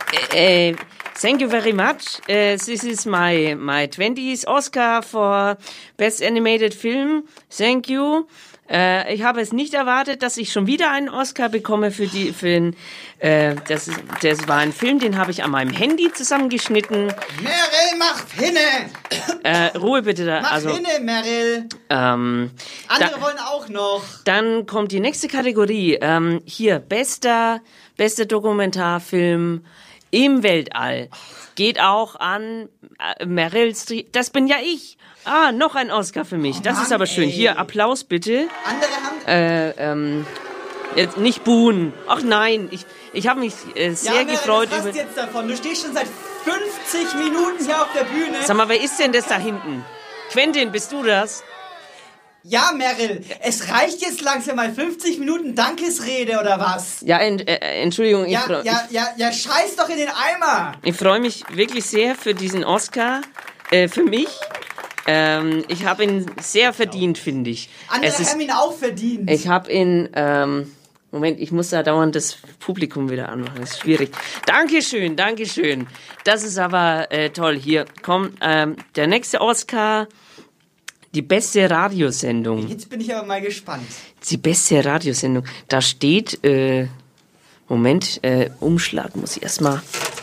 Thank you very much. This is my 20th Oscar for Best Animated Film. Thank you. Ich habe es nicht erwartet, dass ich schon wieder einen Oscar bekomme das war ein Film, den habe ich an meinem Handy zusammengeschnitten. Meryl, mach hinne! Ruhe bitte da. Mach hinne, Meryl! Andere wollen auch noch. Dann kommt die nächste Kategorie. Hier, bester Dokumentarfilm im Weltall. Geht auch an Meryl Streep. Das bin ja ich. Noch ein Oscar für mich. Das ist aber schön. Hier, Applaus bitte. Andere haben... Jetzt nicht buhen. Ach nein, ich habe mich sehr gefreut. Was hast du jetzt davon? Du stehst schon seit 50 Minuten hier auf der Bühne. Sag mal, wer ist denn das da hinten? Quentin, bist du das? Ja, Meryl, es reicht jetzt langsam mal 50 Minuten Dankesrede, oder was? Ja, Entschuldigung. Ja, scheiß doch in den Eimer. Ich freue mich wirklich sehr für diesen Oscar, für mich. Ich habe ihn sehr verdient, finde ich. Andere haben ihn auch verdient. Ich habe ihn, Moment, ich muss da dauernd das Publikum wieder anmachen, das ist schwierig. Dankeschön. Das ist aber toll. Hier, komm, der nächste Oscar, die beste Radiosendung. Jetzt bin ich aber mal gespannt. Die beste Radiosendung, da steht, Moment, Umschlag muss ich erstmal...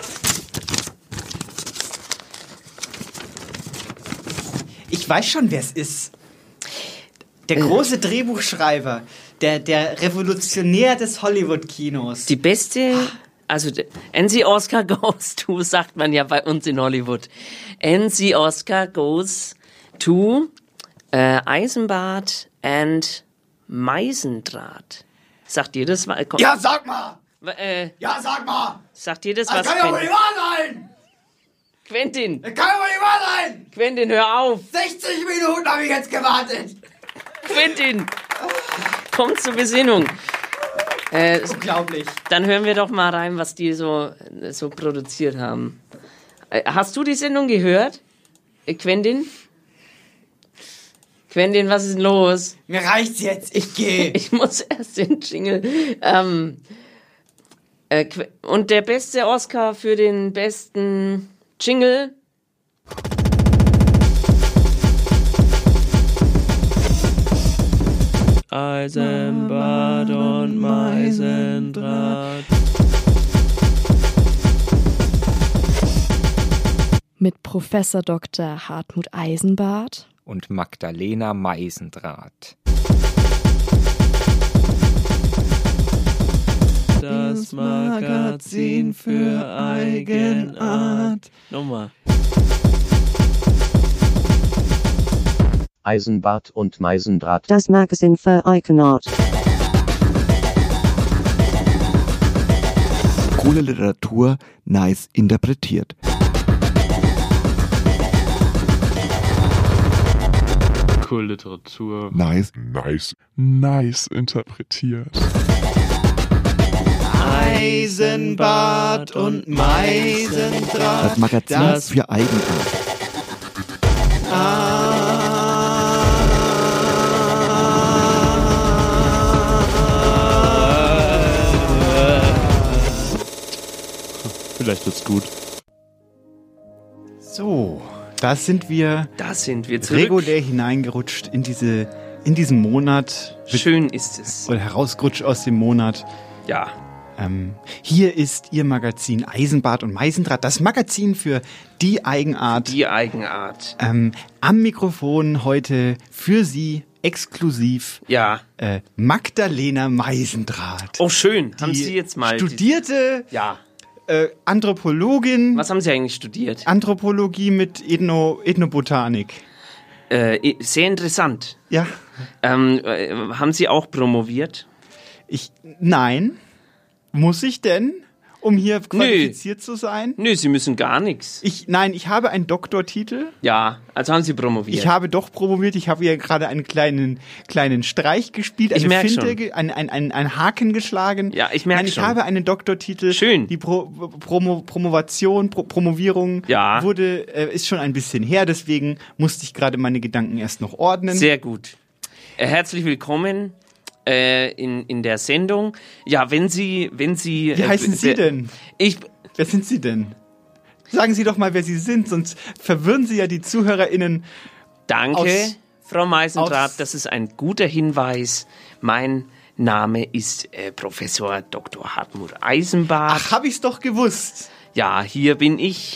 Ich weiß schon, wer es ist. Der große Drehbuchschreiber, der Revolutionär des Hollywood-Kinos. Die beste, also NC Oscar goes to, sagt man ja bei uns in Hollywood. NC Oscar goes to Eisenbart and Meisendraht. Sagt ihr das? Ja, sag mal! Sagt ihr das was? Das kann ja wohl nicht wahr sein! Quentin! Das kann ja wohl nicht wahr sein! Quentin, hör auf! 60 Minuten habe ich jetzt gewartet! Quentin! Komm zur Besinnung! Unglaublich. Dann hören wir doch mal rein, was die so produziert haben. Hast du die Sendung gehört? Quentin? Quentin, was ist denn los? Mir reicht's jetzt, ich gehe. Ich muss erst den Jingle. Und der beste Oscar für den besten Jingle. Eisenbart und Meisendraht. Mit Professor Dr. Hartmut Eisenbart und Magdalena Meisendraht. Das Magazin für Eigenart. Nochmal. Eisenbart und Meisendraht. Das Magazin für Eigenart. Coole Literatur, nice interpretiert. Coole Literatur. Nice interpretiert. Eisenbart und Meisendraht. Das Magazin für Eigenart. Vielleicht wird's gut. So, da sind wir zurück. Regulär hineingerutscht in diesen Monat. Schön ist es. Oder herausgerutscht aus dem Monat. Ja. Hier ist Ihr Magazin Eisenbart und Meisendraht, das Magazin für die Eigenart. Die Eigenart. Am Mikrofon heute für Sie exklusiv Magdalena Meisendraht. Oh, schön. Haben Sie jetzt mal... Studierte Anthropologin. Was haben Sie eigentlich studiert? Anthropologie mit Ethnobotanik. Sehr interessant. Ja. Haben Sie auch promoviert? Nein. Muss ich denn, um hier qualifiziert zu sein? Nö, Sie müssen gar nichts. Ich habe einen Doktortitel. Ja, also haben Sie promoviert. Ich habe doch promoviert. Ich habe ja gerade einen kleinen Streich gespielt, eine Finte, einen Haken geschlagen. Ja, ich merke schon. Ich habe einen Doktortitel. Schön. Die Promovierung ist schon ein bisschen her, deswegen musste ich gerade meine Gedanken erst noch ordnen. Sehr gut. Herzlich willkommen. In der Sendung. Ja, wenn Sie... Wie heißen Sie denn? Wer sind Sie denn? Sagen Sie doch mal, wer Sie sind, sonst verwirren Sie ja die ZuhörerInnen. Danke, Frau Meisendrath, das ist ein guter Hinweis. Mein Name ist Professor Dr. Hartmut Eisenbart. Ach, hab ich's doch gewusst. Ja, hier bin ich.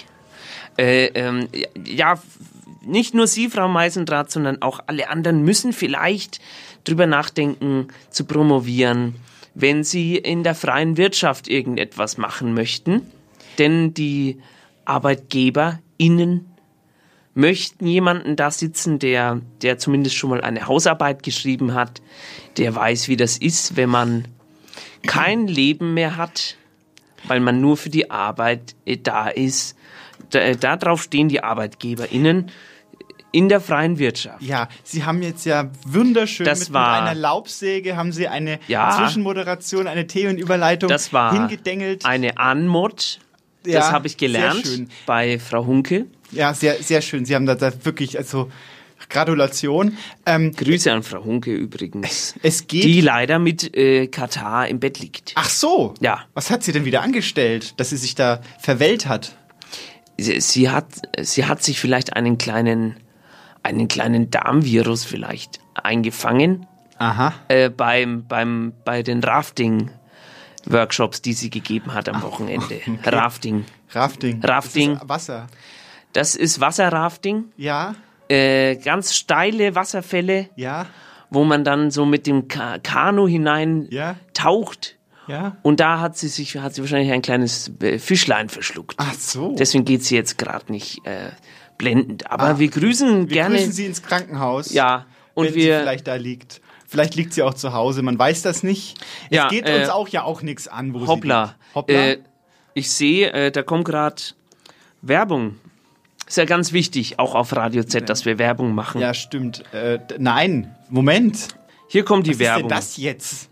Ja, nicht nur Sie, Frau Meisendrath, sondern auch alle anderen müssen vielleicht drüber nachdenken, zu promovieren, wenn sie in der freien Wirtschaft irgendetwas machen möchten. Denn die ArbeitgeberInnen möchten jemanden da sitzen, der zumindest schon mal eine Hausarbeit geschrieben hat, der weiß, wie das ist, wenn man kein Leben mehr hat, weil man nur für die Arbeit da ist. Darauf stehen die ArbeitgeberInnen in der freien Wirtschaft. Ja, Sie haben jetzt ja wunderschön mit einer Laubsäge haben Sie eine Zwischenmoderation, eine Themenüberleitung hingedengelt. Eine Anmod, das habe ich gelernt bei Frau Hunke. Ja, sehr, sehr schön. Sie haben da wirklich, also Gratulation. Grüße an Frau Hunke übrigens, die leider mit Katar im Bett liegt. Ach so? Ja. Was hat sie denn wieder angestellt, dass sie sich da verwellt hat? Sie hat sich vielleicht einen kleinen Darmvirus vielleicht eingefangen. Aha. Bei den Rafting-Workshops, die sie gegeben hat am Wochenende. Okay. Rafting. Das ist Wasser. Das ist Wasserrafting. Ja. Ganz steile Wasserfälle. Ja. Wo man dann so mit dem Kanu hinein taucht. Ja. Und da hat sie wahrscheinlich ein kleines Fischlein verschluckt. Ach so. Deswegen geht sie jetzt gerade nicht blendend. Aber wir grüßen gerne. Wir grüßen sie ins Krankenhaus. Ja. Und wenn sie vielleicht da liegt. Vielleicht liegt sie auch zu Hause, man weiß das nicht. Es geht uns auch nichts an, wo Hoppla. sie liegt. Hoppla. Ich sehe, da kommt gerade Werbung. Ist ja ganz wichtig, auch auf Radio Z, dass wir Werbung machen. Ja, stimmt. Nein, Moment. Hier kommt die Werbung. Was ist denn das jetzt?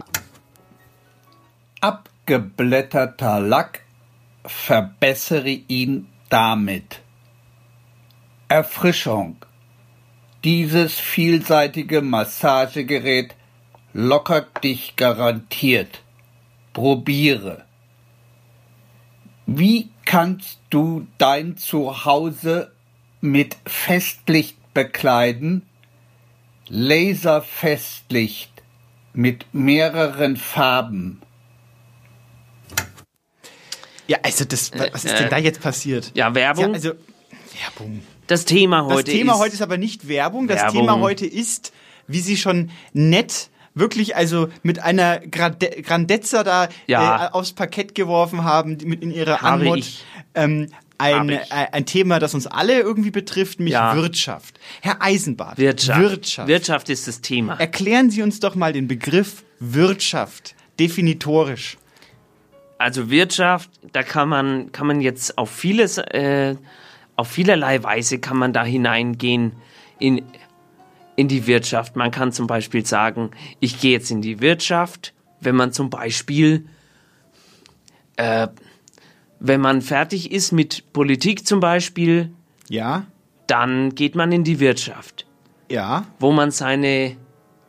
Abgeblätterter Lack, verbessere ihn damit. Erfrischung. Dieses vielseitige Massagegerät lockert dich garantiert. Probiere. Wie kannst du dein Zuhause mit Festlicht bekleiden? Laserfestlicht mit mehreren Farben. Ja, also was ist denn da jetzt passiert? Ja, Werbung. Ja, also Werbung. Das Thema heute ist aber nicht Werbung. Das Thema heute ist, wie Sie schon nett, wirklich also mit einer Grandezza da aufs Parkett geworfen haben, mit in ihrer Anmod. Ein Thema, das uns alle irgendwie betrifft, nämlich Wirtschaft. Herr Eisenbart. Wirtschaft ist das Thema. Erklären Sie uns doch mal den Begriff Wirtschaft definitorisch. Also Wirtschaft, da kann man jetzt auf vielerlei Weise kann man da hineingehen in die Wirtschaft. Man kann zum Beispiel sagen, ich gehe jetzt in die Wirtschaft, wenn man zum Beispiel, wenn man fertig ist mit Politik zum Beispiel, dann geht man in die Wirtschaft. Ja. Wo man seine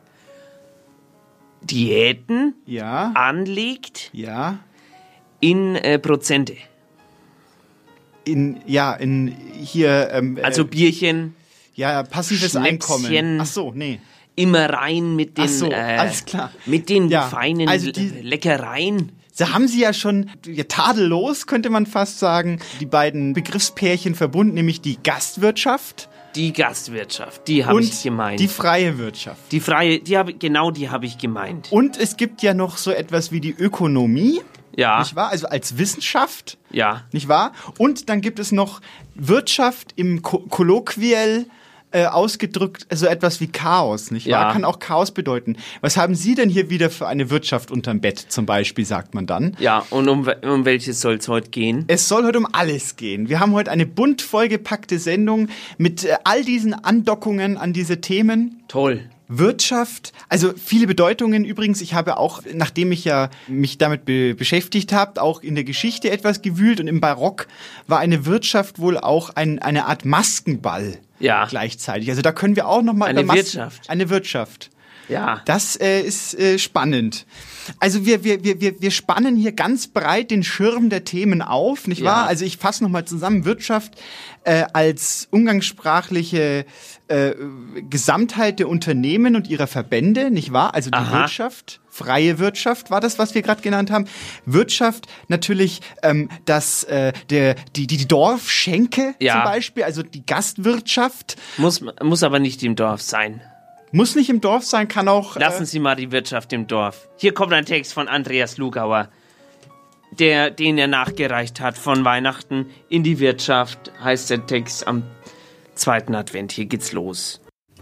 Diäten anlegt in Prozente. Also Bierchen. Ja, passives Einkommen. Ach so, nee. Immer rein mit den, alles klar. Mit den feinen Leckereien. Da haben Sie ja schon tadellos, könnte man fast sagen, die beiden Begriffspärchen verbunden, nämlich die Gastwirtschaft. Die Gastwirtschaft, die habe ich gemeint. Die freie Wirtschaft. Die habe ich gemeint. Und es gibt ja noch so etwas wie die Ökonomie. Ja. Nicht wahr? Also als Wissenschaft. Ja. Nicht wahr? Und dann gibt es noch Wirtschaft im kolloquiell ausgedrückt, also etwas wie Chaos, nicht wahr? Kann auch Chaos bedeuten. Was haben Sie denn hier wieder für eine Wirtschaft unterm Bett, zum Beispiel, sagt man dann? Ja, und um welches soll es heute gehen? Es soll heute um alles gehen. Wir haben heute eine bunt vollgepackte Sendung mit all diesen Andockungen an diese Themen. Toll. Wirtschaft, also viele Bedeutungen übrigens. Ich habe auch, nachdem ich ja mich damit beschäftigt habe, auch in der Geschichte etwas gewühlt und im Barock war eine Wirtschaft wohl auch eine Art Maskenball gleichzeitig. Also da können wir auch nochmal eine Wirtschaft. Eine Wirtschaft. Ja. Das ist spannend. Also wir spannen hier ganz breit den Schirm der Themen auf, nicht wahr? Also ich fasse nochmal zusammen. Wirtschaft als umgangssprachliche Gesamtheit der Unternehmen und ihrer Verbände, nicht wahr? Also die Wirtschaft, freie Wirtschaft war das, was wir gerade genannt haben. Wirtschaft natürlich die Dorfschenke zum Beispiel, also die Gastwirtschaft. Muss aber nicht im Dorf sein. Muss nicht im Dorf sein, kann auch... Lassen Sie mal die Wirtschaft im Dorf. Hier kommt ein Text von Andreas Lugauer, den er nachgereicht hat von Weihnachten in die Wirtschaft, heißt der Text am 2. Advent. Hier geht's los.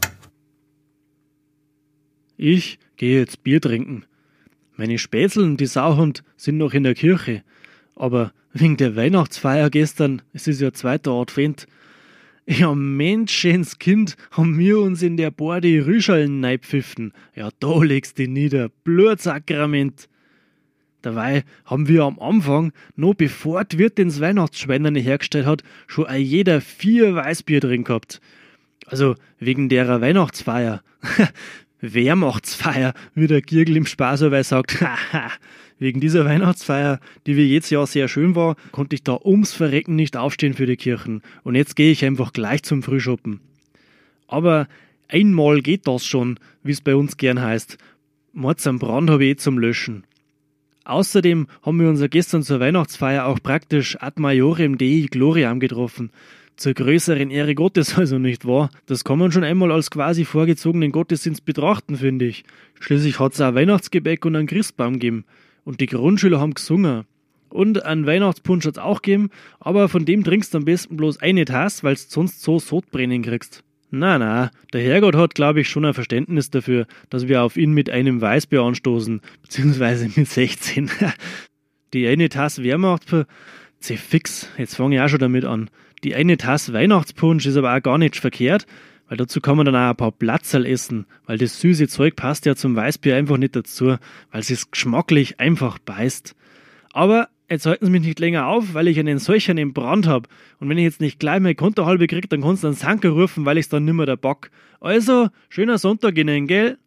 Ich gehe jetzt Bier trinken. Meine Spätzeln, die Sauhund, sind noch in der Kirche. Aber wegen der Weihnachtsfeier gestern, es ist ja 2. Advent, ja, Menschenskind, haben wir uns in der Bar die Rüscheln neipfiffen. Ja, da legst du nieder, Blutsakrament. Dabei haben wir am Anfang, noch bevor die Wirtin das Weihnachtsschwein hergestellt hat, schon jeder 4 Weißbier drin gehabt. Also wegen derer Weihnachtsfeier. Wehrmachtsfeier, wie der Girgl im Spaßerweis sagt. Wegen dieser Weihnachtsfeier, die wie jedes Jahr sehr schön war, konnte ich da ums Verrecken nicht aufstehen für die Kirchen. Und jetzt gehe ich einfach gleich zum Frühschoppen. Aber einmal geht das schon, wie es bei uns gern heißt. Mords am Brand habe ich zum Löschen. Außerdem haben wir uns ja gestern zur Weihnachtsfeier auch praktisch ad majorem Dei gloriam getroffen. Zur größeren Ehre Gottes also, nicht wahr? Das kann man schon einmal als quasi vorgezogenen Gottesdienst betrachten, finde ich. Schließlich hat es auch Weihnachtsgebäck und einen Christbaum gegeben. Und die Grundschüler haben gesungen. Und einen Weihnachtspunsch hat es auch gegeben, aber von dem trinkst du am besten bloß eine Tasse, weil du sonst so Sodbrennen kriegst. Na, der Herrgott hat, glaube ich, schon ein Verständnis dafür, dass wir auf ihn mit einem Weißbier anstoßen, beziehungsweise mit 16. Die eine Tasse Wehrmacht, fix, jetzt fange ich auch schon damit an. Die eine Tasse Weihnachtspunsch ist aber auch gar nicht verkehrt, weil dazu kann man dann auch ein paar Platzerl essen, weil das süße Zeug passt ja zum Weißbier einfach nicht dazu, weil es geschmacklich einfach beißt. Aber jetzt halten Sie mich nicht länger auf, weil ich einen solchen im Brand habe. Und wenn ich jetzt nicht gleich meine Kontohalbe kriege, dann kannst du einen Sanker rufen, weil ich es dann nimmer der Bock. Also, schöner Sonntag Ihnen, gell?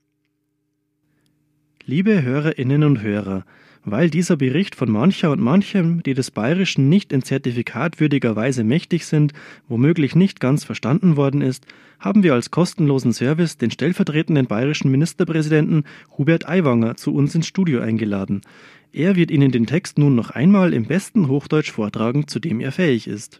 Liebe Hörerinnen und Hörer, weil dieser Bericht von mancher und manchem, die des Bayerischen nicht in zertifikatwürdiger Weise mächtig sind, womöglich nicht ganz verstanden worden ist, haben wir als kostenlosen Service den stellvertretenden bayerischen Ministerpräsidenten Hubert Aiwanger zu uns ins Studio eingeladen. Er wird Ihnen den Text nun noch einmal im besten Hochdeutsch vortragen, zu dem er fähig ist.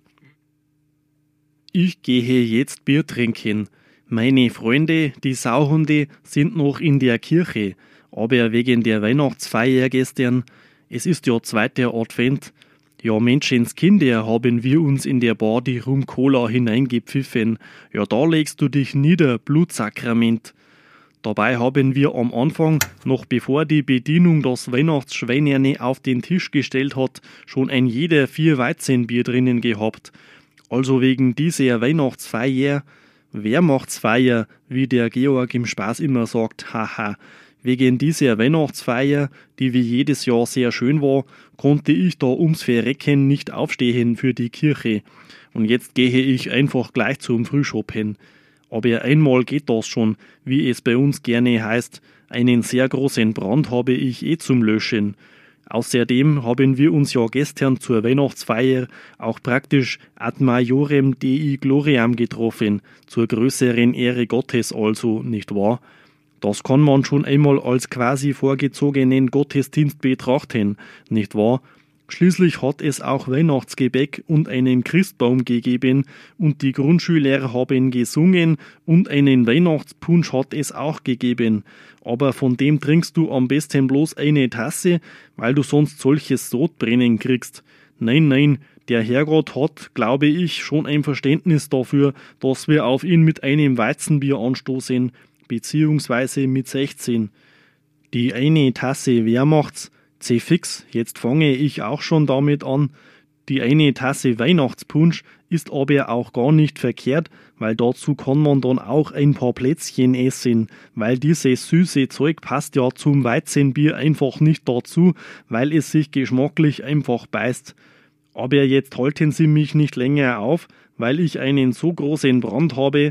Ich gehe jetzt Bier trinken. Meine Freunde, die Sauhunde, sind noch in der Kirche. Aber wegen der Weihnachtsfeier gestern, es ist ja 2. Advent, ja Menschenskinder haben wir uns in der Bar die Rum-Cola hineingepfiffen. Ja, da legst du dich nieder, Blutsakrament. Dabei haben wir am Anfang, noch bevor die Bedienung das Weihnachtsschweinerne auf den Tisch gestellt hat, schon ein jeder 4 Weizenbier drinnen gehabt. Also wegen dieser Weihnachtsfeier, Wehrmachtsfeier, wie der Georg im Spaß immer sagt, haha. Wegen dieser Weihnachtsfeier, die wie jedes Jahr sehr schön war, konnte ich da ums Verrecken nicht aufstehen für die Kirche. Und jetzt gehe ich einfach gleich zum Frühschoppen. Aber einmal geht das schon, wie es bei uns gerne heißt. Einen sehr großen Brand habe ich zum Löschen. Außerdem haben wir uns ja gestern zur Weihnachtsfeier auch praktisch ad majorem Dei gloriam getroffen, zur größeren Ehre Gottes also, nicht wahr? Das kann man schon einmal als quasi vorgezogenen Gottesdienst betrachten, nicht wahr? Schließlich hat es auch Weihnachtsgebäck und einen Christbaum gegeben und die Grundschüler haben gesungen und einen Weihnachtspunsch hat es auch gegeben. Aber von dem trinkst du am besten bloß eine Tasse, weil du sonst solches Sodbrennen kriegst. Nein, der Herrgott hat, glaube ich, schon ein Verständnis dafür, dass wir auf ihn mit einem Weizenbier anstoßen, beziehungsweise mit 16. Die eine Tasse Wehrmachts, fix, jetzt fange ich auch schon damit an. Die eine Tasse Weihnachtspunsch ist aber auch gar nicht verkehrt, weil dazu kann man dann auch ein paar Plätzchen essen, weil dieses süße Zeug passt ja zum Weizenbier einfach nicht dazu, weil es sich geschmacklich einfach beißt. Aber jetzt halten Sie mich nicht länger auf, weil ich einen so großen Brand habe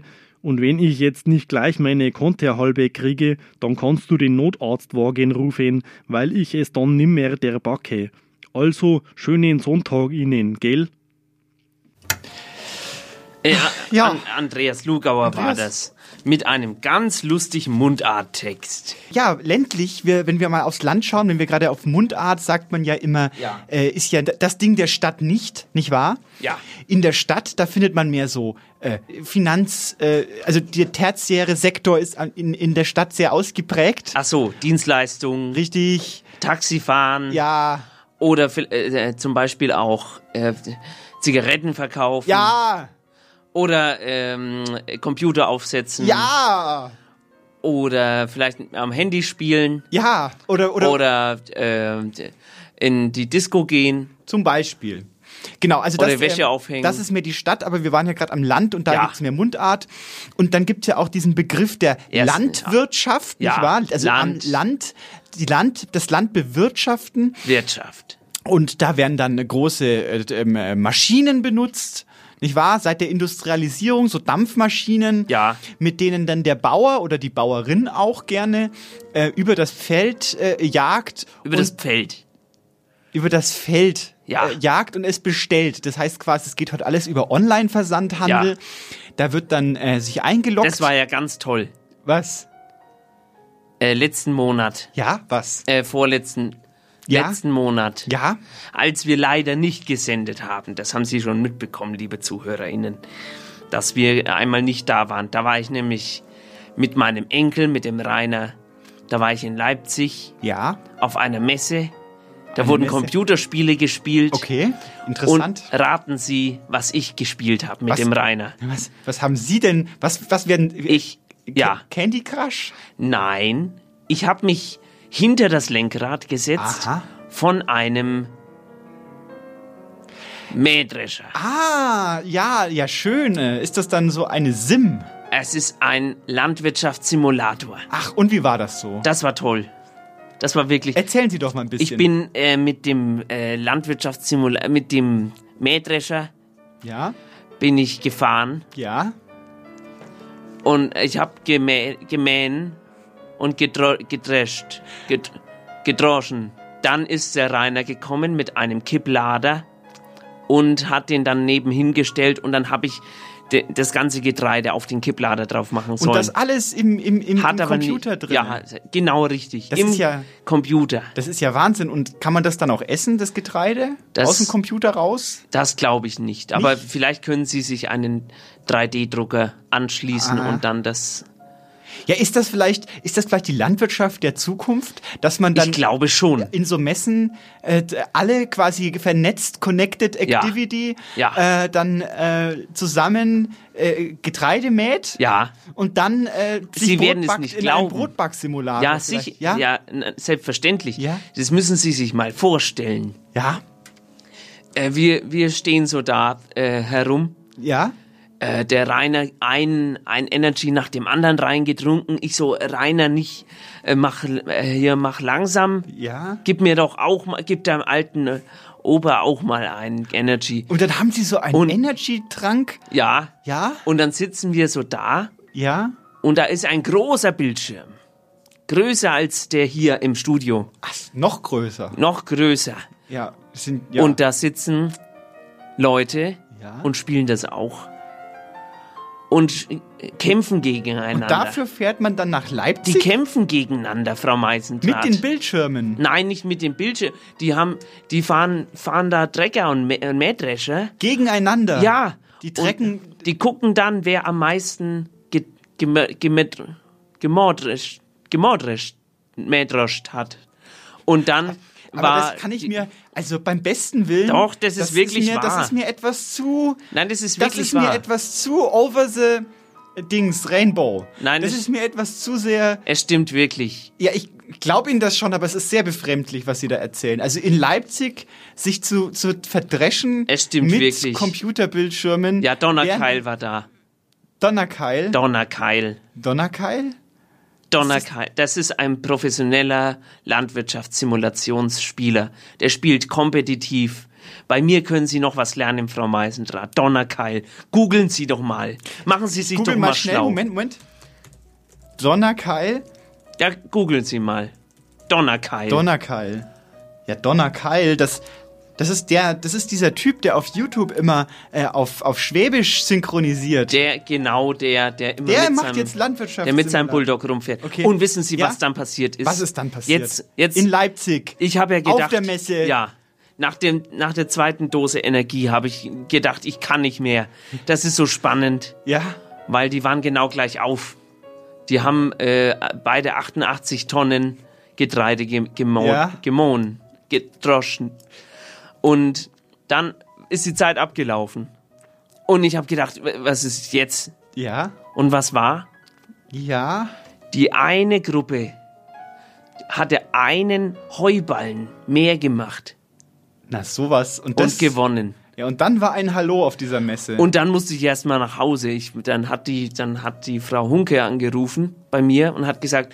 Und wenn ich jetzt nicht gleich meine Konter halbe kriege, dann kannst du den Notarztwagen rufen, weil ich es dann nimmer der backe. Also, schönen Sonntag Ihnen, gell? Andreas Lugauer war das. Mit einem ganz lustigen Mundarttext. Ja, ländlich, wenn wir mal aufs Land schauen, wenn wir gerade auf Mundart, sagt man ja immer, ist ja das Ding der Stadt nicht wahr? Ja. In der Stadt, da findet man mehr so also der tertiäre Sektor ist in der Stadt sehr ausgeprägt. Ach so, Dienstleistungen. Richtig. Taxifahren. Ja. Oder zum Beispiel auch Zigaretten verkaufen. Ja. Oder Computer aufsetzen. Ja. Oder vielleicht am Handy spielen. Ja. Oder in die Disco gehen. Zum Beispiel. Genau, also oder Wäsche aufhängen. Das ist mehr die Stadt, aber wir waren ja gerade am Land und da gibt's mehr Mundart. Und dann gibt's ja auch diesen Begriff der Landwirtschaft, nicht wahr? Also das Land bewirtschaften. Wirtschaft. Und da werden dann große Maschinen benutzt. Nicht wahr? Seit der Industrialisierung, so Dampfmaschinen, mit denen dann der Bauer oder die Bauerin auch gerne über das Feld jagt. Über das Feld jagt und es bestellt. Das heißt quasi, es geht heute alles über Online-Versandhandel. Ja. Da wird dann sich eingeloggt. Das war ja ganz toll. Was? Letzten Monat. Ja, was? Letzten Monat. Ja. Als wir leider nicht gesendet haben, das haben Sie schon mitbekommen, liebe ZuhörerInnen, dass wir einmal nicht da waren. Da war ich nämlich mit meinem Enkel, mit dem Rainer, da war ich in Leipzig. Ja. Auf einer Messe. Da wurden Computerspiele gespielt. Okay, interessant. Und raten Sie, was ich gespielt habe mit dem Rainer. Was haben Sie denn, was werden... Candy Crush? Nein, ich habe mich hinter das Lenkrad gesetzt von einem Mähdrescher. Ah, ja, schön. Ist das dann so eine Sim? Es ist ein Landwirtschaftssimulator. Ach, und wie war das so? Das war toll. Das war wirklich... Erzählen Sie doch mal ein bisschen. Ich bin mit dem Landwirtschaftssimulator, mit dem Mähdrescher bin ich gefahren. Ja. Und ich habe gemähen und gedroschen. Dann ist der Rainer gekommen mit einem Kipplader und hat den dann nebenhin gestellt und dann habe ich das ganze Getreide auf den Kipplader drauf machen sollen. Und das alles im Computer drin? Ja, genau richtig. Das ist ja Computer. Das ist ja Wahnsinn. Und kann man das dann auch essen, das Getreide? Aus dem Computer raus? Das glaube ich nicht. Aber vielleicht können Sie sich einen 3D-Drucker anschließen und dann das... Ja, ist das vielleicht die Landwirtschaft der Zukunft, dass man dann... Ich glaube schon. In so Messen alle quasi vernetzt, connected activity, dann zusammen Getreide mäht und dann Sie werden es nicht glauben. Einen Brotbacksimulator. Ja, selbstverständlich. Ja? Das müssen Sie sich mal vorstellen. Ja. Wir stehen so da herum. Ja. Der Rainer ein Energy nach dem anderen reingetrunken. Ich so, Rainer, nicht, mach langsam. Ja. Gib dem alten Opa auch mal einen Energy. Und dann haben Sie so einen Energy-Trank? Ja. Ja. Und dann sitzen wir so da. Ja. Und da ist ein großer Bildschirm. Größer als der hier im Studio. Ach, noch größer. Noch größer. Ja. Und da sitzen Leute und spielen das auch. Und kämpfen gegeneinander. Und dafür fährt man dann nach Leipzig? Die kämpfen gegeneinander, Frau Meisendrath. Mit den Bildschirmen? Nein, nicht mit den Bildschirmen. Die fahren da Trecker und Mähdrescher. Gegeneinander? Ja. Die trecken... Und die gucken dann, wer am meisten mähdrescht hat. Und dann... Aber das kann ich mir, also beim besten Willen... Doch, das ist wirklich wahr. Das ist mir etwas zu... Nein, das ist wirklich wahr. Das ist mir etwas zu over the Rainbow. Nein, das ist mir etwas zu sehr... Es stimmt wirklich. Ja, ich glaube Ihnen das schon, aber es ist sehr befremdlich, was Sie da erzählen. Also in Leipzig sich zu verdreschen mit wirklich. Computerbildschirmen... Ja, Donnerkeil war da. Donnerkeil? Donnerkeil. Donnerkeil? Donnerkeil, das ist ein professioneller Landwirtschaftssimulationsspieler. Der spielt kompetitiv Bei mir können Sie noch was lernen, Frau Meisendrath. Donnerkeil. Googeln Sie doch mal. Machen Sie sich doch mal schlau. Moment. Donnerkeil? Ja, googeln Sie mal. Donnerkeil. Ja, Donnerkeil, das ist dieser Typ, der auf YouTube immer auf Schwäbisch synchronisiert. Der macht jetzt Landwirtschaft. Der mit seinem Bulldog rumfährt. Okay. Und wissen Sie, was dann passiert ist? Was ist dann passiert? Jetzt in Leipzig. Ich habe ja gedacht, auf der Messe. Ja. Nach der zweiten Dose Energie habe ich gedacht, ich kann nicht mehr. Das ist so spannend. Ja. Weil die waren genau gleich auf. Die haben beide 88 Tonnen Getreide gedroschen. Und dann ist die Zeit abgelaufen. Und ich habe gedacht, was ist jetzt? Ja. Und was war? Ja. Die eine Gruppe hatte einen Heuballen mehr gemacht. Na, sowas. Und gewonnen. Ja, und dann war ein Hallo auf dieser Messe. Und dann musste ich erst mal nach Hause. Dann hat die Frau Hunke angerufen bei mir und hat gesagt,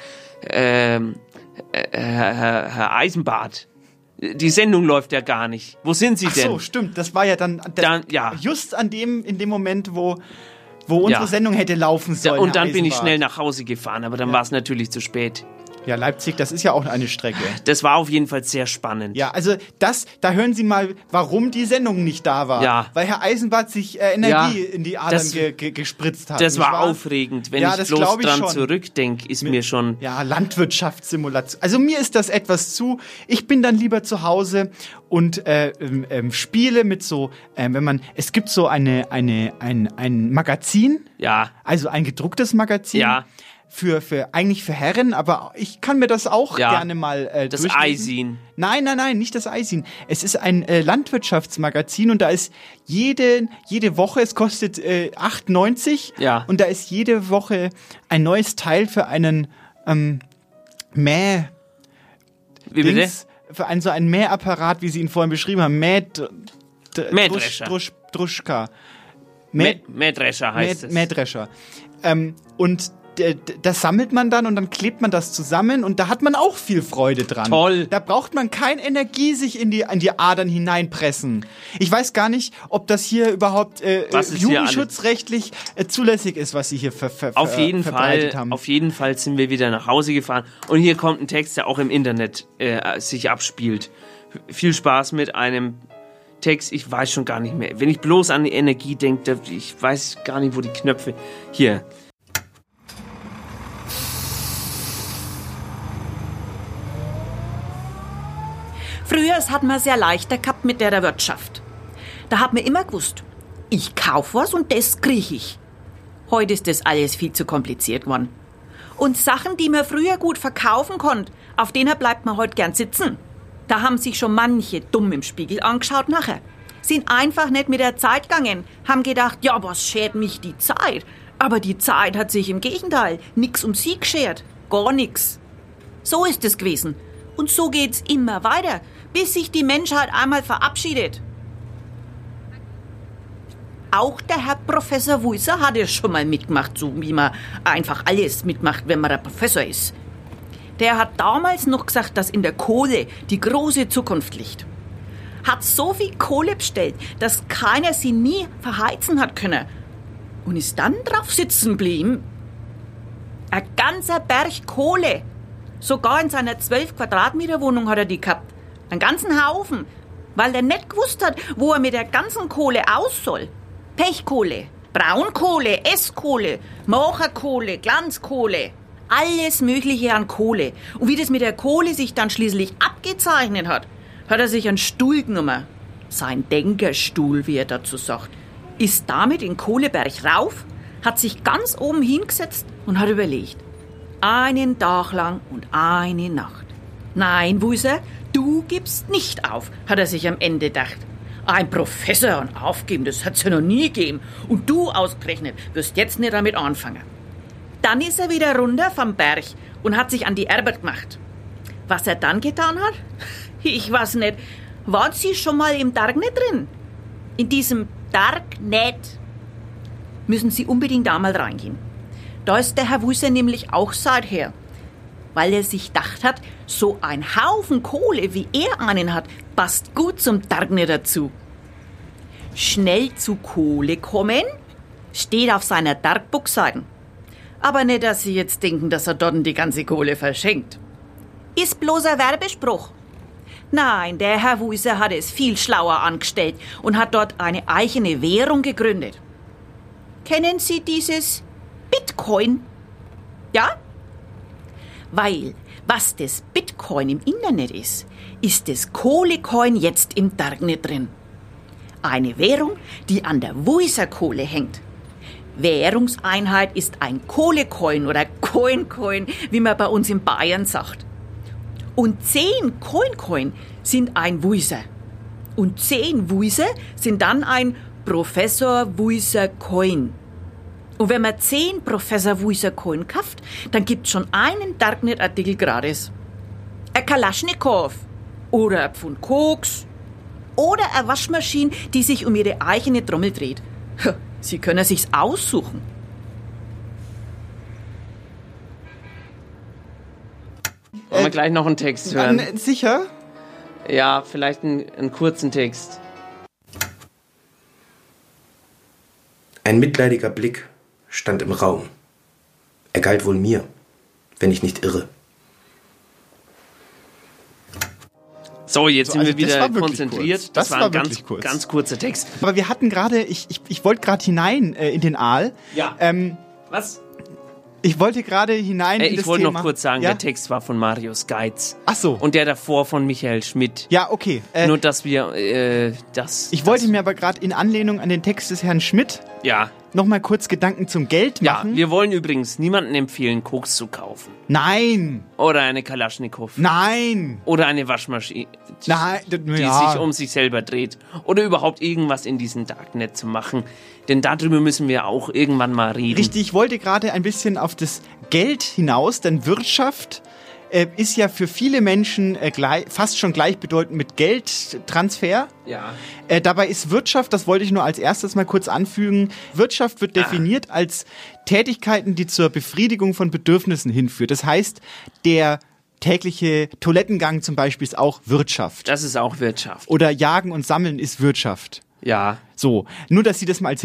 Herr Eisenbart, die Sendung läuft ja gar nicht. Wo sind Sie denn? Ach so, stimmt. Das war ja dann just in dem Moment, wo unsere Sendung hätte laufen sollen. Und dann bin ich schnell nach Hause gefahren, aber dann war es natürlich zu spät. Ja, Leipzig, das ist ja auch eine Strecke. Das war auf jeden Fall sehr spannend. Ja, also da hören Sie mal, warum die Sendung nicht da war. Ja. Weil Herr Eisenbart sich Energie in die Adern gespritzt hat. Das war aufregend. Wenn ich bloß dran zurückdenke, ist mir schon... Ja, Landwirtschaftssimulation. Also mir ist das etwas zu... Ich bin dann lieber zu Hause und spiele mit so... es gibt so ein Magazin. Ja. Also ein gedrucktes Magazin. Ja. Eigentlich für Herren, aber ich kann mir das auch gerne mal das Eisin. Nein, nicht das Eisin. Es ist ein Landwirtschaftsmagazin und da ist jede Woche, es kostet 8,90 und da ist jede Woche ein neues Teil für einen Wie bitte? Für einen Mähapparat, wie Sie ihn vorhin beschrieben haben. Mähdrescher. Druschka. Mähdrescher heißt es. Mähdrescher. Und das sammelt man dann und dann klebt man das zusammen und da hat man auch viel Freude dran. Toll. Da braucht man keine Energie sich in die Adern hineinpressen. Ich weiß gar nicht, ob das hier überhaupt jugendschutzrechtlich zulässig ist, was Sie hier verbreitet haben. Auf jeden Fall sind wir wieder nach Hause gefahren und hier kommt ein Text, der auch im Internet sich abspielt. Viel Spaß mit einem Text, ich weiß schon gar nicht mehr. Wenn ich bloß an die Energie denke, ich weiß gar nicht, wo die Knöpfe... Hier. Früher hat man es ja leichter gehabt mit der Wirtschaft. Da hat man immer gewusst, ich kauf was und das krieg ich. Heute ist das alles viel zu kompliziert geworden. Und Sachen, die man früher gut verkaufen konnte, auf denen bleibt man heute gern sitzen. Da haben sich schon manche dumm im Spiegel angeschaut nachher. Sind einfach nicht mit der Zeit gegangen, haben gedacht, ja, was schert mich die Zeit? Aber die Zeit hat sich im Gegenteil nix um sie geschert. Gar nix. So ist es gewesen. Und so geht's immer weiter, bis sich die Menschheit einmal verabschiedet. Auch der Herr Professor Wulser hat es schon mal mitgemacht, so wie man einfach alles mitmacht, wenn man der Professor ist. Der hat damals noch gesagt, dass in der Kohle die große Zukunft liegt. Hat so viel Kohle bestellt, dass keiner sie nie verheizen hat können. Und ist dann drauf sitzen geblieben. Ein ganzer Berg Kohle. Sogar in seiner 12 Quadratmeter Wohnung hat er die gehabt. Einen ganzen Haufen. Weil er nicht gewusst hat, wo er mit der ganzen Kohle aus soll. Pechkohle, Braunkohle, Esskohle, Mocherkohle, Glanzkohle. Alles Mögliche an Kohle. Und wie das mit der Kohle sich dann schließlich abgezeichnet hat, hat er sich einen Stuhl genommen. Sein Denkerstuhl, wie er dazu sagt. Ist damit in Kohleberg rauf, hat sich ganz oben hingesetzt und hat überlegt. Einen Tag lang und eine Nacht. Nein, Wulser, du gibst nicht auf, hat er sich am Ende gedacht. Ein Professor und aufgeben, das hat's ja noch nie gegeben. Und du ausgerechnet wirst jetzt nicht damit anfangen. Dann ist er wieder runter vom Berg und hat sich an die Arbeit gemacht. Was er dann getan hat? Ich weiß nicht. Waren Sie schon mal im Darknet drin? In diesem Darknet müssen Sie unbedingt da mal reingehen. Da ist der Herr Wulser nämlich auch seither. weil er sich gedacht hat, so ein Haufen Kohle, wie er einen hat, passt gut zum Dargne dazu. Schnell zu Kohle kommen, steht auf seiner Dargbook-Seiten. Aber nicht, dass Sie jetzt denken, dass er dort die ganze Kohle verschenkt. Ist bloß ein Werbespruch. Nein, der Herr Wuiser hat es viel schlauer angestellt und hat dort eine eigene Währung gegründet. Kennen Sie dieses Bitcoin? Ja? Weil, was das Bitcoin im Internet ist das Kohlecoin jetzt im Dargne drin. Eine Währung, die an der Wuiser-Kohle hängt. Währungseinheit ist ein Kohlecoin oder Coin, wie man bei uns in Bayern sagt. Und 10 Coin sind ein Wuiser. Und 10 Wuiser sind dann ein Professor Wuiser Coin. Und wenn man 10 Professor Wuiser Coin kauft, dann gibt's schon einen Darknet-Artikel gratis. Ein Kalaschnikow oder ein Pfund Koks oder eine Waschmaschine, die sich um ihre eigene Trommel dreht. Sie können sich's aussuchen. Wollen wir gleich noch einen Text hören? Sicher? Ja, vielleicht einen kurzen Text. Ein mitleidiger Blick stand im Raum. Er galt wohl mir, wenn ich nicht irre. So, jetzt sind also wir wieder konzentriert. Kurz. Das war ein ganz kurzer Text. Aber wir hatten gerade, ich wollte gerade hinein in den Aal. Ja. Was? Ich wollte gerade hinein in das Thema. Ich wollte noch kurz sagen, der Text war von Marius Geitz. Ach so. Und der davor von Michael Schmidt. Ja, okay. Nur, dass wir Ich wollte mir aber gerade in Anlehnung an den Text des Herrn Schmidt nochmal kurz Gedanken zum Geld machen. Ja, wir wollen übrigens niemandem empfehlen, Koks zu kaufen. Nein. Oder eine Kalaschnikow. Nein. Oder eine Waschmaschine, die sich um sich selber dreht. Oder überhaupt irgendwas in diesem Darknet zu machen. Denn darüber müssen wir auch irgendwann mal reden. Richtig, ich wollte gerade ein bisschen auf das Geld hinaus, denn Wirtschaft ist ja für viele Menschen fast schon gleichbedeutend mit Geldtransfer. Ja. Dabei ist Wirtschaft, das wollte ich nur als erstes mal kurz anfügen, Wirtschaft wird definiert als Tätigkeiten, die zur Befriedigung von Bedürfnissen hinführt. Das heißt, der tägliche Toilettengang zum Beispiel ist auch Wirtschaft. Das ist auch Wirtschaft. Oder Jagen und Sammeln ist Wirtschaft. Ja. So, nur dass Sie das mal als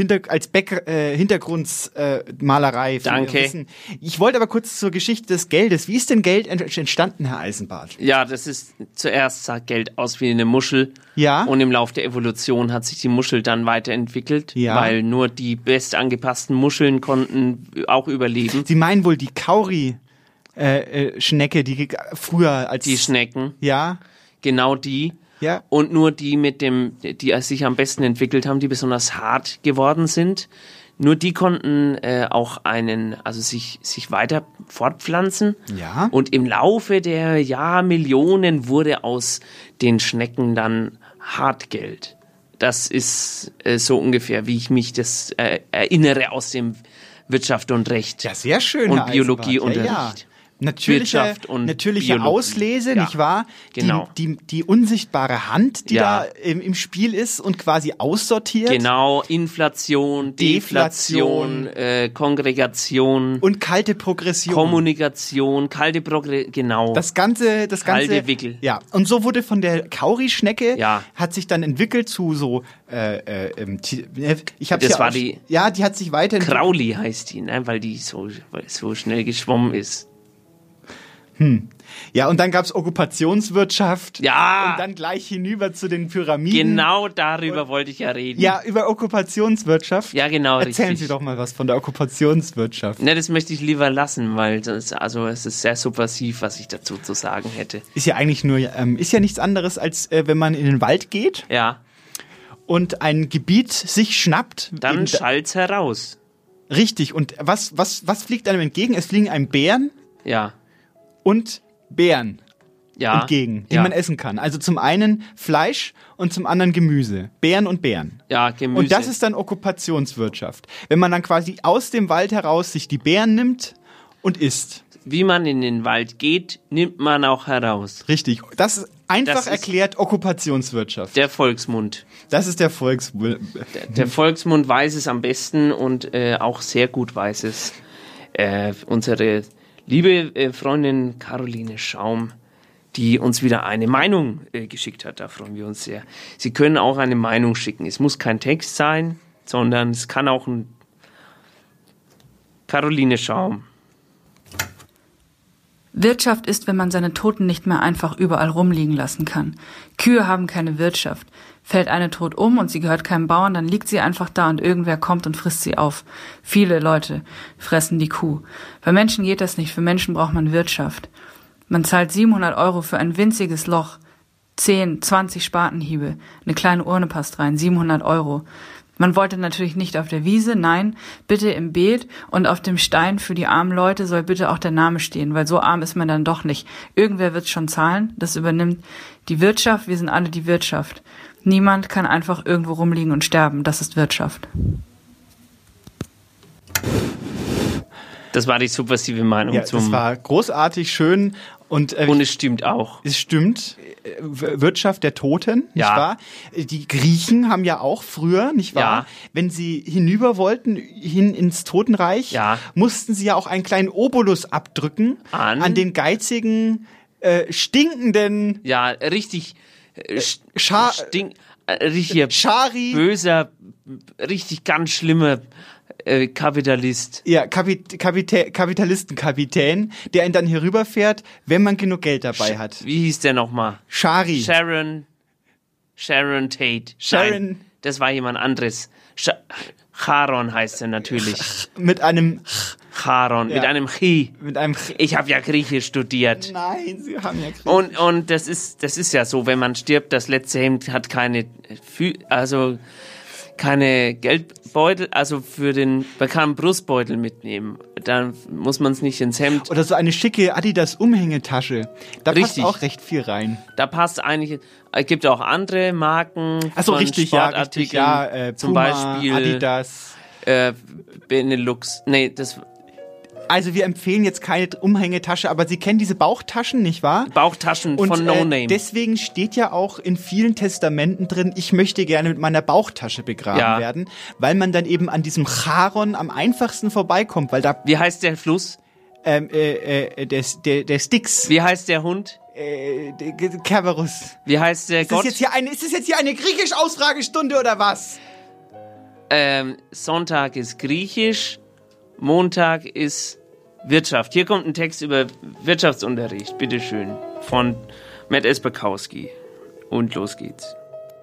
Hintergrundmalerei wissen. Ich wollte aber kurz zur Geschichte des Geldes. Wie ist denn Geld entstanden, Herr Eisenbart? Ja, das ist zuerst sah Geld aus wie eine Muschel. Ja. Und im Laufe der Evolution hat sich die Muschel dann weiterentwickelt, weil nur die best angepassten Muscheln konnten auch überleben. Sie meinen wohl die Kauri Schnecke, die früher als die Schnecken. Ja. Genau die. Ja. Und nur die die sich am besten entwickelt haben, die besonders hart geworden sind, nur die konnten auch sich weiter fortpflanzen. Ja. Und im Laufe der Jahrmillionen wurde aus den Schnecken dann Hartgeld. Das ist so ungefähr, wie ich mich das erinnere aus dem Wirtschaft und Recht. Ja, sehr schön. Und Biologieunterricht. Ja. Natürliche Biologie. Auslese, nicht wahr? Genau. Die unsichtbare Hand, die da im Spiel ist und quasi aussortiert. Genau, Inflation, Deflation, Kongregation. Und kalte Progression. Kommunikation, kalte Progression, genau. Das Ganze. Kalte Wickel. Ja, und so wurde von der Kauri-Schnecke, hat sich dann entwickelt zu so, die hat sich weiterentwickelt. Crowley heißt die, ne? Weil die so schnell geschwommen ist. Ja, und dann gab's Okkupationswirtschaft. Ja. Und dann gleich hinüber zu den Pyramiden. Genau darüber wollte ich ja reden. Ja, über Okkupationswirtschaft. Ja, genau. Erzählen richtig. Sie doch mal was von der Okkupationswirtschaft. Ne, das möchte ich lieber lassen, weil es ist sehr subversiv, was ich dazu zu sagen hätte. Ist ja eigentlich nur, ist ja nichts anderes, als wenn man in den Wald geht. Ja. Und ein Gebiet sich schnappt. Dann schallt's heraus. Richtig. Und was fliegt einem entgegen? Es fliegen einem Bären. Ja. Und Beeren entgegen, die man essen kann. Also zum einen Fleisch und zum anderen Gemüse. Beeren und Beeren. Ja, Gemüse. Und das ist dann Okkupationswirtschaft. Wenn man dann quasi aus dem Wald heraus sich die Beeren nimmt und isst. Wie man in den Wald geht, nimmt man auch heraus. Richtig. Das ist einfach erklärt Okkupationswirtschaft. Der Volksmund. Das ist der Volksmund. Der Volksmund weiß es am besten und auch sehr gut weiß es. Unsere liebe Freundin Caroline Schaum, die uns wieder eine Meinung geschickt hat. Da freuen wir uns sehr. Sie können auch eine Meinung schicken. Es muss kein Text sein, sondern es kann auch ein Caroline Schaum. Wirtschaft ist, wenn man seine Toten nicht mehr einfach überall rumliegen lassen kann. Kühe haben keine Wirtschaft. Fällt eine tot um und sie gehört keinem Bauern, dann liegt sie einfach da und irgendwer kommt und frisst sie auf. Viele Leute fressen die Kuh. Bei Menschen geht das nicht. Für Menschen braucht man Wirtschaft. Man zahlt 700 € für ein winziges Loch. 10, 20 Spatenhiebe. Eine kleine Urne passt rein. 700 €. Man wollte natürlich nicht auf der Wiese, nein, bitte im Beet und auf dem Stein für die armen Leute soll bitte auch der Name stehen, weil so arm ist man dann doch nicht. Irgendwer wird schon zahlen, das übernimmt die Wirtschaft, wir sind alle die Wirtschaft. Niemand kann einfach irgendwo rumliegen und sterben, das ist Wirtschaft. Das war die subversive Meinung das war großartig, schön. Und es stimmt auch. Es stimmt. Wirtschaft der Toten, nicht wahr? Die Griechen haben ja auch früher, nicht wahr? Ja. Wenn sie hinüber wollten, hin ins Totenreich, mussten sie ja auch einen kleinen Obolus abdrücken an den geizigen, stinkenden... Ja, richtig... richtiger, Schari. Böser, richtig ganz schlimmer Kapitalist. Ja, Kapitalistenkapitän, der ihn dann hier rüberfährt, wenn man genug Geld dabei hat. Wie hieß der nochmal? Schari. Sharon Tate. Nein, das war jemand anderes. Charon heißt er natürlich. Mit einem Charon, mit einem Chi. Ich habe ja Griechisch studiert. Nein, Sie haben ja Griechisch. Und das ist ja so, wenn man stirbt, das letzte Hemd hat keine Geldbeutel, also man kann einen Brustbeutel mitnehmen. Dann muss man es nicht ins Hemd. Oder so eine schicke Adidas-Umhängetasche. Da passt auch recht viel rein. Da passt eigentlich, es gibt auch andere Marken von Sportartikeln. Puma, zum Beispiel Adidas. Benelux. Nee, das... Also wir empfehlen jetzt keine Umhängetasche, aber Sie kennen diese Bauchtaschen, nicht wahr? Bauchtaschen von No Name. Deswegen steht ja auch in vielen Testamenten drin, ich möchte gerne mit meiner Bauchtasche begraben werden, weil man dann eben an diesem Charon am einfachsten vorbeikommt, weil da... Wie heißt der Fluss? Der Styx. Wie heißt der Hund? Cerberus. Wie heißt der Gott? Ist das jetzt hier eine Griechisch-Ausfragestunde oder was? Sonntag ist Griechisch, Montag ist Wirtschaft. Hier kommt ein Text über Wirtschaftsunterricht, bitteschön, von Matt Esperkowski. Und los geht's.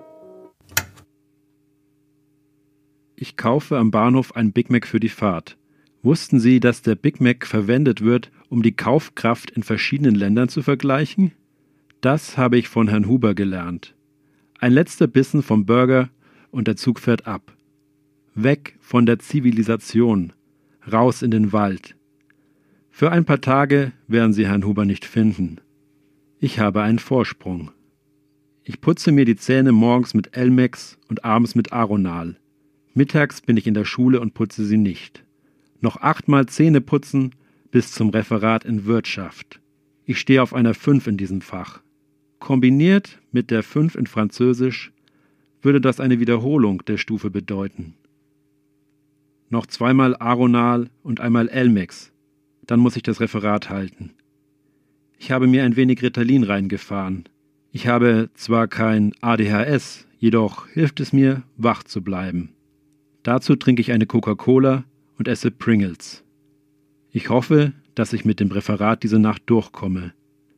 Ich kaufe am Bahnhof ein Big Mac für die Fahrt. Wussten Sie, dass der Big Mac verwendet wird, um die Kaufkraft in verschiedenen Ländern zu vergleichen? Das habe ich von Herrn Huber gelernt. Ein letzter Bissen vom Burger und der Zug fährt ab. Weg von der Zivilisation. Raus in den Wald. Für ein paar Tage werden Sie Herrn Huber nicht finden. Ich habe einen Vorsprung. Ich putze mir die Zähne morgens mit Elmex und abends mit Aronal. Mittags bin ich in der Schule und putze sie nicht. Noch 8-mal Zähne putzen bis zum Referat in Wirtschaft. Ich stehe auf einer 5 in diesem Fach. Kombiniert mit der 5 in Französisch würde das eine Wiederholung der Stufe bedeuten. Noch 2-mal Aronal und einmal Elmex. Dann muss ich das Referat halten. Ich habe mir ein wenig Ritalin reingefahren. Ich habe zwar kein ADHS, jedoch hilft es mir, wach zu bleiben. Dazu trinke ich eine Coca-Cola und esse Pringles. Ich hoffe, dass ich mit dem Referat diese Nacht durchkomme.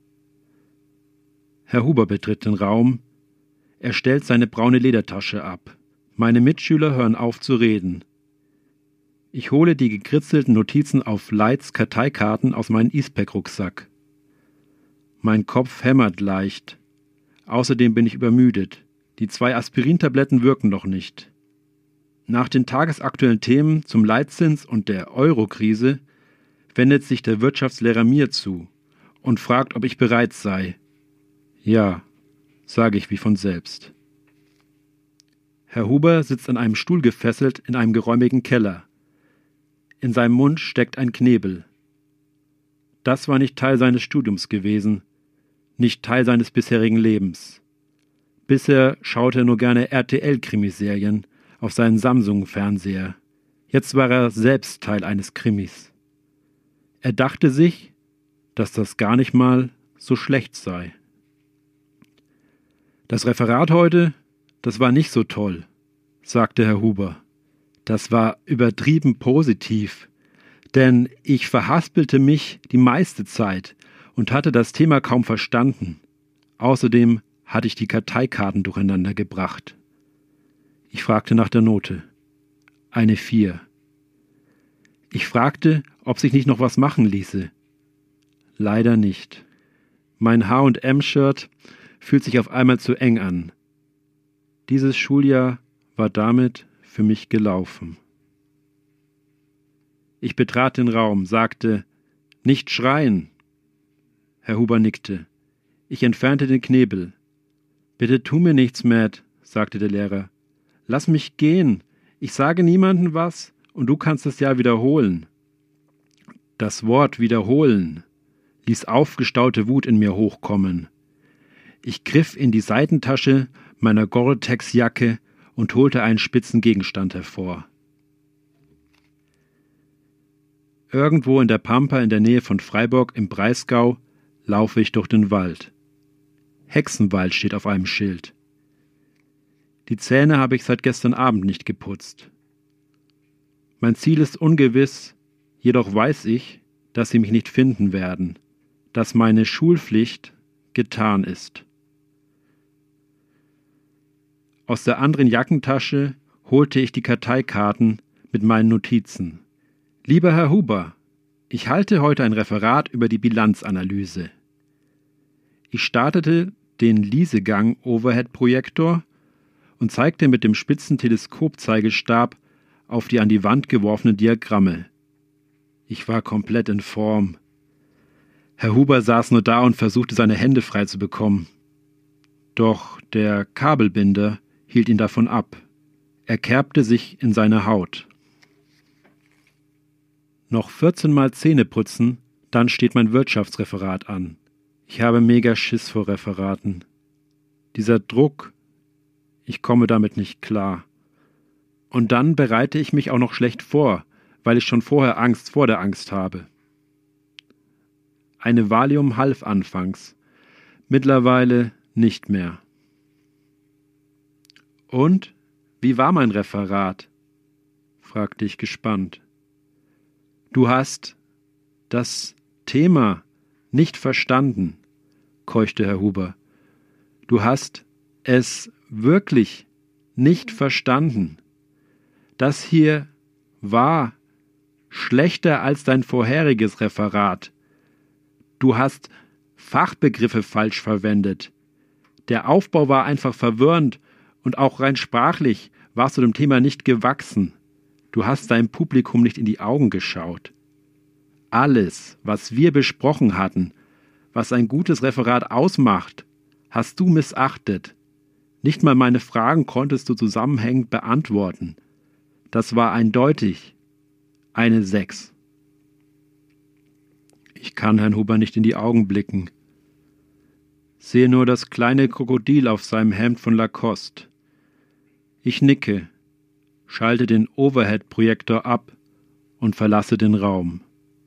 Herr Huber betritt den Raum. Er stellt seine braune Ledertasche ab. Meine Mitschüler hören auf zu reden. Ich hole die gekritzelten Notizen auf Leits Karteikarten aus meinem E-Spec-Rucksack. Mein Kopf hämmert leicht. Außerdem bin ich übermüdet. Die 2 Aspirintabletten wirken noch nicht. Nach den tagesaktuellen Themen zum Leitzins und der Euro-Krise wendet sich der Wirtschaftslehrer mir zu und fragt, ob ich bereit sei. Ja, sage ich wie von selbst. Herr Huber sitzt an einem Stuhl gefesselt in einem geräumigen Keller. In seinem Mund steckt ein Knebel. Das war nicht Teil seines Studiums gewesen, nicht Teil seines bisherigen Lebens. Bisher schaute er nur gerne RTL-Krimiserien auf seinen Samsung-Fernseher. Jetzt war er selbst Teil eines Krimis. Er dachte sich, dass das gar nicht mal so schlecht sei. Das Referat heute, das war nicht so toll, sagte Herr Huber. Das war übertrieben positiv, denn ich verhaspelte mich die meiste Zeit und hatte das Thema kaum verstanden. Außerdem hatte ich die Karteikarten durcheinander gebracht. Ich fragte nach der Note. Eine 4. Ich fragte, ob sich nicht noch was machen ließe. Leider nicht. Mein H&M-Shirt fühlt sich auf einmal zu eng an. Dieses Schuljahr war damit für mich gelaufen. Ich betrat den Raum, sagte, »Nicht schreien!« Herr Huber nickte. Ich entfernte den Knebel. »Bitte tu mir nichts, Matt«, sagte der Lehrer. »Lass mich gehen. Ich sage niemandem was und du kannst es ja wiederholen.« Das Wort wiederholen ließ aufgestaute Wut in mir hochkommen. Ich griff in die Seitentasche meiner Gore-Tex-Jacke und holte einen spitzen Gegenstand hervor. Irgendwo in der Pampa in der Nähe von Freiburg im Breisgau laufe ich durch den Wald. Hexenwald steht auf einem Schild. Die Zähne habe ich seit gestern Abend nicht geputzt. Mein Ziel ist ungewiss, jedoch weiß ich, dass sie mich nicht finden werden, dass meine Schulpflicht getan ist. Aus der anderen Jackentasche holte ich die Karteikarten mit meinen Notizen. »Lieber Herr Huber, ich halte heute ein Referat über die Bilanzanalyse.« Ich startete den Liesegang-Overhead-Projektor und zeigte mit dem spitzen Teleskopzeigestab auf die an die Wand geworfenen Diagramme. Ich war komplett in Form. Herr Huber saß nur da und versuchte, seine Hände frei zu bekommen. Doch der Kabelbinder hielt ihn davon ab. Er kerbte sich in seine Haut. Noch 14 Mal Zähne putzen, dann steht mein Wirtschaftsreferat an. Ich habe mega Schiss vor Referaten. Dieser Druck, ich komme damit nicht klar. Und dann bereite ich mich auch noch schlecht vor, weil ich schon vorher Angst vor der Angst habe. Eine Valium half anfangs, mittlerweile nicht mehr. Und, wie war mein Referat? Fragte ich gespannt. Du hast das Thema nicht verstanden, keuchte Herr Huber. Du hast es wirklich nicht verstanden. Das hier war schlechter als dein vorheriges Referat. Du hast Fachbegriffe falsch verwendet. Der Aufbau war einfach verwirrend und auch rein sprachlich warst du dem Thema nicht gewachsen. Du hast deinem Publikum nicht in die Augen geschaut. Alles, was wir besprochen hatten, was ein gutes Referat ausmacht, hast du missachtet. Nicht mal meine Fragen konntest du zusammenhängend beantworten. Das war eindeutig eine 6. Ich kann Herrn Huber nicht in die Augen blicken. Sehe nur das kleine Krokodil auf seinem Hemd von Lacoste. Ich nicke, schalte den Overhead-Projektor ab und verlasse den Raum.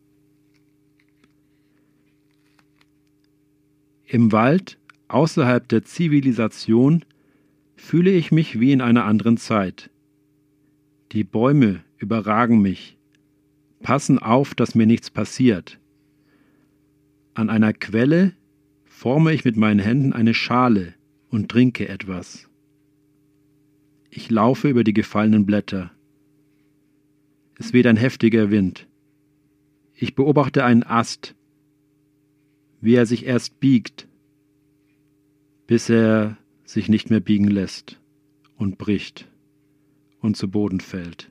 Im Wald, außerhalb der Zivilisation, fühle ich mich wie in einer anderen Zeit. Die Bäume überragen mich, passen auf, dass mir nichts passiert. An einer Quelle forme ich mit meinen Händen eine Schale und trinke etwas. Ich laufe über die gefallenen Blätter. Es weht ein heftiger Wind. Ich beobachte einen Ast, wie er sich erst biegt, bis er sich nicht mehr biegen lässt und bricht und zu Boden fällt.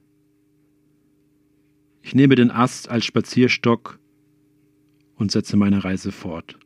Ich nehme den Ast als Spazierstock und setze meine Reise fort.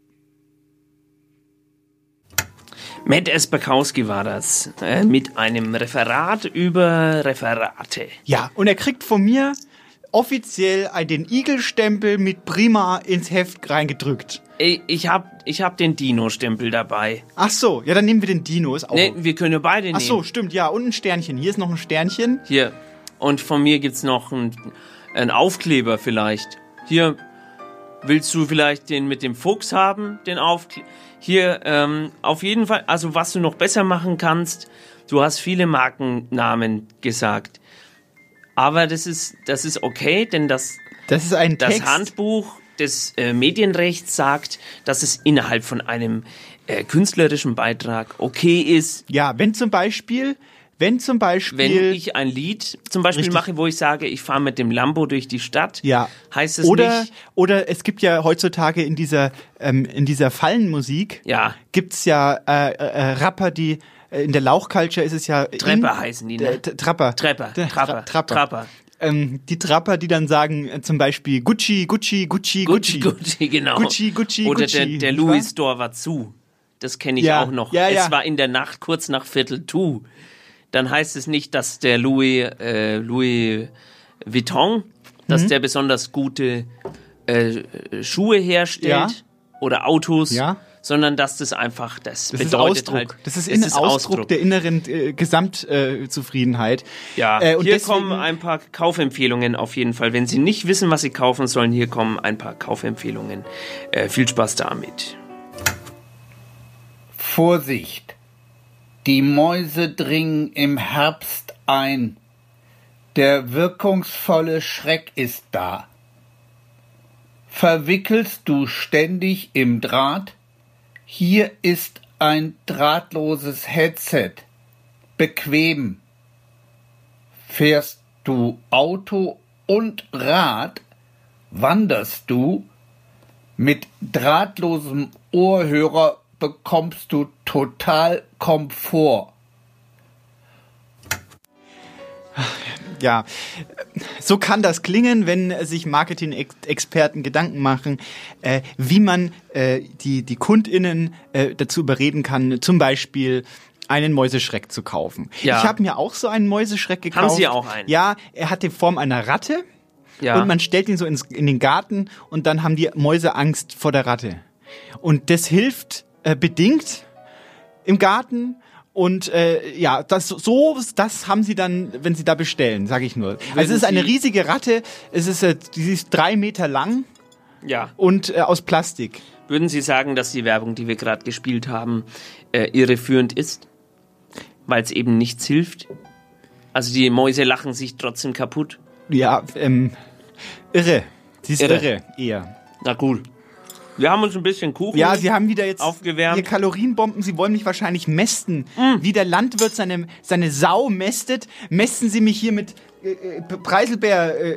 Matt Esperkowski war das, mit einem Referat über Referate. Ja, und er kriegt von mir offiziell den Igel-Stempel mit Prima ins Heft reingedrückt. Ich hab den Dino-Stempel dabei. Ach so, ja, dann nehmen wir den Dino. Ist auch nee, wir können ja beide nehmen. Ach so, stimmt, ja, und ein Sternchen. Hier ist noch ein Sternchen. Hier, und von mir gibt's noch einen Aufkleber vielleicht. Hier, Willst du vielleicht den mit dem Fuchs haben, den Hier, auf jeden Fall, also was du noch besser machen kannst, du hast viele Markennamen gesagt. Aber das ist okay, denn das ist ein Text. Das Handbuch des Medienrechts sagt, dass es innerhalb von einem künstlerischen Beitrag okay ist. Ja, wenn zum Beispiel wenn ich ein Lied zum Beispiel mache, wo ich sage, ich fahre mit dem Lambo durch die Stadt, heißt es nicht. Oder es gibt ja heutzutage in dieser Fallenmusik, gibt's ja Rapper, die in der Lauchculture ist es ja Trapper heißen die, ne? Trapper. Die Trapper, die dann sagen zum Beispiel Gucci, Gucci, Gucci, Gucci. Gucci, genau. Gucci, Gucci, Oder Gucci. der Louis Store war zu. Das kenne ich auch noch. Es war in der Nacht kurz nach 1:45. Dann heißt es nicht, dass der Louis Vuitton, dass der besonders gute Schuhe herstellt oder Autos, sondern dass das einfach, das bedeutet Ausdruck. halt... Das ist Ausdruck der inneren Gesamtzufriedenheit. Und hier kommen ein paar Kaufempfehlungen auf jeden Fall. Wenn Sie nicht wissen, was Sie kaufen sollen, hier kommen ein paar Kaufempfehlungen. Viel Spaß damit. Vorsicht! Die Mäuse dringen im Herbst ein. Der wirkungsvolle Schreck ist da. Verwickelst du ständig im Draht? Hier ist ein drahtloses Headset. Bequem. Fährst du Auto und Rad? Wanderst du? Mit drahtlosem Ohrhörer bekommst du total Komfort. Ja, so kann das klingen, wenn sich Marketing-Experten Gedanken machen, wie man die KundInnen dazu überreden kann, zum Beispiel einen Mäuseschreck zu kaufen. Ja. Ich habe mir auch so einen Mäuseschreck gekauft. Haben Sie auch einen? Ja, er hat die Form einer Ratte und man stellt ihn so in den Garten und dann haben die Mäuse Angst vor der Ratte. Und das hilft bedingt im Garten. Und das haben sie dann, wenn sie da bestellen, sage ich nur. Also es ist eine riesige Ratte, die ist 3 Meter lang und aus Plastik. Würden Sie sagen, dass die Werbung, die wir gerade gespielt haben, irreführend ist? Weil es eben nichts hilft? Also die Mäuse lachen sich trotzdem kaputt? Ja, irre. Sie ist irre eher. Na cool. Wir haben uns ein bisschen Kuchen Sie haben wieder jetzt aufgewärmt. Ihr Kalorienbomben. Sie wollen mich wahrscheinlich mästen. Wie der Landwirt seine Sau mästet, mästen Sie mich hier mit Preiselbeer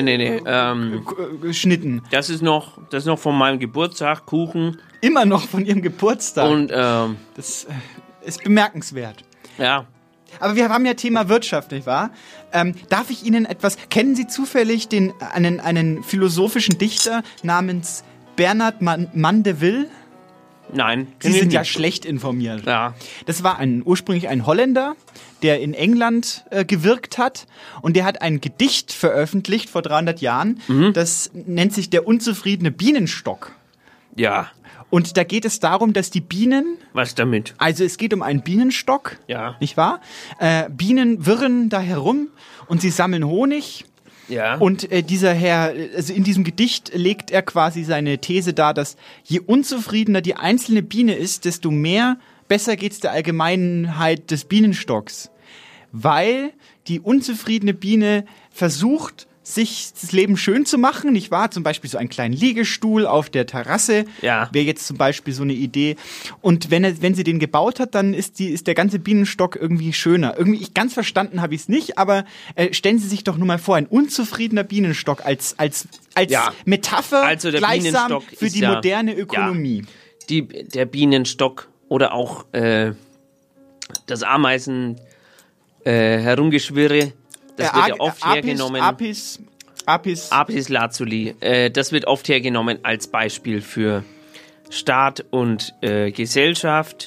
Schnitten. Das ist noch von meinem Geburtstag, Kuchen. Immer noch von Ihrem Geburtstag. Und das ist bemerkenswert. Ja. Aber wir haben ja Thema Wirtschaft, nicht wahr? Darf ich Ihnen etwas... Kennen Sie zufällig einen philosophischen Dichter namens Bernard Mandeville? Nein. Sie sind ja schlecht informiert. Ja. Das war ursprünglich ein Holländer, der in England gewirkt hat. Und der hat ein Gedicht veröffentlicht vor 300 Jahren. Das nennt sich Der unzufriedene Bienenstock. Ja. Und da geht es darum, dass die Bienen... Was damit? Also es geht um einen Bienenstock, nicht wahr? Bienen wirren da herum und sie sammeln Honig. Ja. Und dieser Herr, also in diesem Gedicht legt er quasi seine These dar, dass je unzufriedener die einzelne Biene ist, desto besser geht's der Allgemeinheit des Bienenstocks. Weil die unzufriedene Biene versucht, sich das Leben schön zu machen, nicht wahr? Zum Beispiel so einen kleinen Liegestuhl auf der Terrasse wäre jetzt zum Beispiel so eine Idee. Und wenn sie den gebaut hat, dann ist der ganze Bienenstock irgendwie schöner. Irgendwie, ganz verstanden habe ich es nicht, aber stellen Sie sich doch nur mal vor, ein unzufriedener Bienenstock als Metapher also der gleichsam für die moderne Ökonomie. Der Bienenstock oder auch das Ameisen Herumgeschwirre. Das wird ja oft hergenommen. Apis lazuli. Das wird oft hergenommen als Beispiel für Staat und Gesellschaft.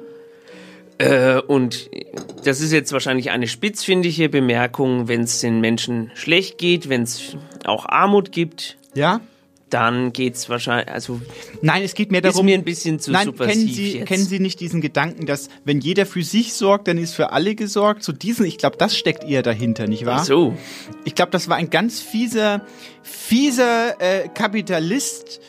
Und das ist jetzt wahrscheinlich eine spitzfindige Bemerkung, wenn es den Menschen schlecht geht, wenn es auch Armut gibt. Ja. dann geht's wahrscheinlich, also... Nein, es geht mehr darum... Ist mir ein bisschen zu subversiv kennen Sie nicht diesen Gedanken, dass wenn jeder für sich sorgt, dann ist für alle gesorgt? So ich glaube, das steckt eher dahinter, nicht wahr? Ach so. Ich glaube, das war ein ganz fieser Kapitalist,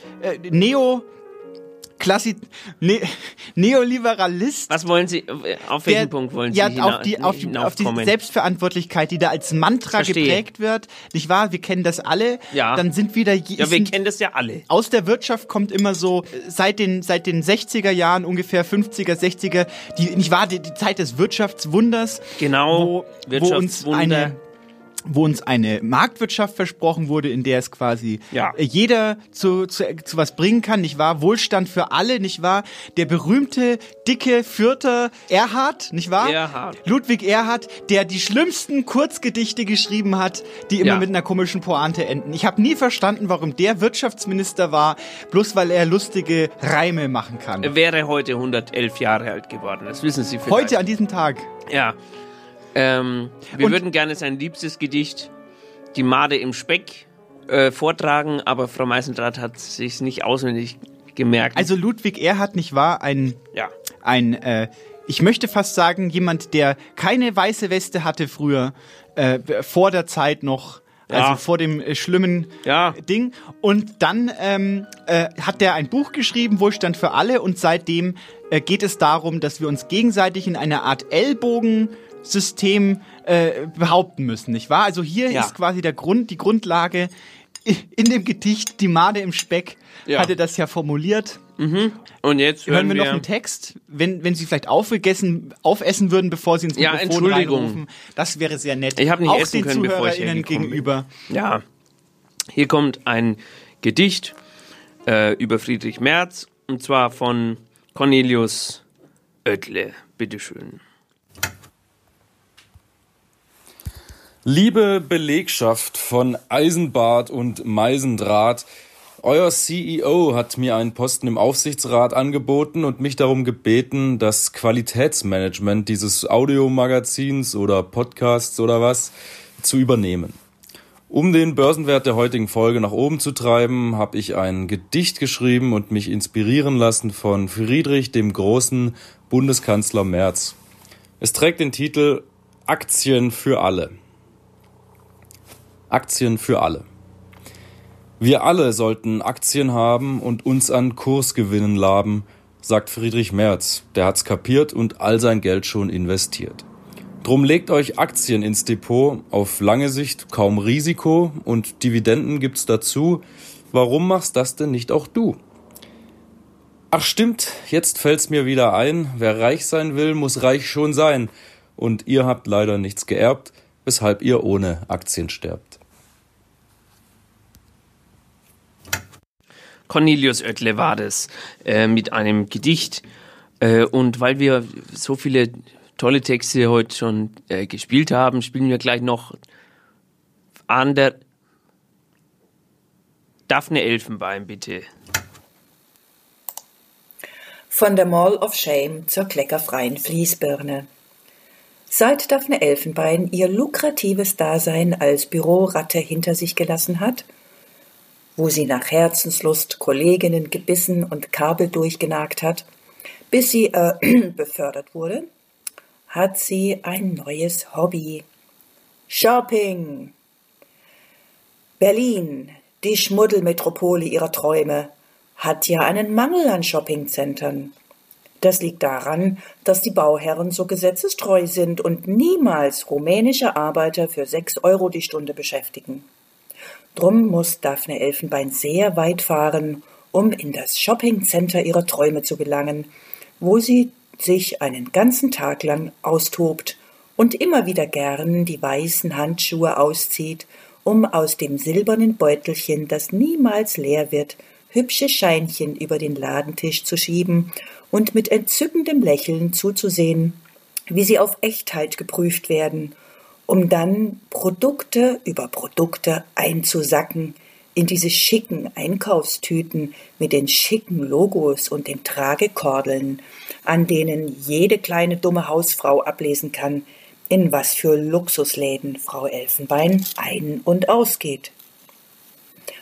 Neoliberalist. Was wollen Sie, auf welchen Punkt wollen Sie auf die Selbstverantwortlichkeit, die da als Mantra geprägt wird, nicht wahr? Wir kennen das alle. Ja. Dann sind wieder... wir kennen das ja alle. Aus der Wirtschaft kommt immer so, seit den 60er Jahren, ungefähr 50er, 60er, nicht wahr? Die Zeit des Wirtschaftswunders. Genau, Wirtschaftswunder. Wo uns eine Marktwirtschaft versprochen wurde, in der es quasi jeder zu was bringen kann, nicht wahr? Wohlstand für alle, nicht wahr? Der berühmte, dicke Fürther Erhard, nicht wahr? Ludwig Erhard, der die schlimmsten Kurzgedichte geschrieben hat, die immer mit einer komischen Pointe enden. Ich habe nie verstanden, warum der Wirtschaftsminister war, bloß weil er lustige Reime machen kann. Er wäre heute 111 Jahre alt geworden, das wissen Sie vielleicht. Heute, an diesem Tag. Ja. Wir würden gerne sein liebstes Gedicht, Die Made im Speck, vortragen, aber Frau Meisendrath hat sich's nicht auswendig gemerkt. Also Ludwig Erhard, nicht wahr? Ich möchte fast sagen, jemand, der keine weiße Weste hatte früher, vor der Zeit noch, also vor dem schlimmen Ding. Und dann hat der ein Buch geschrieben, Wohlstand für alle, und seitdem geht es darum, dass wir uns gegenseitig in einer Art Ellbogensystem behaupten müssen, nicht wahr? Also hier ist quasi die Grundlage in dem Gedicht Die Made im Speck, hatte das ja formuliert. Mhm. Und jetzt hören wir noch einen Text, wenn Sie vielleicht aufessen würden, bevor Sie ins Mikrofon reinrufen. Das wäre sehr nett. Ich habe nicht auch essen den können, bevor ich ZuhörerInnen gegenüber. Ja, hier kommt ein Gedicht über Friedrich Merz, und zwar von Cornelius Oettle. Bitteschön. Liebe Belegschaft von Eisenbart und Meisendraht, euer CEO hat mir einen Posten im Aufsichtsrat angeboten und mich darum gebeten, das Qualitätsmanagement dieses Audiomagazins oder Podcasts oder was zu übernehmen. Um den Börsenwert der heutigen Folge nach oben zu treiben, habe ich ein Gedicht geschrieben und mich inspirieren lassen von Friedrich dem großen Bundeskanzler Merz. Es trägt den Titel Aktien für alle. Aktien für alle. Wir alle sollten Aktien haben und uns an Kursgewinnen laben, sagt Friedrich Merz. Der hat's kapiert und all sein Geld schon investiert. Drum legt euch Aktien ins Depot, auf lange Sicht kaum Risiko und Dividenden gibt's dazu. Warum machst das denn nicht auch du? Ach stimmt, jetzt fällt's mir wieder ein, wer reich sein will, muss reich schon sein. Und ihr habt leider nichts geerbt, weshalb ihr ohne Aktien sterbt. Cornelius Oettle war das, mit einem Gedicht. Und weil wir so viele tolle Texte heute schon gespielt haben, spielen wir gleich noch an der Daphne Elfenbein, bitte. Von der Mall of Shame zur kleckerfreien Fließbirne. Seit Daphne Elfenbein ihr lukratives Dasein als Büroratte hinter sich gelassen hat, wo sie nach Herzenslust Kolleginnen gebissen und Kabel durchgenagt hat, bis sie befördert wurde, hat sie ein neues Hobby. Shopping. Berlin, die Schmuddelmetropole ihrer Träume, hat ja einen Mangel an Shoppingzentren. Das liegt daran, dass die Bauherren so gesetzestreu sind und niemals rumänische Arbeiter für 6 € die Stunde beschäftigen. Drum muss Daphne Elfenbein sehr weit fahren, um in das Shoppingcenter ihrer Träume zu gelangen, wo sie sich einen ganzen Tag lang austobt und immer wieder gern die weißen Handschuhe auszieht, um aus dem silbernen Beutelchen, das niemals leer wird, hübsche Scheinchen über den Ladentisch zu schieben und mit entzückendem Lächeln zuzusehen, wie sie auf Echtheit geprüft werden, um dann Produkte über Produkte einzusacken in diese schicken Einkaufstüten mit den schicken Logos und den Tragekordeln, an denen jede kleine dumme Hausfrau ablesen kann, in was für Luxusläden Frau Elfenbein ein- und ausgeht.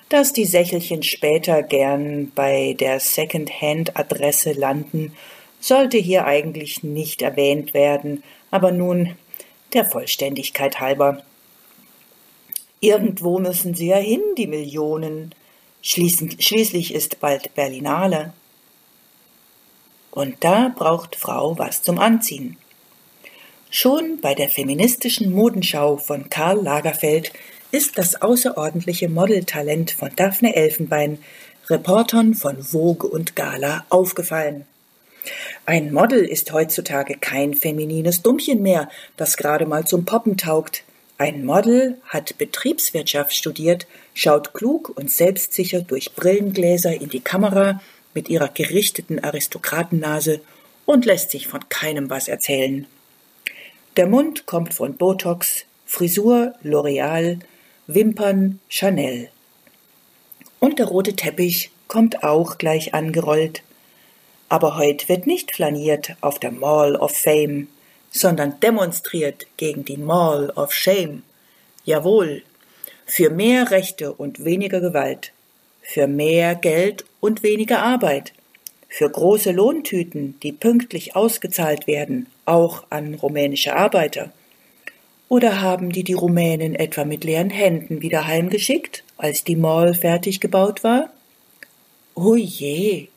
Dass die Sächelchen später gern bei der Second-Hand-Adresse landen, sollte hier eigentlich nicht erwähnt werden, aber nun der Vollständigkeit halber. Irgendwo müssen sie ja hin, die Millionen. Schließlich ist bald Berlinale. Und da braucht Frau was zum Anziehen. Schon bei der feministischen Modenschau von Karl Lagerfeld ist das außerordentliche Modeltalent von Daphne Elfenbein Reportern von Vogue und Gala aufgefallen. Ein Model ist heutzutage kein feminines Dummchen mehr, das gerade mal zum Poppen taugt. Ein Model hat Betriebswirtschaft studiert, schaut klug und selbstsicher durch Brillengläser in die Kamera mit ihrer gerichteten Aristokratennase und lässt sich von keinem was erzählen. Der Mund kommt von Botox, Frisur L'Oreal, Wimpern Chanel. Und der rote Teppich kommt auch gleich angerollt. Aber heute wird nicht flaniert auf der Mall of Fame, sondern demonstriert gegen die Mall of Shame. Jawohl, für mehr Rechte und weniger Gewalt, für mehr Geld und weniger Arbeit, für große Lohntüten, die pünktlich ausgezahlt werden, auch an rumänische Arbeiter. Oder haben die Rumänen etwa mit leeren Händen wieder heimgeschickt, als die Mall fertig gebaut war? Oh je!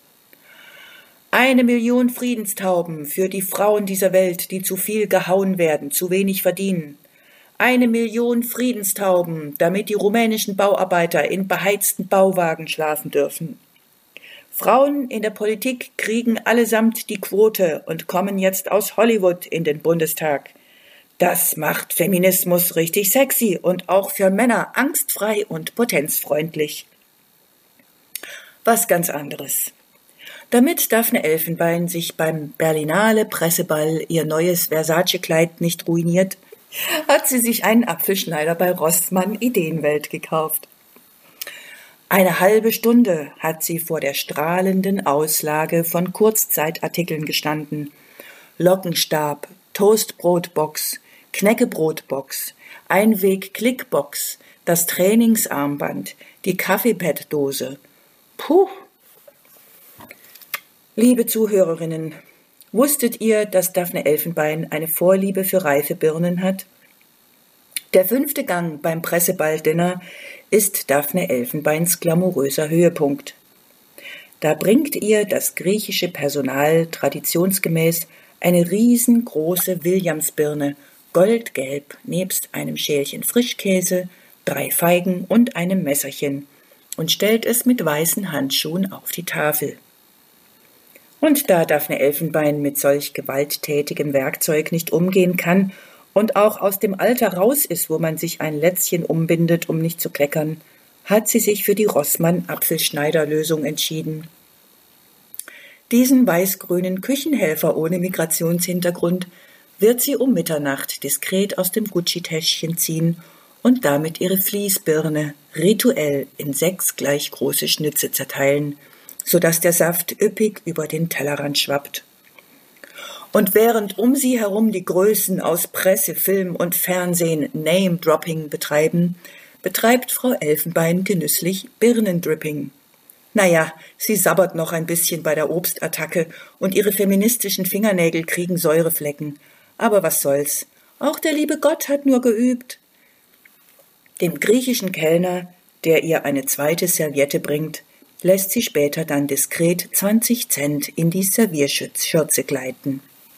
1 Million Friedenstauben für die Frauen dieser Welt, die zu viel gehauen werden, zu wenig verdienen. 1 Million Friedenstauben, damit die rumänischen Bauarbeiter in beheizten Bauwagen schlafen dürfen. Frauen in der Politik kriegen allesamt die Quote und kommen jetzt aus Hollywood in den Bundestag. Das macht Feminismus richtig sexy und auch für Männer angstfrei und potenzfreundlich. Was ganz anderes. Damit Daphne Elfenbein sich beim Berlinale Presseball ihr neues Versace-Kleid nicht ruiniert, hat sie sich einen Apfelschneider bei Rossmann Ideenwelt gekauft. Eine halbe Stunde hat sie vor der strahlenden Auslage von Kurzzeitartikeln gestanden. Lockenstab, Toastbrotbox, Knäckebrotbox, Einweg-Klickbox, das Trainingsarmband, die Kaffeebettdose. Puh! Liebe Zuhörerinnen, wusstet ihr, dass Daphne Elfenbein eine Vorliebe für reife Birnen hat? Der 5. Gang beim Presseball-Dinner ist Daphne Elfenbeins glamouröser Höhepunkt. Da bringt ihr das griechische Personal traditionsgemäß eine riesengroße Williamsbirne, goldgelb, nebst einem Schälchen Frischkäse, 3 Feigen und einem Messerchen und stellt es mit weißen Handschuhen auf die Tafel. Und da Daphne Elfenbein mit solch gewalttätigem Werkzeug nicht umgehen kann und auch aus dem Alter raus ist, wo man sich ein Lätzchen umbindet, um nicht zu kleckern, hat sie sich für die Rossmann-Apfelschneider-Lösung entschieden. Diesen weiß-grünen Küchenhelfer ohne Migrationshintergrund wird sie um Mitternacht diskret aus dem Gucci-Täschchen ziehen und damit ihre Fließbirne rituell in 6 gleich große Schnitze zerteilen, sodass der Saft üppig über den Tellerrand schwappt. Und während um sie herum die Größen aus Presse, Film und Fernsehen Name-Dropping betreiben, betreibt Frau Elfenbein genüsslich Birnendripping. Naja, sie sabbert noch ein bisschen bei der Obstattacke und ihre feministischen Fingernägel kriegen Säureflecken. Aber was soll's? Auch der liebe Gott hat nur geübt. Dem griechischen Kellner, der ihr eine zweite Serviette bringt, lässt sie später dann diskret 20 Cent in die Servierschürze gleiten.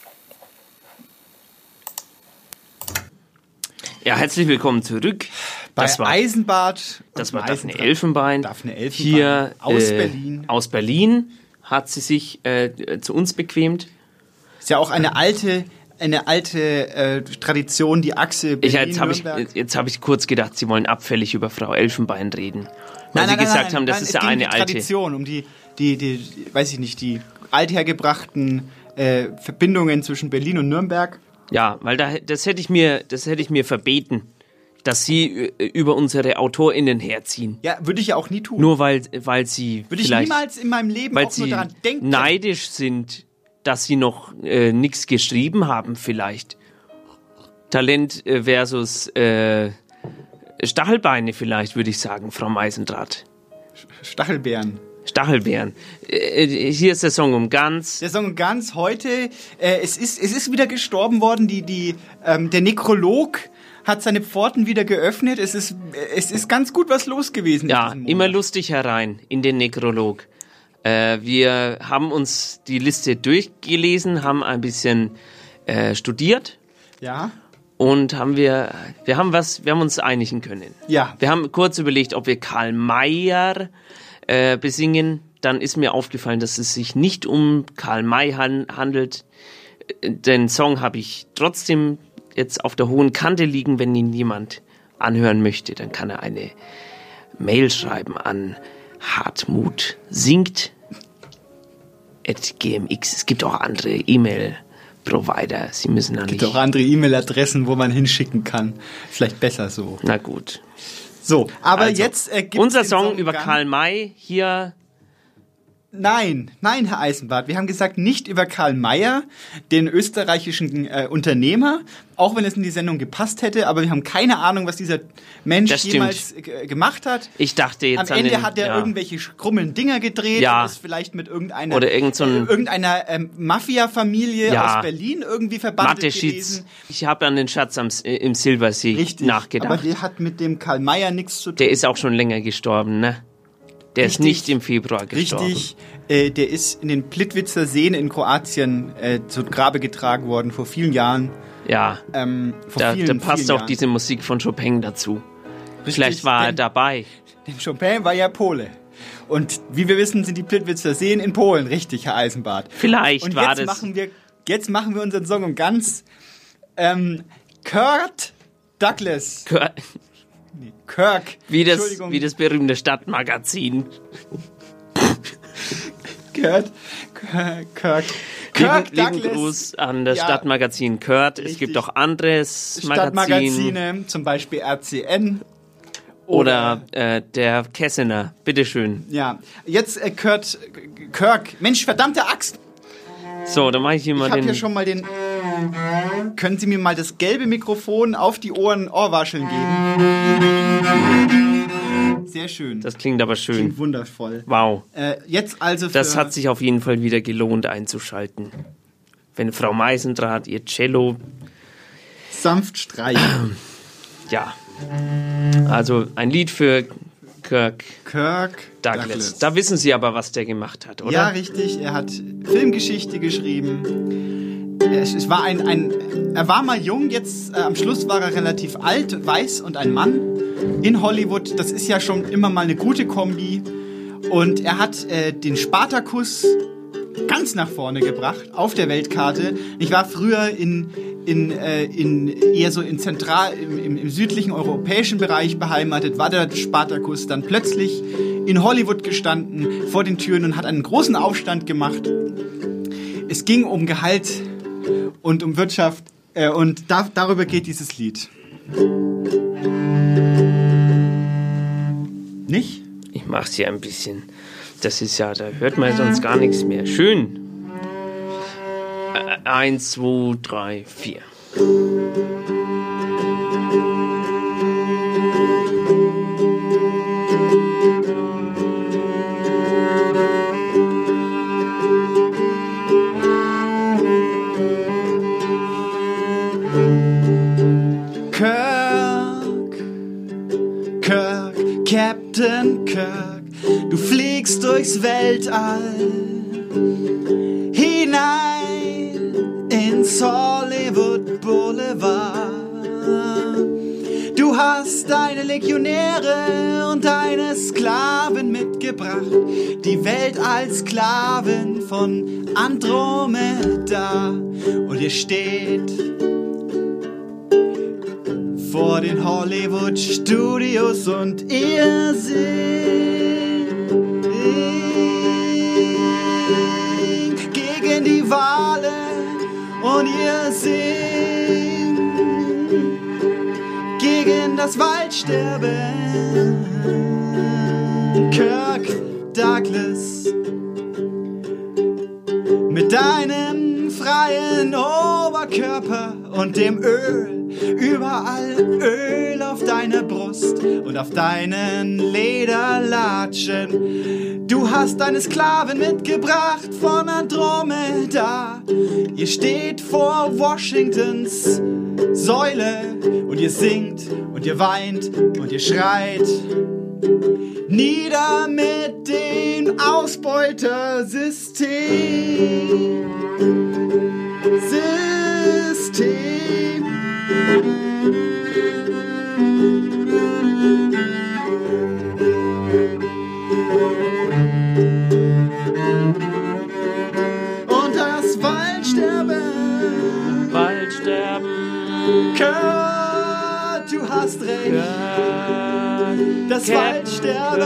Ja, herzlich willkommen zurück. Das war Eisenbart. Das war Daphne Elfenbein. Hier aus Berlin. Aus Berlin hat sie sich zu uns bequemt. Ist ja auch eine alte Tradition, die Achse Berlin-Nürnberg. Jetzt habe ich kurz gedacht, Sie wollen abfällig über Frau Elfenbein reden. Weil Sie gesagt haben, das ist ja eine alte Tradition, um die weiß ich nicht, die althergebrachten Verbindungen zwischen Berlin und Nürnberg. Ja, weil das hätte ich mir verbeten, dass Sie über unsere AutorInnen herziehen. Ja, würde ich ja auch nie tun. Nur weil Sie würde ich niemals in meinem Leben auch nur daran denken. Neidisch sind, dass Sie noch nichts geschrieben haben vielleicht. Talent versus Stachelbeine vielleicht, würde ich sagen, Frau Meisendrath. Stachelbeeren. Hier ist der Song um Ganz. Der Song um Ganz heute. Es ist wieder gestorben worden. Der Nekrolog hat seine Pforten wieder geöffnet. Es ist ganz gut was los gewesen. Ja, immer lustig herein in den Nekrolog. Wir haben uns die Liste durchgelesen, haben ein bisschen studiert. Ja. Und wir haben uns einigen können. Ja. Wir haben kurz überlegt, ob wir Karl May besingen. Dann ist mir aufgefallen, dass es sich nicht um Karl May handelt. Den Song habe ich trotzdem jetzt auf der hohen Kante liegen. Wenn ihn jemand anhören möchte, dann kann er eine Mail schreiben an hartmutsingt@gmx. Es gibt auch andere E-Mail-Provider. Sie müssen Es gibt auch andere E-Mail-Adressen, wo man hinschicken kann. Vielleicht besser so. Na gut. So, aber also, jetzt gibt unser Song über Karl May hier. Nein, Herr Eisenbart, wir haben gesagt, nicht über Karl Mayer, den österreichischen Unternehmer, auch wenn es in die Sendung gepasst hätte, aber wir haben keine Ahnung, was dieser Mensch jemals gemacht hat. Ich dachte jetzt am Ende hat er irgendwelche krummeln Dinger gedreht und ist vielleicht mit irgendeiner Mafia-Familie aus Berlin irgendwie verbandelt gewesen. Ich habe an den Schatz im Silbersee nachgedacht. Aber der hat mit dem Karl Mayer nichts zu tun. Der ist auch schon länger gestorben, ne? Der ist nicht im Februar gestorben. Richtig, der ist in den Plitvicer Seen in Kroatien zu Grabe getragen worden vor vielen Jahren. Ja, da passt auch diese Musik von Chopin dazu. Richtig, vielleicht war er dabei. Denn Chopin war ja Pole. Und wie wir wissen, sind die Plitvicer Seen in Polen, richtig, Herr Eisenbart. Vielleicht war das. Jetzt machen wir unseren Song um Ganz. Kurt Douglas. Kirk. Wie das berühmte Stadtmagazin. Kirk lieben Gruß an das Stadtmagazin Kurt. Richtig. Es gibt auch anderes Stadtmagazine, zum Beispiel RCN. Oder der Kessener. Bitteschön. Ja, jetzt Kirk. Mensch, verdammte Axt. So, dann mache ich hier mal Ich habe hier schon mal den... Können Sie mir mal das gelbe Mikrofon auf die Ohrwascheln geben? Sehr schön. Das klingt aber schön. Klingt wundervoll. Wow. Jetzt also das hat sich auf jeden Fall wieder gelohnt einzuschalten. Wenn Frau Meisendrath ihr Cello sanft streicht. Ja. Also ein Lied für Kirk Douglas. Da wissen Sie aber, was der gemacht hat, oder? Ja, richtig. Er hat Filmgeschichte geschrieben. Er war mal jung, jetzt am Schluss war er relativ alt, weiß und ein Mann in Hollywood. Das ist ja schon immer mal eine gute Kombi. Und er hat den Spartacus ganz nach vorne gebracht auf der Weltkarte. Ich war früher eher so im südlichen europäischen Bereich beheimatet, war der Spartacus dann plötzlich in Hollywood gestanden vor den Türen und hat einen großen Aufstand gemacht. Es ging um Gehalt und um Wirtschaft und darüber geht dieses Lied. Nicht? Ich mach's hier ein bisschen. Das ist ja, da hört man sonst gar nichts mehr. Schön. 1, 2, 3, 4. Kirk, Captain Kirk, du fliegst durchs Weltall hinein ins Hollywood Boulevard. Du hast deine Legionäre und deine Sklaven mitgebracht, die Welt als Sklaven von Andromeda. Und ihr steht vor den Hollywood Studios und ihr singt gegen die Wale und ihr singt gegen das Waldsterben. Kirk Douglas, mit deinem freien Oberkörper und dem Öl, überall Öl auf deiner Brust, und auf deinen Lederlatschen. Du hast eine Sklavin mitgebracht von Andromeda. Ihr steht vor Washingtons Säule und ihr singt und ihr weint und ihr schreit. Nieder mit dem Ausbeutersystem. Und das Waldsterben. Kurt, du hast recht. Das Waldsterben.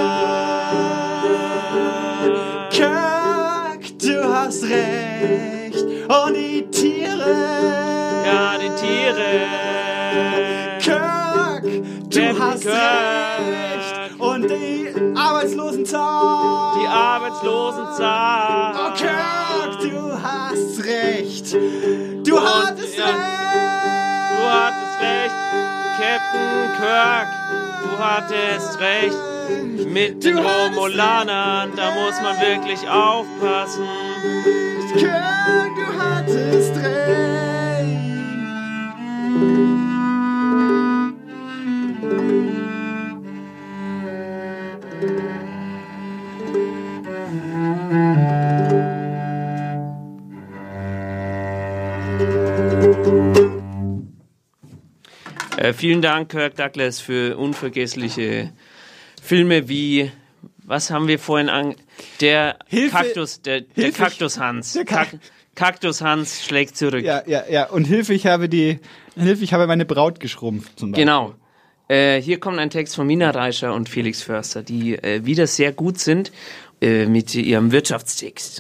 Kirk, du hast recht. Und die Tiere. Ja, die Tiere. Kirk, du hast recht. Und die Arbeitslosenzahl. Die Arbeitslosenzahl. Oh, Kirk, du hast recht. Du hattest recht. Du hattest recht. Captain Kirk, du hattest recht. Mit den Romulanern, da muss man wirklich aufpassen. Kirk, du hattest recht. Vielen Dank, Kirk Douglas, für unvergessliche Filme wie, was haben wir vorhin der Kaktus, der Kaktus Hans. Kaktus Hans schlägt zurück. Ja. Und Hilfe, ich habe meine Braut geschrumpft, zum Beispiel. Genau. Hier kommt ein Text von Mina Reischer und Felix Förster, die wieder sehr gut sind mit ihrem Wirtschaftstext.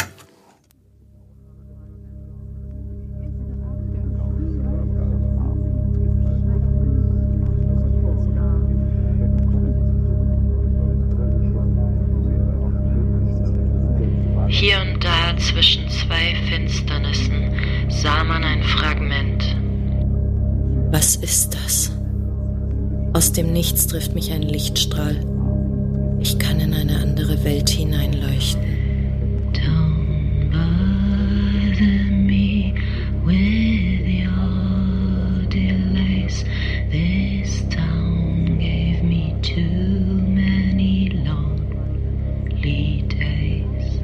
Hier und da zwischen zwei Finsternissen sah man ein Fragment. Was ist das? Aus dem Nichts trifft mich ein Lichtstrahl. Ich kann in eine andere Welt hineinleuchten. Don't bother me with your delays. This town gave me too many lonely days.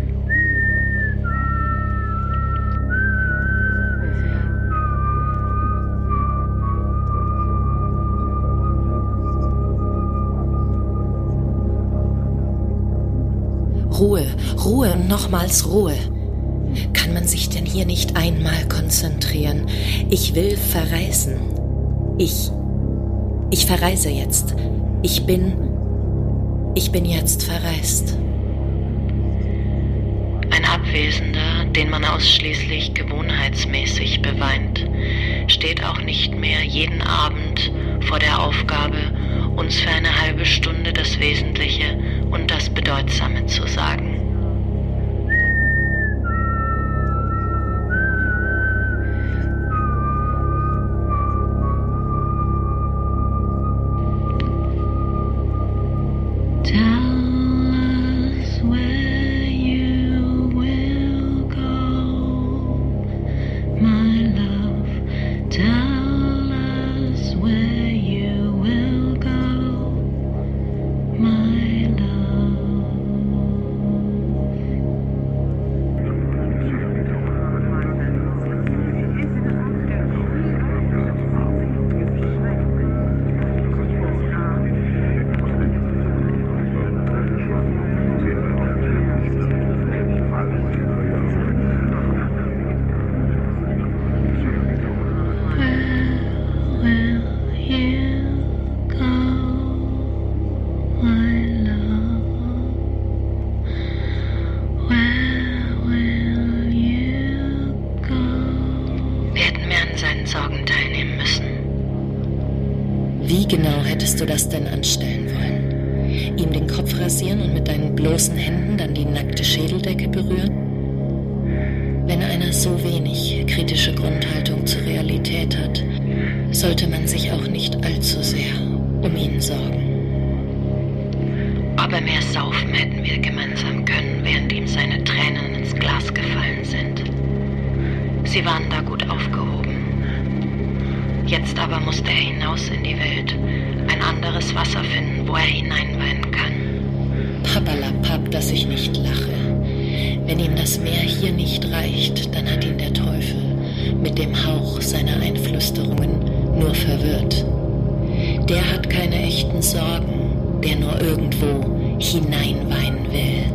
Ruhe, Ruhe und nochmals Ruhe. Kann man sich denn hier nicht einmal konzentrieren? Ich will verreisen. Ich verreise jetzt. Ich bin jetzt verreist. Ein Abwesender, den man ausschließlich gewohnheitsmäßig beweint, steht auch nicht mehr jeden Abend vor der Aufgabe, uns für eine halbe Stunde das Wesentliche und das Bedeutsame zu sagen. Wie genau hättest du das denn anstellen wollen? Ihm den Kopf rasieren und mit deinen bloßen Händen dann die nackte Schädeldecke berühren? Wenn einer so wenig kritische Grundhaltung zur Realität hat, sollte man sich auch nicht allzu sehr um ihn sorgen. saufen hätten wir gemeinsam können, während ihm seine Tränen ins Glas gefallen sind. Sie waren da gut aufgehoben. Jetzt aber musste er hinaus in die Welt, ein anderes Wasser finden, wo er hineinweinen kann. Papperlapapp, dass ich nicht lache. Wenn ihm das Meer hier nicht reicht, dann hat ihn der Teufel mit dem Hauch seiner Einflüsterungen nur verwirrt. Der hat keine echten Sorgen, der nur irgendwo hineinweinen will.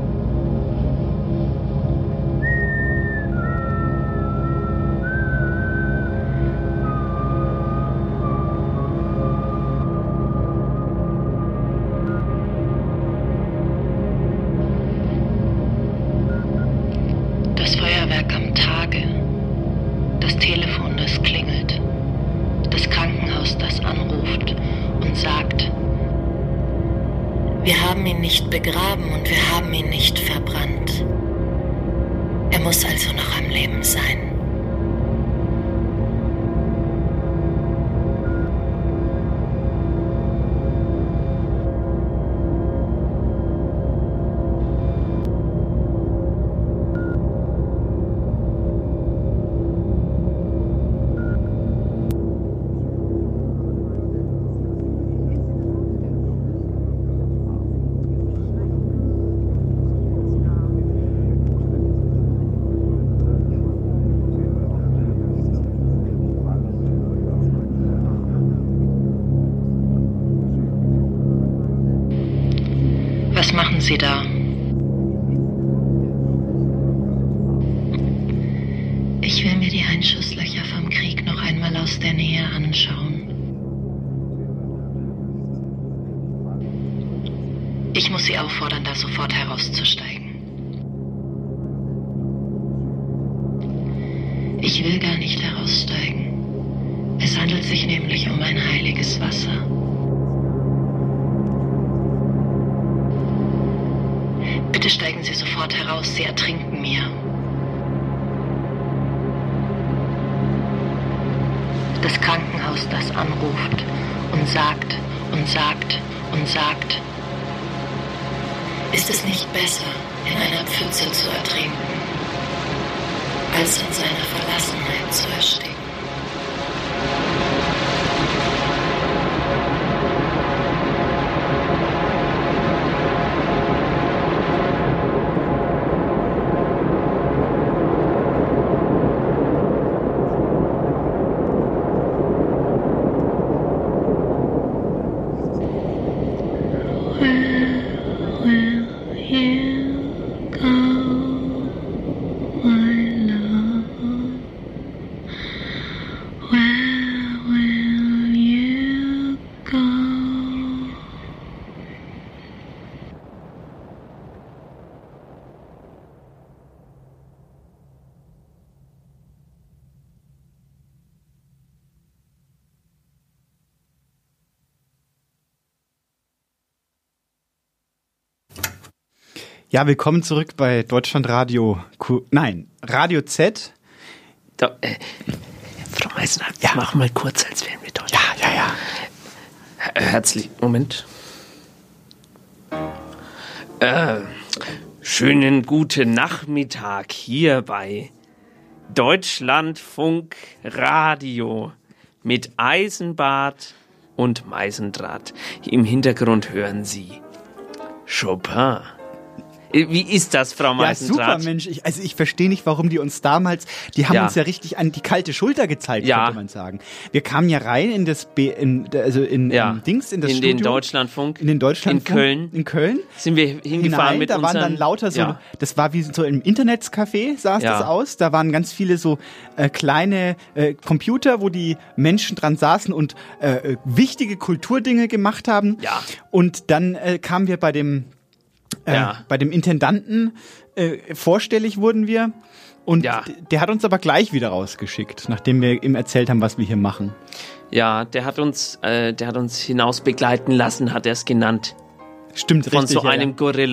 Das Feuerwerk am Tage, das Telefon, das klingelt, das Krankenhaus, das anruft und sagt: Wir haben ihn nicht begraben und wir haben ihn nicht verbrannt. Er muss also noch am Leben sein. Was machen Sie da? Ich will mir die Einschusslöcher vom Krieg noch einmal aus der Nähe anschauen. Ich muss Sie auffordern, da sofort herauszusteigen. Ich will gar nicht heraussteigen. Es handelt sich nämlich um ein heiliges Wasser. Bitte steigen Sie sofort heraus, Sie ertrinken mir. Das Krankenhaus, das anruft und sagt und sagt und sagt: Ist es nicht besser, in einer Pfütze zu ertrinken, als in seiner Verlassenheit zu ersticken? Ja, willkommen zurück bei Deutschlandradio. Radio Z. Frau Meisner, mach mal kurz, als wären wir dort. Ja. Herzlich, Moment. Schönen guten Nachmittag hier bei Deutschlandfunk Radio mit Eisenbart und Meisendraht. Im Hintergrund hören Sie Chopin. Wie ist das, Frau Meisendraht? Ja, super, Mensch. Ich verstehe nicht, warum die uns damals, die haben uns ja richtig an die kalte Schulter gezeigt, könnte man sagen. Wir kamen ja rein in das in das Studio. Den Deutschlandfunk. In den Deutschlandfunk. In Köln. In Köln. Sind wir hingefahren mit da unseren... Da waren dann lauter so, das war wie so im Internetscafé, sah das aus. Da waren ganz viele so kleine Computer, wo die Menschen dran saßen und wichtige Kulturdinge gemacht haben. Ja. Und dann kamen wir bei dem Intendanten vorstellig wurden wir und der hat uns aber gleich wieder rausgeschickt, nachdem wir ihm erzählt haben, was wir hier machen. Ja, der hat uns hinaus begleiten lassen, hat er es genannt. Stimmt, Von richtig. so einem Gorilla.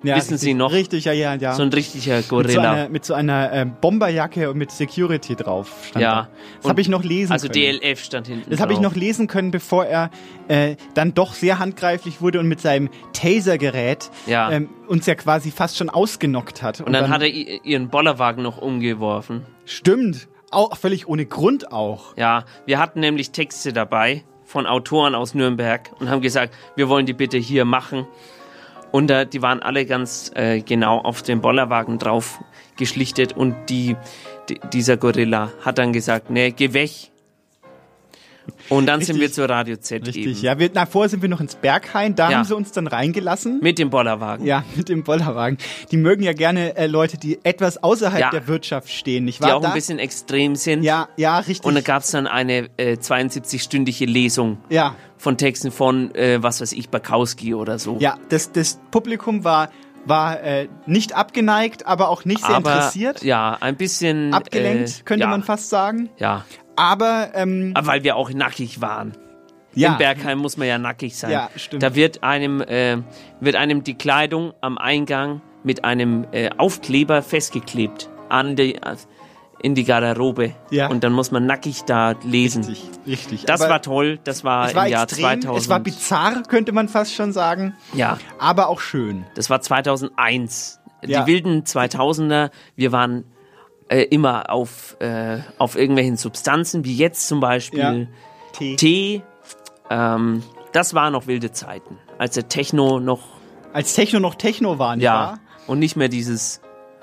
Ja, Wissen Sie noch? Richtig, ja. So ein richtiger Gorilla. Mit so einer Bomberjacke und mit Security drauf stand da. Das habe ich noch lesen können. Also DLF stand hinten Das habe ich noch lesen können, bevor er dann doch sehr handgreiflich wurde und mit seinem Tasergerät uns ja quasi fast schon ausgenockt hat. Und dann hat er ihren Bollerwagen noch umgeworfen. Stimmt. Auch völlig ohne Grund auch. Ja, wir hatten nämlich Texte dabei von Autoren aus Nürnberg und haben gesagt, wir wollen die bitte hier machen. Und die waren alle ganz genau auf den Bollerwagen drauf geschlichtet und dieser Gorilla hat dann gesagt, nee, geh weg. Und dann sind wir zur Radio Z Richtig, ja. Vorher sind wir noch ins Berghain, da haben sie uns dann reingelassen. Mit dem Bollerwagen. Ja, mit dem Bollerwagen. Die mögen ja gerne Leute, die etwas außerhalb der Wirtschaft stehen, nicht wahr? Die auch ein bisschen extrem sind. Ja, richtig. Und da gab es dann eine 72-stündige Lesung von Texten von, was weiß ich, Bakowski oder so. Ja, das Publikum war nicht abgeneigt, aber auch nicht sehr interessiert. Ja, ein bisschen abgelenkt, könnte man fast sagen. Ja. Aber weil wir auch nackig waren. Ja. Im Bergheim muss man ja nackig sein. Ja, stimmt. Da wird einem die Kleidung am Eingang mit einem Aufkleber festgeklebt in die Garderobe. Ja. Und dann muss man nackig da lesen. Richtig. Das war toll. Das war im Jahr extrem, 2000. Es war bizarr, könnte man fast schon sagen. Ja. Aber auch schön. Das war 2001. Die wilden 2000er. Wir waren immer auf irgendwelchen Substanzen, wie jetzt zum Beispiel Tee. Das waren noch wilde Zeiten, als der Techno noch... Als Techno noch Techno war, nicht wahr? Und nicht mehr dieses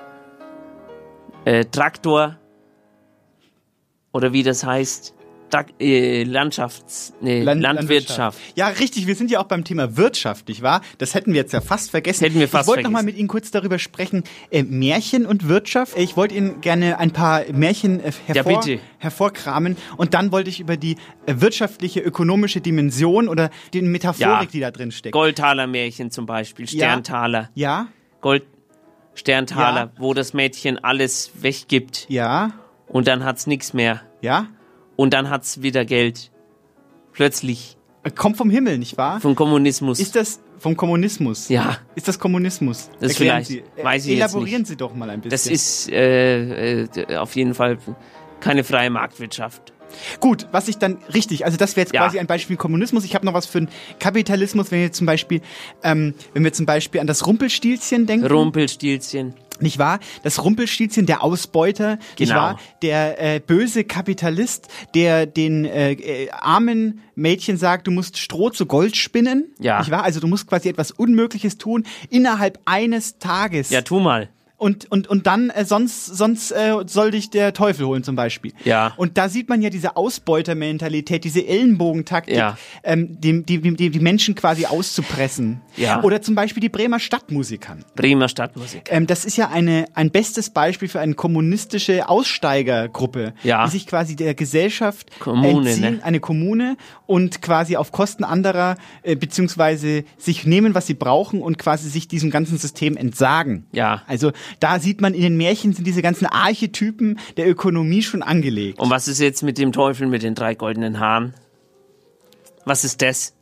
Traktor oder wie das heißt... Landwirtschaft. Ja, richtig, wir sind ja auch beim Thema Wirtschaft, nicht wahr? Das hätten wir jetzt ja fast vergessen. Ich wollte noch mal mit Ihnen kurz darüber sprechen, Märchen und Wirtschaft. Ich wollte Ihnen gerne ein paar Märchen hervorkramen und dann wollte ich über die wirtschaftliche, ökonomische Dimension oder die Metaphorik, die da drin steckt. Goldtaler-Märchen zum Beispiel, Sterntaler. Ja. Sterntaler, wo das Mädchen alles weggibt. Ja. Und dann hat's nichts mehr. Ja. Und dann hat's wieder Geld. Plötzlich. Kommt vom Himmel, nicht wahr? Vom Kommunismus. Ist das vom Kommunismus? Ja. Ist das Kommunismus? Das vielleicht, Sie. Weiß ich jetzt nicht. Elaborieren Sie doch mal ein bisschen. Das ist auf jeden Fall keine freie Marktwirtschaft. Gut, was ich dann richtig, also das wäre jetzt quasi ein Beispiel Kommunismus. Ich habe noch was für den Kapitalismus, wenn wir zum Beispiel an das Rumpelstilzchen denken. Rumpelstilzchen. Nicht wahr? Das Rumpelstilzchen, der Ausbeuter, nicht wahr? Der böse Kapitalist, der den armen Mädchen sagt, du musst Stroh zu Gold spinnen. Ja. Nicht wahr? Also du musst quasi etwas Unmögliches tun innerhalb eines Tages. Ja, tu mal. Und dann, sonst soll dich der Teufel holen zum Beispiel. Ja. Und da sieht man ja diese Ausbeutermentalität, diese Ellenbogentaktik, die Menschen quasi auszupressen. Ja. Oder zum Beispiel die Bremer Stadtmusikern. Das ist ja ein bestes Beispiel für eine kommunistische Aussteigergruppe, die sich quasi der Gesellschaft entziehen, eine Kommune, und quasi auf Kosten anderer beziehungsweise sich nehmen, was sie brauchen und quasi sich diesem ganzen System entsagen. Ja. Also da sieht man, in den Märchen sind diese ganzen Archetypen der Ökonomie schon angelegt. Und was ist jetzt mit dem Teufel mit den 3 goldenen Haaren? Was ist das?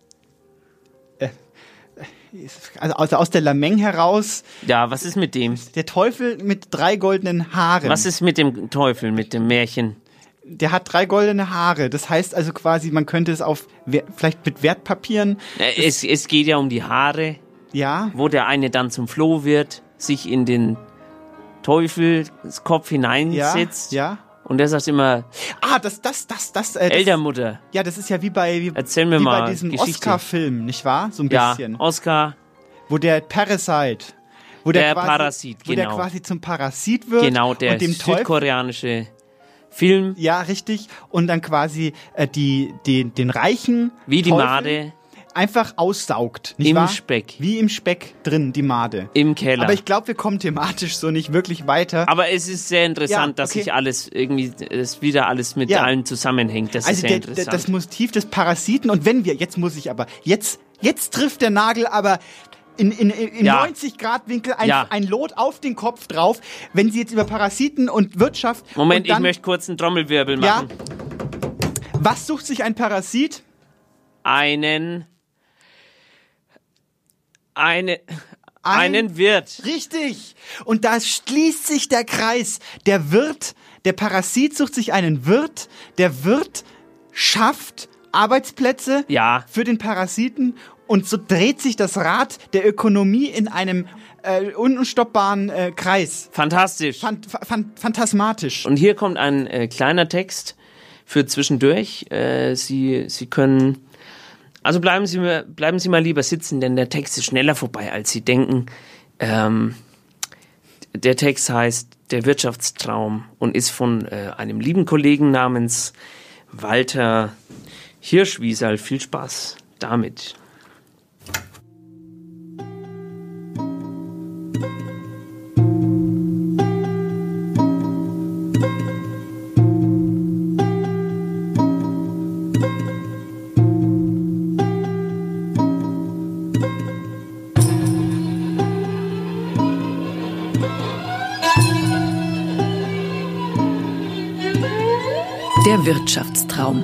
Also aus der Lameng heraus. Ja, was ist mit dem? Der Teufel mit 3 goldenen Haaren. Was ist mit dem Teufel, mit dem Märchen? Der hat 3 goldene Haare. Das heißt also quasi, man könnte es vielleicht mit Wertpapieren. Es geht ja um die Haare. Ja. Wo der eine dann zum Floh wird, sich in den Teufelskopf hineinsetzt. Ja. Und der sagt immer, Eltermutter. Ja, das ist ja wie bei diesem Oscar-Film, nicht wahr? So ein bisschen. Ja, Oscar. Wo der Parasite. Wo der quasi zum Parasit wird. Genau, der und dem südkoreanische Film. Ja, richtig. Und dann quasi den reichen wie die Teufel Made einfach aussaugt, nicht wahr? Speck. Wie im Speck drin, die Made. Im Keller. Aber ich glaube, wir kommen thematisch so nicht wirklich weiter. Aber es ist sehr interessant, dass sich alles irgendwie, es wieder alles mit allem zusammenhängt. Das ist sehr interessant. Das Motiv des Parasiten, und wenn wir, jetzt trifft der Nagel aber in 90-Grad-Winkel ein Lot auf den Kopf drauf, wenn Sie jetzt über Parasiten und Wirtschaft... Moment, ich möchte kurz einen Trommelwirbel machen. Ja. Was sucht sich ein Parasit? Eine einen Wirt. Richtig. Und da schließt sich der Kreis. Der Parasit sucht sich einen Wirt. Der Wirt schafft Arbeitsplätze für den Parasiten. Und so dreht sich das Rad der Ökonomie in einem unstoppbaren Kreis. Fantastisch. Phantasmatisch. Und hier kommt ein kleiner Text für zwischendurch. Sie können... Also bleiben Sie mal lieber sitzen, denn der Text ist schneller vorbei, als Sie denken. Der Text heißt Der Wirtschaftstraum und ist von einem lieben Kollegen namens Walter Hirschwiesal. Viel Spaß damit. Der Wirtschaftstraum.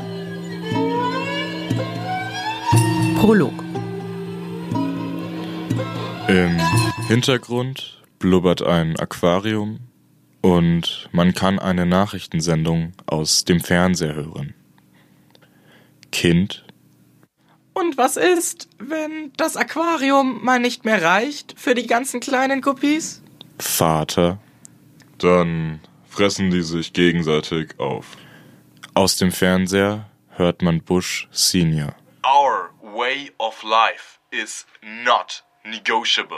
Prolog. Im Hintergrund blubbert ein Aquarium und man kann eine Nachrichtensendung aus dem Fernseher hören. Kind. Und was ist, wenn das Aquarium mal nicht mehr reicht für die ganzen kleinen Guppies? Vater. Dann fressen die sich gegenseitig auf. Aus dem Fernseher hört man Bush Senior. Our way of life is not negotiable.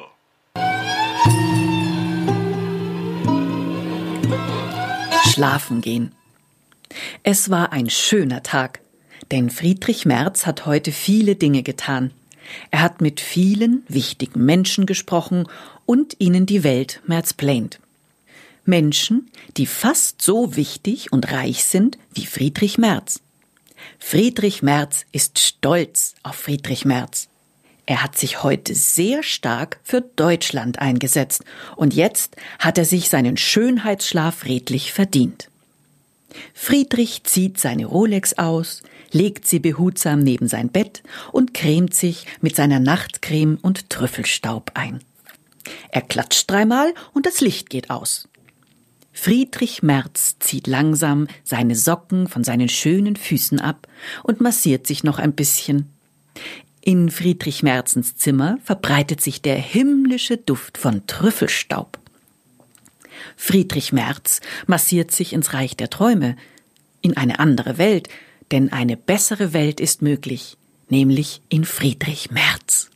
Schlafen gehen. Es war ein schöner Tag, denn Friedrich Merz hat heute viele Dinge getan. Er hat mit vielen wichtigen Menschen gesprochen und ihnen die Welt mansplained. Menschen, die fast so wichtig und reich sind wie Friedrich Merz. Friedrich Merz ist stolz auf Friedrich Merz. Er hat sich heute sehr stark für Deutschland eingesetzt und jetzt hat er sich seinen Schönheitsschlaf redlich verdient. Friedrich zieht seine Rolex aus, legt sie behutsam neben sein Bett und cremt sich mit seiner Nachtcreme und Trüffelstaub ein. Er klatscht dreimal und das Licht geht aus. Friedrich Merz zieht langsam seine Socken von seinen schönen Füßen ab und massiert sich noch ein bisschen. In Friedrich Merzens Zimmer verbreitet sich der himmlische Duft von Trüffelstaub. Friedrich Merz massiert sich ins Reich der Träume, in eine andere Welt, denn eine bessere Welt ist möglich, nämlich in Friedrich Merz.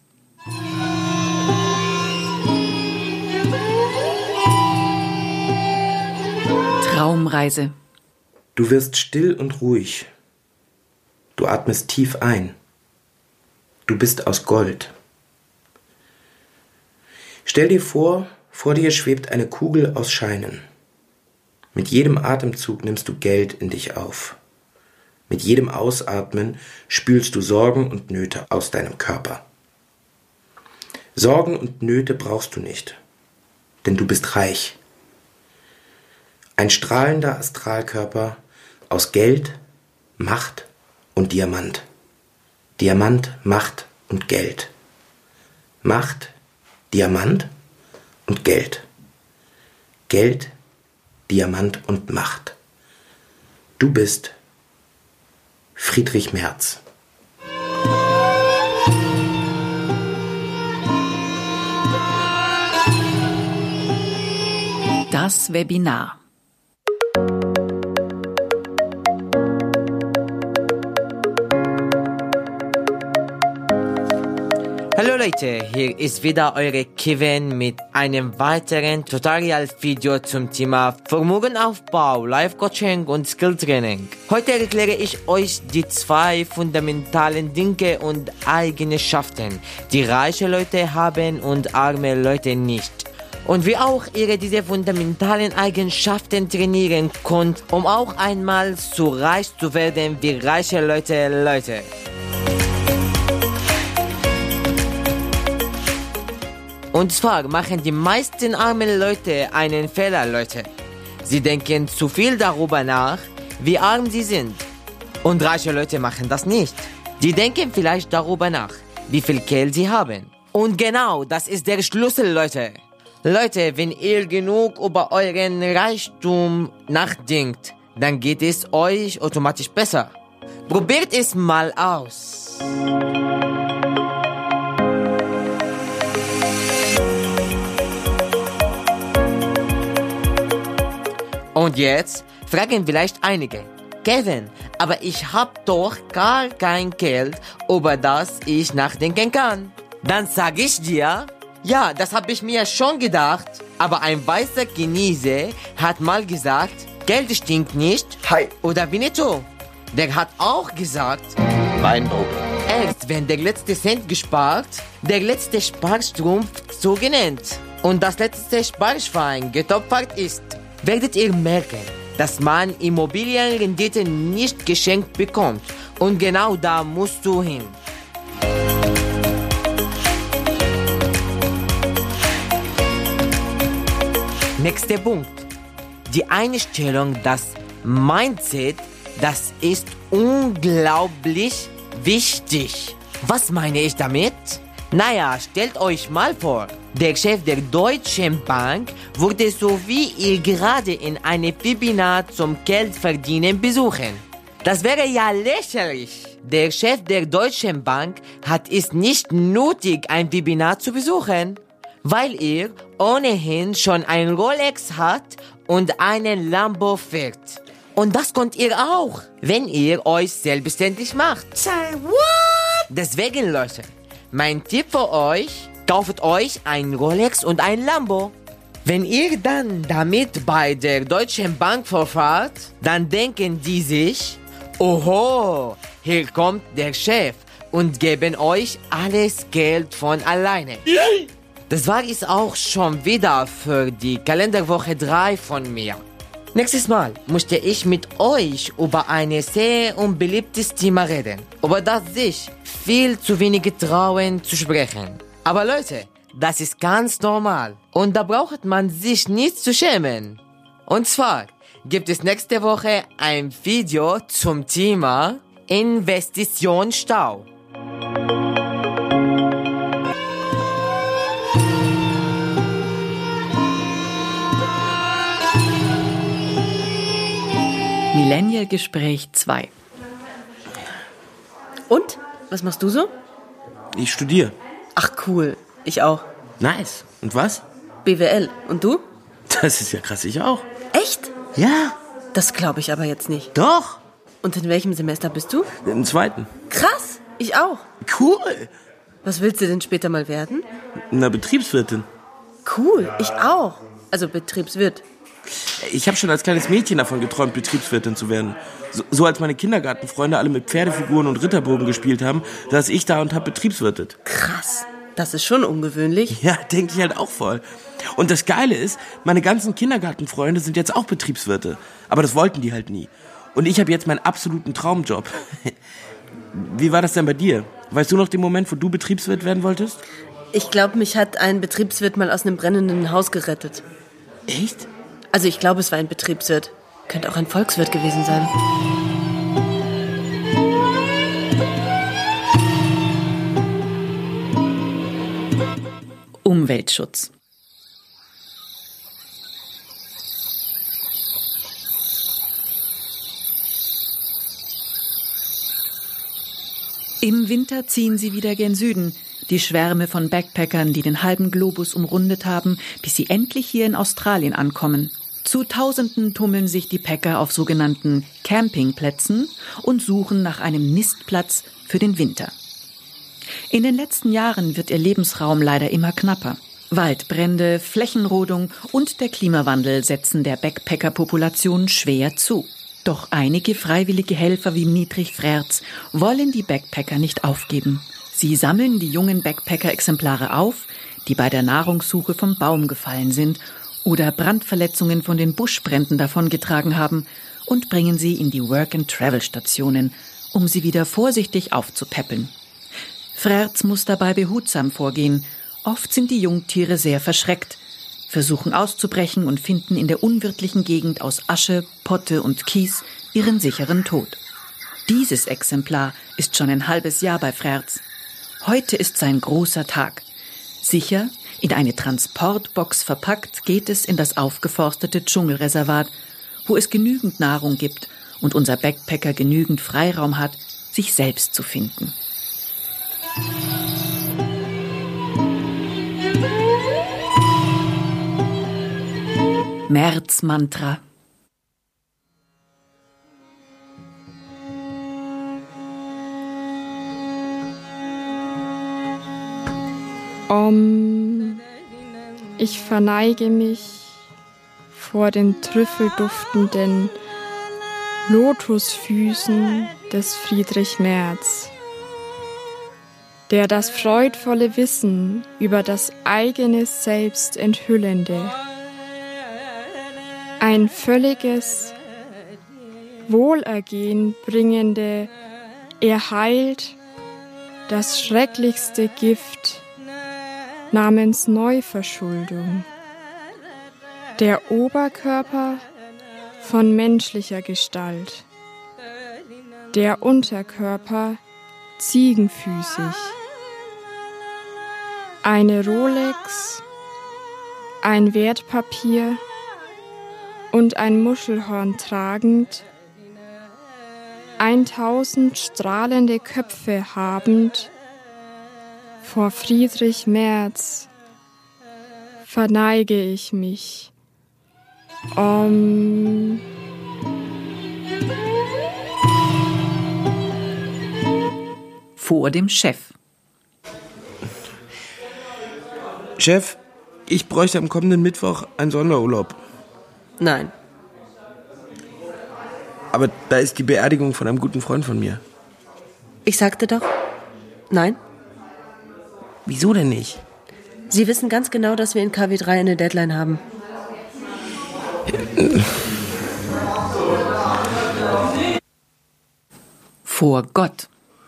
Traumreise. Du wirst still und ruhig. Du atmest tief ein. Du bist aus Gold. Stell dir vor dir schwebt eine Kugel aus Scheinen. Mit jedem Atemzug nimmst du Geld in dich auf. Mit jedem Ausatmen spülst du Sorgen und Nöte aus deinem Körper. Sorgen und Nöte brauchst du nicht, denn du bist reich. Ein strahlender Astralkörper aus Geld, Macht und Diamant. Diamant, Macht und Geld. Macht, Diamant und Geld. Geld, Diamant und Macht. Du bist Friedrich Merz. Das Webinar. Hallo Leute, hier ist wieder eure Kevin mit einem weiteren Tutorial-Video zum Thema Vermögenaufbau, Life-Coaching und Skill-Training. Heute erkläre ich euch die 2 fundamentalen Dinge und Eigenschaften, die reiche Leute haben und arme Leute nicht. Und wie auch ihr diese fundamentalen Eigenschaften trainieren könnt, um auch einmal so reich zu werden wie reiche Leute. Und zwar machen die meisten armen Leute einen Fehler, Leute. Sie denken zu viel darüber nach, wie arm sie sind. Und reiche Leute machen das nicht. Die denken vielleicht darüber nach, wie viel Geld sie haben. Und genau, das ist der Schlüssel, Leute. Leute, wenn ihr genug über euren Reichtum nachdenkt, dann geht es euch automatisch besser. Probiert es mal aus. Und jetzt fragen vielleicht einige, Kevin, aber ich hab doch gar kein Geld, über das ich nachdenken kann. Dann sag ich dir, ja, das hab ich mir schon gedacht, aber ein weißer Chinese hat mal gesagt, Geld stinkt nicht. Hi. Oder Winnetou, der hat auch gesagt, Weinprobe. Erst wenn der letzte Cent gespart, der letzte Sparstrumpf so genannt und das letzte Sparschwein getopfert ist, werdet ihr merken, dass man Immobilienrendite nicht geschenkt bekommt. Und genau da musst du hin. Nächster Punkt. Die Einstellung, das Mindset, das ist unglaublich wichtig. Was meine ich damit? Naja, stellt euch mal vor, der Chef der Deutschen Bank würde so wie ihr gerade in einem Webinar zum Geldverdienen besuchen. Das wäre ja lächerlich. Der Chef der Deutschen Bank hat es nicht nötig, ein Webinar zu besuchen, weil er ohnehin schon ein Rolex hat und einen Lambo fährt. Und das könnt ihr auch, wenn ihr euch selbstständig macht. Say what? Deswegen, Leute, mein Tipp für euch, kauft euch ein Rolex und ein Lambo. Wenn ihr dann damit bei der Deutschen Bank vorfahrt, dann denken die sich, oho, hier kommt der Chef und geben euch alles Geld von alleine. Das war es auch schon wieder für die Kalenderwoche 3 von mir. Nächstes Mal möchte ich mit euch über ein sehr unbeliebtes Thema reden, über das sich viel zu wenige trauen zu sprechen. Aber Leute, das ist ganz normal und da braucht man sich nicht zu schämen. Und zwar gibt es nächste Woche ein Video zum Thema Investitionsstau. Millennial-Gespräch 2. Und? Was machst du so? Ich studiere. Ach cool, ich auch. Nice. Und was? BWL. Und du? Das ist ja krass, ich auch. Echt? Ja. Das glaube ich aber jetzt nicht. Doch. Und in welchem Semester bist du? Im 2. Krass, ich auch. Cool. Was willst du denn später mal werden? Na, Betriebswirtin. Cool, ich auch. Also Betriebswirt. Ich habe schon als kleines Mädchen davon geträumt, Betriebswirtin zu werden. So als meine Kindergartenfreunde alle mit Pferdefiguren und Ritterburgen gespielt haben, saß ich da und hab betriebswirtet. Krass, das ist schon ungewöhnlich. Ja, denke ich halt auch voll. Und das Geile ist, meine ganzen Kindergartenfreunde sind jetzt auch Betriebswirte. Aber das wollten die halt nie. Und ich habe jetzt meinen absoluten Traumjob. Wie war das denn bei dir? Weißt du noch den Moment, wo du Betriebswirt werden wolltest? Ich glaube, mich hat ein Betriebswirt mal aus einem brennenden Haus gerettet. Echt? Also ich glaube, es war ein Betriebswirt. Könnte auch ein Volkswirt gewesen sein. Umweltschutz. Im Winter ziehen sie wieder gen Süden. Die Schwärme von Backpackern, die den halben Globus umrundet haben, bis sie endlich hier in Australien ankommen. Zu Tausenden tummeln sich die Packer auf sogenannten Campingplätzen und suchen nach einem Nistplatz für den Winter. In den letzten Jahren wird ihr Lebensraum leider immer knapper. Waldbrände, Flächenrodung und der Klimawandel setzen der Backpacker-Population schwer zu. Doch einige freiwillige Helfer wie Dietrich Frertz wollen die Backpacker nicht aufgeben. Sie sammeln die jungen Backpacker-Exemplare auf, die bei der Nahrungssuche vom Baum gefallen sind oder Brandverletzungen von den Buschbränden davongetragen haben und bringen sie in die Work-and-Travel-Stationen, um sie wieder vorsichtig aufzupäppeln. Frertz muss dabei behutsam vorgehen. Oft sind die Jungtiere sehr verschreckt, versuchen auszubrechen und finden in der unwirtlichen Gegend aus Asche, Potte und Kies ihren sicheren Tod. Dieses Exemplar ist schon ein halbes Jahr bei Frertz. Heute ist sein großer Tag. Sicher, in eine Transportbox verpackt, geht es in das aufgeforstete Dschungelreservat, wo es genügend Nahrung gibt und unser Backpacker genügend Freiraum hat, sich selbst zu finden. Märzmantra. Ich verneige mich vor den trüffelduftenden Lotusfüßen des Friedrich Merz, der das freudvolle Wissen über das eigene Selbst enthüllende, ein völliges Wohlergehen bringende, er heilt das schrecklichste Gift namens Neuverschuldung. Der Oberkörper von menschlicher Gestalt, der Unterkörper ziegenfüßig, eine Rolex, ein Wertpapier und ein Muschelhorn tragend, 1000 strahlende Köpfe habend, vor Friedrich Merz verneige ich mich. Vor dem Chef. Chef, ich bräuchte am kommenden Mittwoch einen Sonderurlaub. Nein. Aber da ist die Beerdigung von einem guten Freund von mir. Ich sagte doch, nein. Wieso denn nicht? Sie wissen ganz genau, dass wir in KW3 eine Deadline haben. Vor Gott.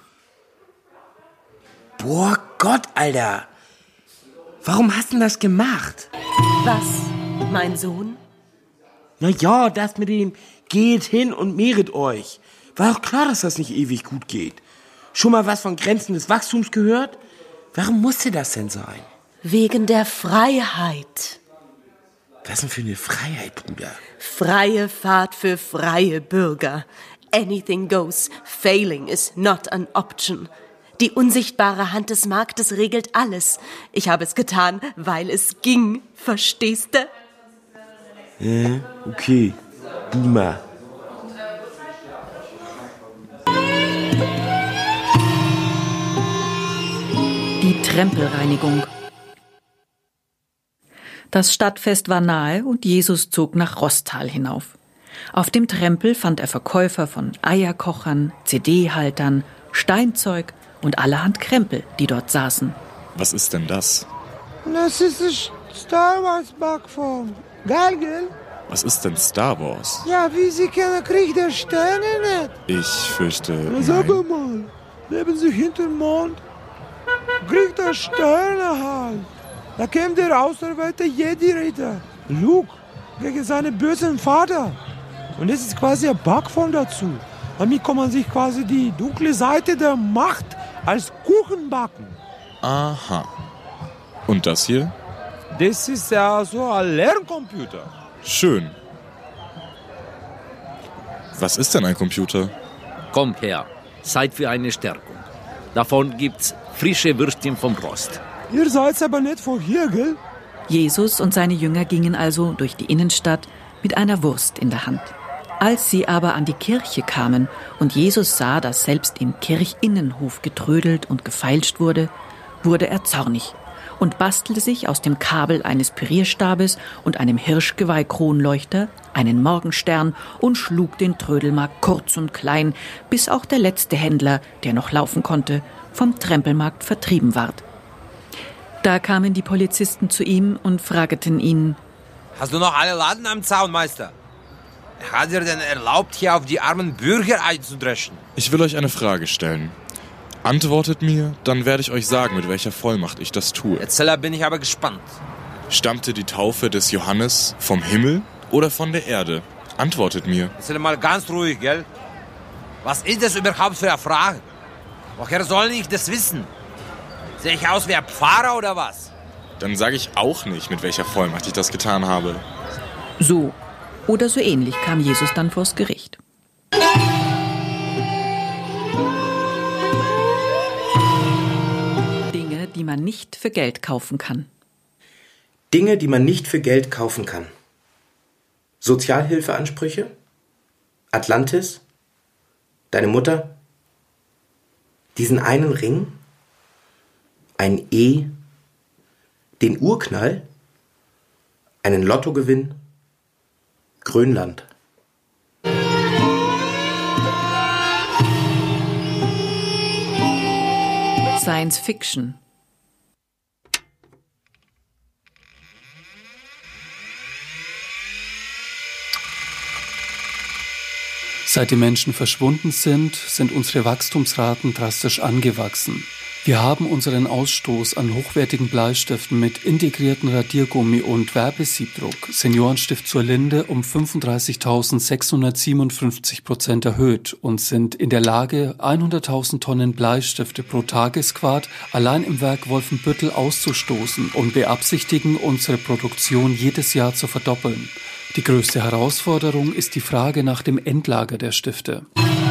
Boah, Gott, Alter. Warum hast du das gemacht? Was, mein Sohn? Na ja, das mit dem geht hin und mehret euch. War doch klar, dass das nicht ewig gut geht. Schon mal was von Grenzen des Wachstums gehört? Warum musste das denn sein? Wegen der Freiheit. Was denn für eine Freiheit, Bruder? Freie Fahrt für freie Bürger. Anything goes. Failing is not an option. Die unsichtbare Hand des Marktes regelt alles. Ich habe es getan, weil es ging. Verstehst du? Okay. Boomer. Die Trempelreinigung. Das Stadtfest war nahe und Jesus zog nach Roßtal hinauf. Auf dem Trempel fand er Verkäufer von Eierkochern, CD-Haltern, Steinzeug und allerhand Krempel, die dort saßen. Was ist denn das? Das ist die Star Wars Backform. Geil, gell? Was ist denn Star Wars? Ja, wie Sie kennen, Krieg der Sterne nicht. Ich fürchte, Sag nein. mal, leben Sie hinterm Mond? Krieg der Sterne halt. Da käme der auserwählte Jedi-Ritter, Luke, gegen seinen bösen Vater. Und das ist quasi eine Backform dazu. Damit kann man sich quasi die dunkle Seite der Macht als Kuchen backen. Aha. Und das hier? Das ist ja so ein Lerncomputer. Schön. Was ist denn ein Computer? Kommt her, Zeit für eine Stärkung. Davon gibt's frische Würstchen vom Rost. Ihr seid aber nicht von hier, gell? Jesus und seine Jünger gingen also durch die Innenstadt mit einer Wurst in der Hand. Als sie aber an die Kirche kamen und Jesus sah, dass selbst im Kirchinnenhof getrödelt und gefeilscht wurde, wurde er zornig und bastelte sich aus dem Kabel eines Pürierstabes und einem Hirschgeweih-Kronleuchter einen Morgenstern und schlug den Trödelmarkt kurz und klein, bis auch der letzte Händler, der noch laufen konnte, vom Trempelmarkt vertrieben ward. Da kamen die Polizisten zu ihm und fragten ihn: Hast du noch alle Laden am Zaun, Meister? Hat er denn erlaubt, hier auf die armen Bürger einzudreschen? Ich will euch eine Frage stellen. Antwortet mir, dann werde ich euch sagen, mit welcher Vollmacht ich das tue. Jetzt bin ich aber gespannt. Stammte die Taufe des Johannes vom Himmel oder von der Erde? Antwortet mir. Jetzt mal ganz ruhig, gell? Was ist das überhaupt für eine Frage? Woher soll ich das wissen? Sehe ich aus wie ein Pfarrer oder was? Dann sage ich auch nicht, mit welcher Vollmacht ich das getan habe. So oder so ähnlich kam Jesus dann vors Gericht. Dinge, die man nicht für Geld kaufen kann. Dinge, die man nicht für Geld kaufen kann. Sozialhilfeansprüche? Atlantis? Deine Mutter? Diesen einen Ring? Ein E? Den Urknall? Einen Lottogewinn? Grönland. Science Fiction. Seit die Menschen verschwunden sind, sind unsere Wachstumsraten drastisch angewachsen. Wir haben unseren Ausstoß an hochwertigen Bleistiften mit integrierten Radiergummi und Werbesiebdruck Seniorenstift zur Linde um 35.657% erhöht und sind in der Lage, 100.000 Tonnen Bleistifte pro Tagesquart allein im Werk Wolfenbüttel auszustoßen und beabsichtigen, unsere Produktion jedes Jahr zu verdoppeln. Die größte Herausforderung ist die Frage nach dem Endlager der Stifte.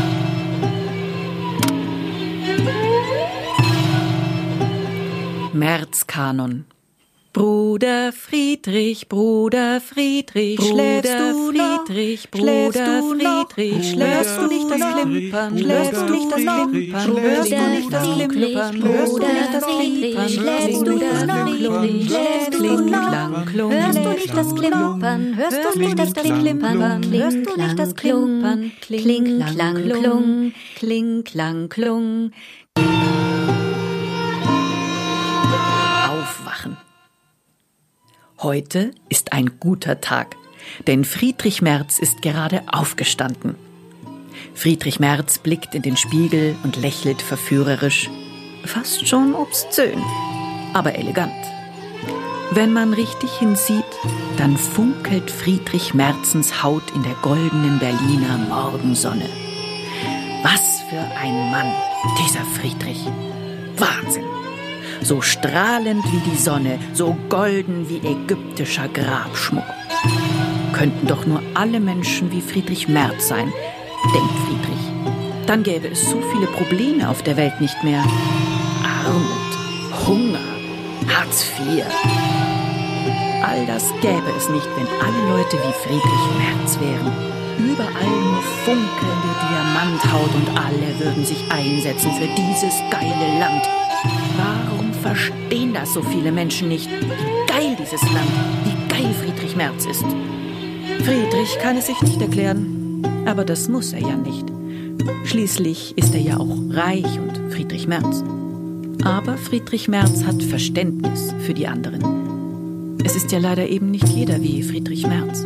Märzkanon. Bruder Friedrich, schläfst du Friedrich, Bruder Friedrich, hörst du nicht das Klimpern, hörst du nicht das Klimpern, hörst du nicht das Klimpern, hörst du nicht das Klimpern, schläfst du Friedrich, kling, klang, klung, hörst du nicht das Klimpern, hörst du nicht das Klimpern, hörst du nicht das Klimpern, kling, klang, klung, kling, klang, klung. Aufwachen. Heute ist ein guter Tag, denn Friedrich Merz ist gerade aufgestanden. Friedrich Merz blickt in den Spiegel und lächelt verführerisch, fast schon obszön, aber elegant. Wenn man richtig hinsieht, dann funkelt Friedrich Merzens Haut in der goldenen Berliner Morgensonne. Was für ein Mann, dieser Friedrich. Wahnsinn! So strahlend wie die Sonne, so golden wie ägyptischer Grabschmuck. Könnten doch nur alle Menschen wie Friedrich Merz sein, denkt Friedrich. Dann gäbe es so viele Probleme auf der Welt nicht mehr. Armut, Hunger, Hartz IV. All das gäbe es nicht, wenn alle Leute wie Friedrich Merz wären. Überall nur funkelnde Diamanthaut und alle würden sich einsetzen für dieses geile Land. Warum verstehen das so viele Menschen nicht? Wie geil dieses Land, wie geil Friedrich Merz ist. Friedrich kann es sich nicht erklären, aber das muss er ja nicht. Schließlich ist er ja auch reich und Friedrich Merz. Aber Friedrich Merz hat Verständnis für die anderen. Es ist ja leider eben nicht jeder wie Friedrich Merz.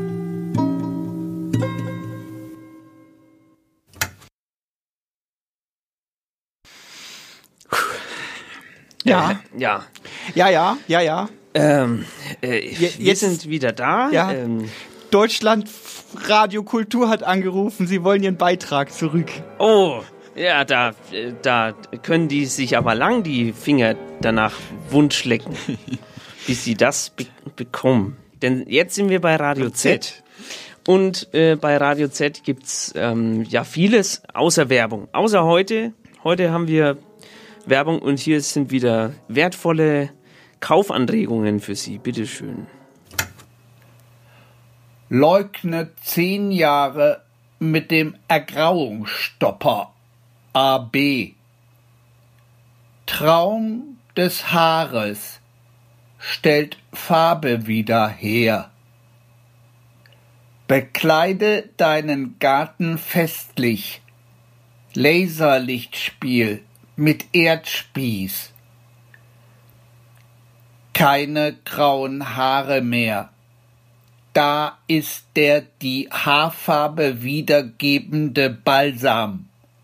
Ja. Ja. Wir sind wieder da. Ja. Deutschland Radio Kultur hat angerufen, sie wollen ihren Beitrag zurück. Oh, ja, da können die sich aber lang die Finger danach wundschlecken, bis sie das bekommen. Denn jetzt sind wir bei Radio Z. Und bei Radio Z gibt's ja vieles außer Werbung. Außer heute. Heute haben wir Werbung und hier sind wieder wertvolle Kaufanregungen für Sie. Bitteschön. Leugne 10 Jahre mit dem Ergrauungsstopper AB. Traum des Haares stellt Farbe wieder her. Bekleide deinen Garten festlich. Laserlichtspiel mit Erdspieß. Keine grauen Haare mehr. Da ist der die Haarfarbe wiedergebende Balsam.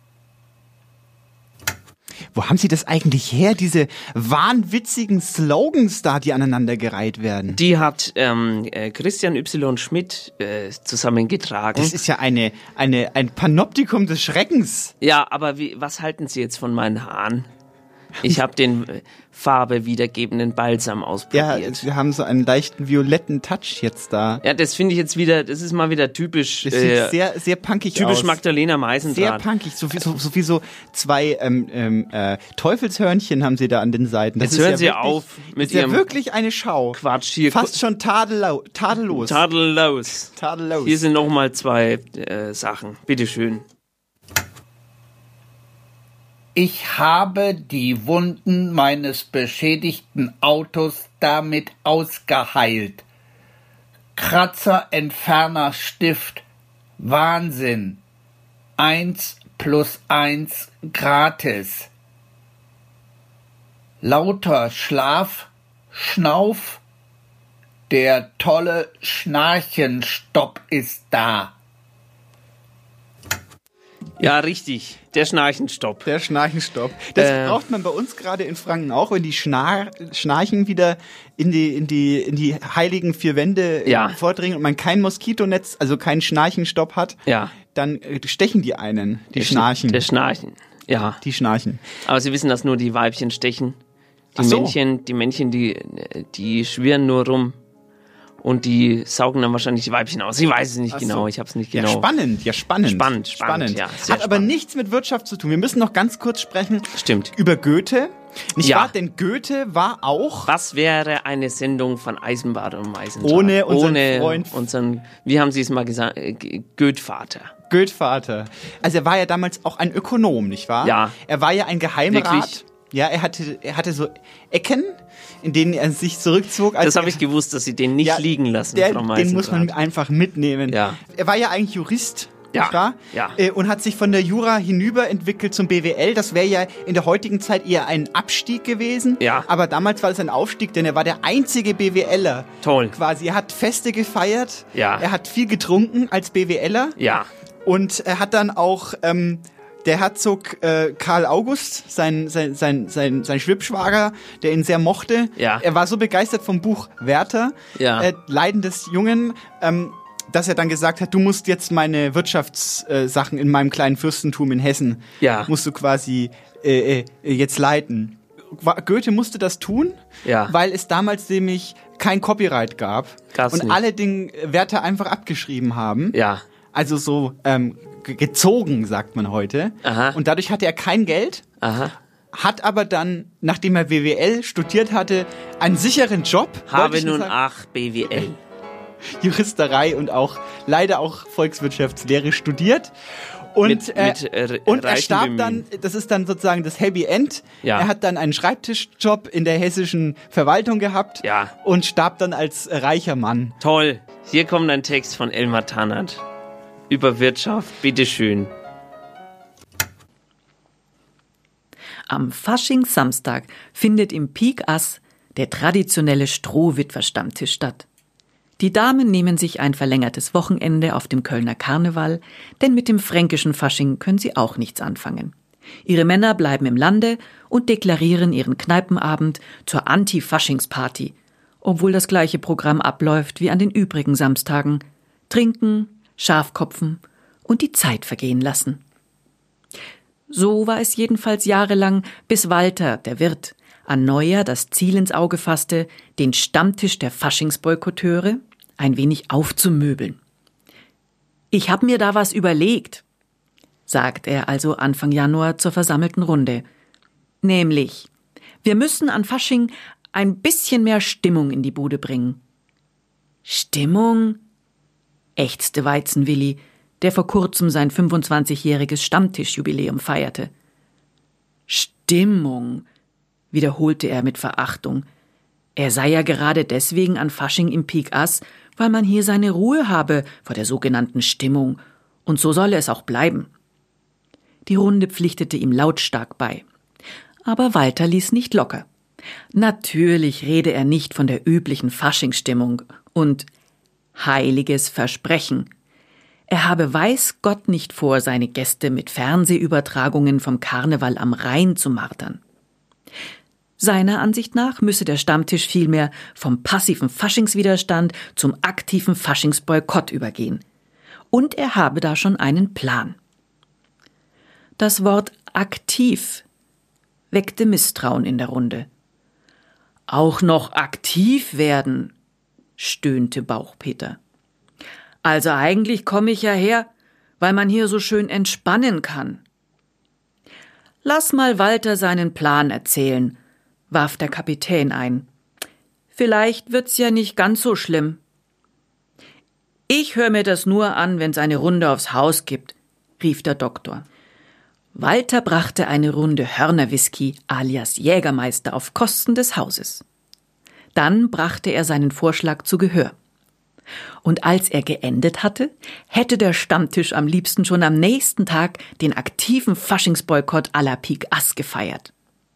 Wo haben Sie das eigentlich her, diese wahnwitzigen Slogans da, die aneinandergereiht werden? Die hat Christian Y. Schmidt zusammengetragen. Das ist ja ein Panoptikum des Schreckens. Ja, aber was halten Sie jetzt von meinen Haaren? Ich habe den Farbe wiedergebenden Balsam ausprobiert. Ja, wir haben so einen leichten violetten Touch jetzt da. Ja, das finde ich jetzt wieder, das ist mal wieder typisch. Das sieht sehr, sehr punkig typisch aus. Typisch Magdalena Meisendrath. Sehr punkig, so wie so zwei Teufelshörnchen haben sie da an den Seiten. Das jetzt hören sie wirklich, auf mit ihrem... Das ist ja wirklich eine Schau. Quatsch hier. Fast schon tadellos. Tadellos. Hier sind nochmal 2 Sachen. Bitteschön. Ich habe die Wunden meines beschädigten Autos damit ausgeheilt. Kratzerentfernerstift. Wahnsinn. 1 + 1 gratis. Lauter Schlaf, Schnauf. Der tolle Schnarchenstopp ist da. Ja, richtig. Der Schnarchenstopp. Der Schnarchenstopp. Das braucht man bei uns gerade in Franken auch, wenn die Schnarchen wieder in die heiligen 4 Wände vordringen und man kein Moskitonetz, also keinen Schnarchenstopp hat, dann stechen die einen, die Schnarchen. Der Schnarchen, ja. Die Schnarchen. Aber Sie wissen, dass nur die Weibchen stechen. Die Männchen, die schwirren nur rum. Und die saugen dann wahrscheinlich die Weibchen aus. Ich weiß es nicht genau, ich habe es nicht genau. Ja, spannend. Spannend. Ja, hat aber nichts mit Wirtschaft zu tun. Wir müssen noch ganz kurz sprechen über Goethe. Nicht wahr? Denn Goethe war auch... Was wäre eine Sendung von Eisenbahn und Meisendrath? Ohne Freund... Wie haben Sie es mal gesagt? Goethe-Vater. Goethe-Vater. Also er war ja damals auch ein Ökonom, nicht wahr? Ja. Er war ja ein Geheimrat. Wirklich? Ja, er hatte so Ecken, in denen er sich zurückzog. Das habe ich gewusst, dass Sie den nicht liegen lassen, Frau Meisendrath. Den muss man einfach mitnehmen. Ja. Er war ja eigentlich Jurist. Ja. Und hat sich von der Jura hinüber entwickelt zum BWL. Das wäre ja in der heutigen Zeit eher ein Abstieg gewesen. Ja. Aber damals war es ein Aufstieg, denn er war der einzige BWLer. Toll. Quasi. Er hat Feste gefeiert. Ja. Er hat viel getrunken als BWLer. Ja. Und er hat dann auch der Herzog Karl August, sein Schwibschwager, der ihn sehr mochte. Ja. Er war so begeistert vom Buch Werther, Leiden des Jungen, dass er dann gesagt hat, du musst jetzt meine Wirtschaftssachen in meinem kleinen Fürstentum in Hessen, musst du quasi jetzt leiten. Goethe musste das tun, weil es damals nämlich kein Copyright gab. Gab's und nicht. alle den Werther einfach abgeschrieben haben. Ja. Also so gezogen, sagt man heute. Aha. Und dadurch hatte er kein Geld. Aha. Hat aber dann, nachdem er BWL studiert hatte, einen sicheren Job. Habe nun BWL. Juristerei und leider auch Volkswirtschaftslehre studiert. Und er starb dann, das ist dann sozusagen das Happy End. Ja. Er hat dann einen Schreibtischjob in der hessischen Verwaltung gehabt und starb dann als reicher Mann. Toll. Hier kommt ein Text von Elmar Tannert über Wirtschaft. Bitteschön. Am Faschingssamstag findet im Pik Ass der traditionelle Strohwitwer-Stammtisch statt. Die Damen nehmen sich ein verlängertes Wochenende auf dem Kölner Karneval, denn mit dem fränkischen Fasching können sie auch nichts anfangen. Ihre Männer bleiben im Lande und deklarieren ihren Kneipenabend zur Anti-Faschingsparty, obwohl das gleiche Programm abläuft wie an den übrigen Samstagen. Trinken, Schafkopfen und die Zeit vergehen lassen. So war es jedenfalls jahrelang, bis Walter, der Wirt, an Neujahr das Ziel ins Auge fasste, den Stammtisch der Faschingsboykotteure ein wenig aufzumöbeln. »Ich hab mir da was überlegt«, sagt er also Anfang Januar zur versammelten Runde. »Nämlich, wir müssen an Fasching ein bisschen mehr Stimmung in die Bude bringen.« »Stimmung?« ächzte Weizenwilli, der vor kurzem sein 25-jähriges Stammtischjubiläum feierte. »Stimmung«, wiederholte er mit Verachtung. Er sei ja gerade deswegen an Fasching im Pik Ass, weil man hier seine Ruhe habe vor der sogenannten Stimmung, und so solle es auch bleiben. Die Runde pflichtete ihm lautstark bei. Aber Walter ließ nicht locker. Natürlich rede er nicht von der üblichen Faschingsstimmung und heiliges Versprechen. Er habe weiß Gott nicht vor, seine Gäste mit Fernsehübertragungen vom Karneval am Rhein zu martern. Seiner Ansicht nach müsse der Stammtisch vielmehr vom passiven Faschingswiderstand zum aktiven Faschingsboykott übergehen. Und er habe da schon einen Plan. Das Wort aktiv weckte Misstrauen in der Runde. »Auch noch aktiv werden«, stöhnte Bauchpeter. »Also eigentlich komme ich ja her, weil man hier so schön entspannen kann.« »Lass mal Walter seinen Plan erzählen«, warf der Kapitän ein. »Vielleicht wird's ja nicht ganz so schlimm.« »Ich höre mir das nur an, wenn's eine Runde aufs Haus gibt«, rief der Doktor. Walter brachte eine Runde Hörnerwhisky alias Jägermeister auf Kosten des Hauses. Dann brachte er seinen Vorschlag zu Gehör. Und als er geendet hatte, hätte der Stammtisch am liebsten schon am nächsten Tag den aktiven Faschingsboykott à la Pik Ass gefeiert.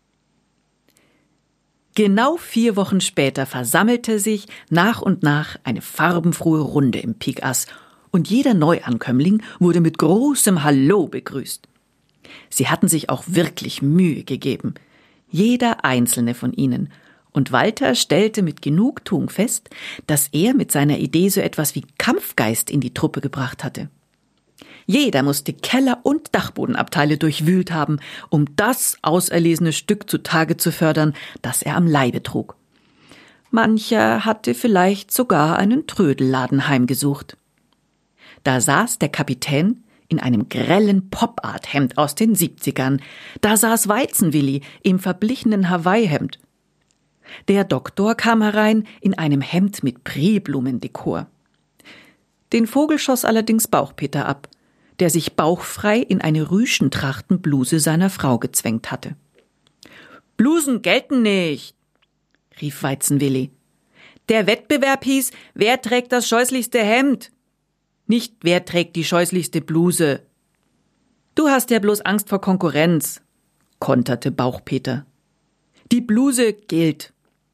Genau 4 Wochen später versammelte sich nach und nach eine farbenfrohe Runde im Pik Ass und jeder Neuankömmling wurde mit großem Hallo begrüßt. Sie hatten sich auch wirklich Mühe gegeben, jeder einzelne von ihnen, und Walter stellte mit Genugtuung fest, dass er mit seiner Idee so etwas wie Kampfgeist in die Truppe gebracht hatte. Jeder musste Keller- und Dachbodenabteile durchwühlt haben, um das auserlesene Stück zutage zu fördern, das er am Leibe trug. Mancher hatte vielleicht sogar einen Trödelladen heimgesucht. Da saß der Kapitän in einem grellen Pop-Art-Hemd aus den 70ern. Da saß Weizenwilli im verblichenen Hawaii-Hemd. Der Doktor kam herein in einem Hemd mit Prebblumendekor. Den Vogel schoss allerdings Bauchpeter ab, der sich bauchfrei in eine Rüschentrachtenbluse seiner Frau gezwängt hatte. »Blusen gelten nicht«, rief Weizenwilli. »Der Wettbewerb hieß, wer trägt das scheußlichste Hemd? Nicht, wer trägt die scheußlichste Bluse. Du hast ja bloß Angst vor Konkurrenz«, konterte Bauchpeter. »Die Bluse gilt.«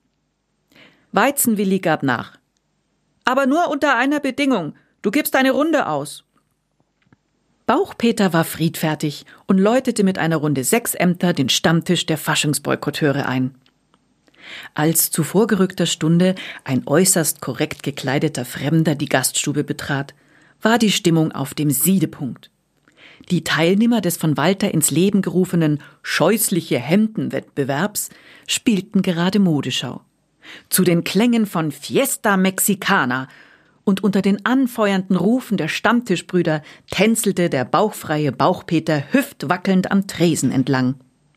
Weizenwilli gab nach. »Aber nur unter einer Bedingung. Du gibst eine Runde aus.« Bauchpeter war friedfertig und läutete mit einer Runde 6 Ämter den Stammtisch der Faschingsboykotteure ein. Als zu vorgerückter Stunde ein äußerst korrekt gekleideter Fremder die Gaststube betrat, war die Stimmung auf dem Siedepunkt. Die Teilnehmer des von Walter ins Leben gerufenen scheußliche Hemdenwettbewerbs spielten gerade Modeschau. Zu den Klängen von Fiesta Mexicana und unter den anfeuernden Rufen der Stammtischbrüder tänzelte der bauchfreie Bauchpeter hüftwackelnd am Tresen entlang.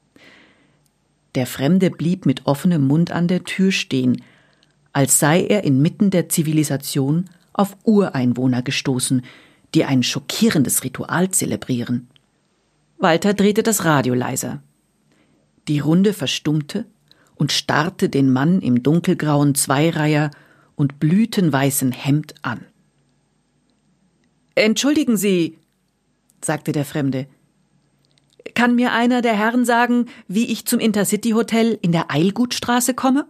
Der Fremde blieb mit offenem Mund an der Tür stehen, als sei er inmitten der Zivilisation auf Ureinwohner gestoßen, die ein schockierendes Ritual zelebrieren. Walter drehte das Radio leiser. Die Runde verstummte und starrte den Mann im dunkelgrauen Zweireiher und blütenweißen Hemd an. »Entschuldigen Sie«, sagte der Fremde, »kann mir einer der Herren sagen, wie ich zum Intercity-Hotel in der Eilgutstraße komme?«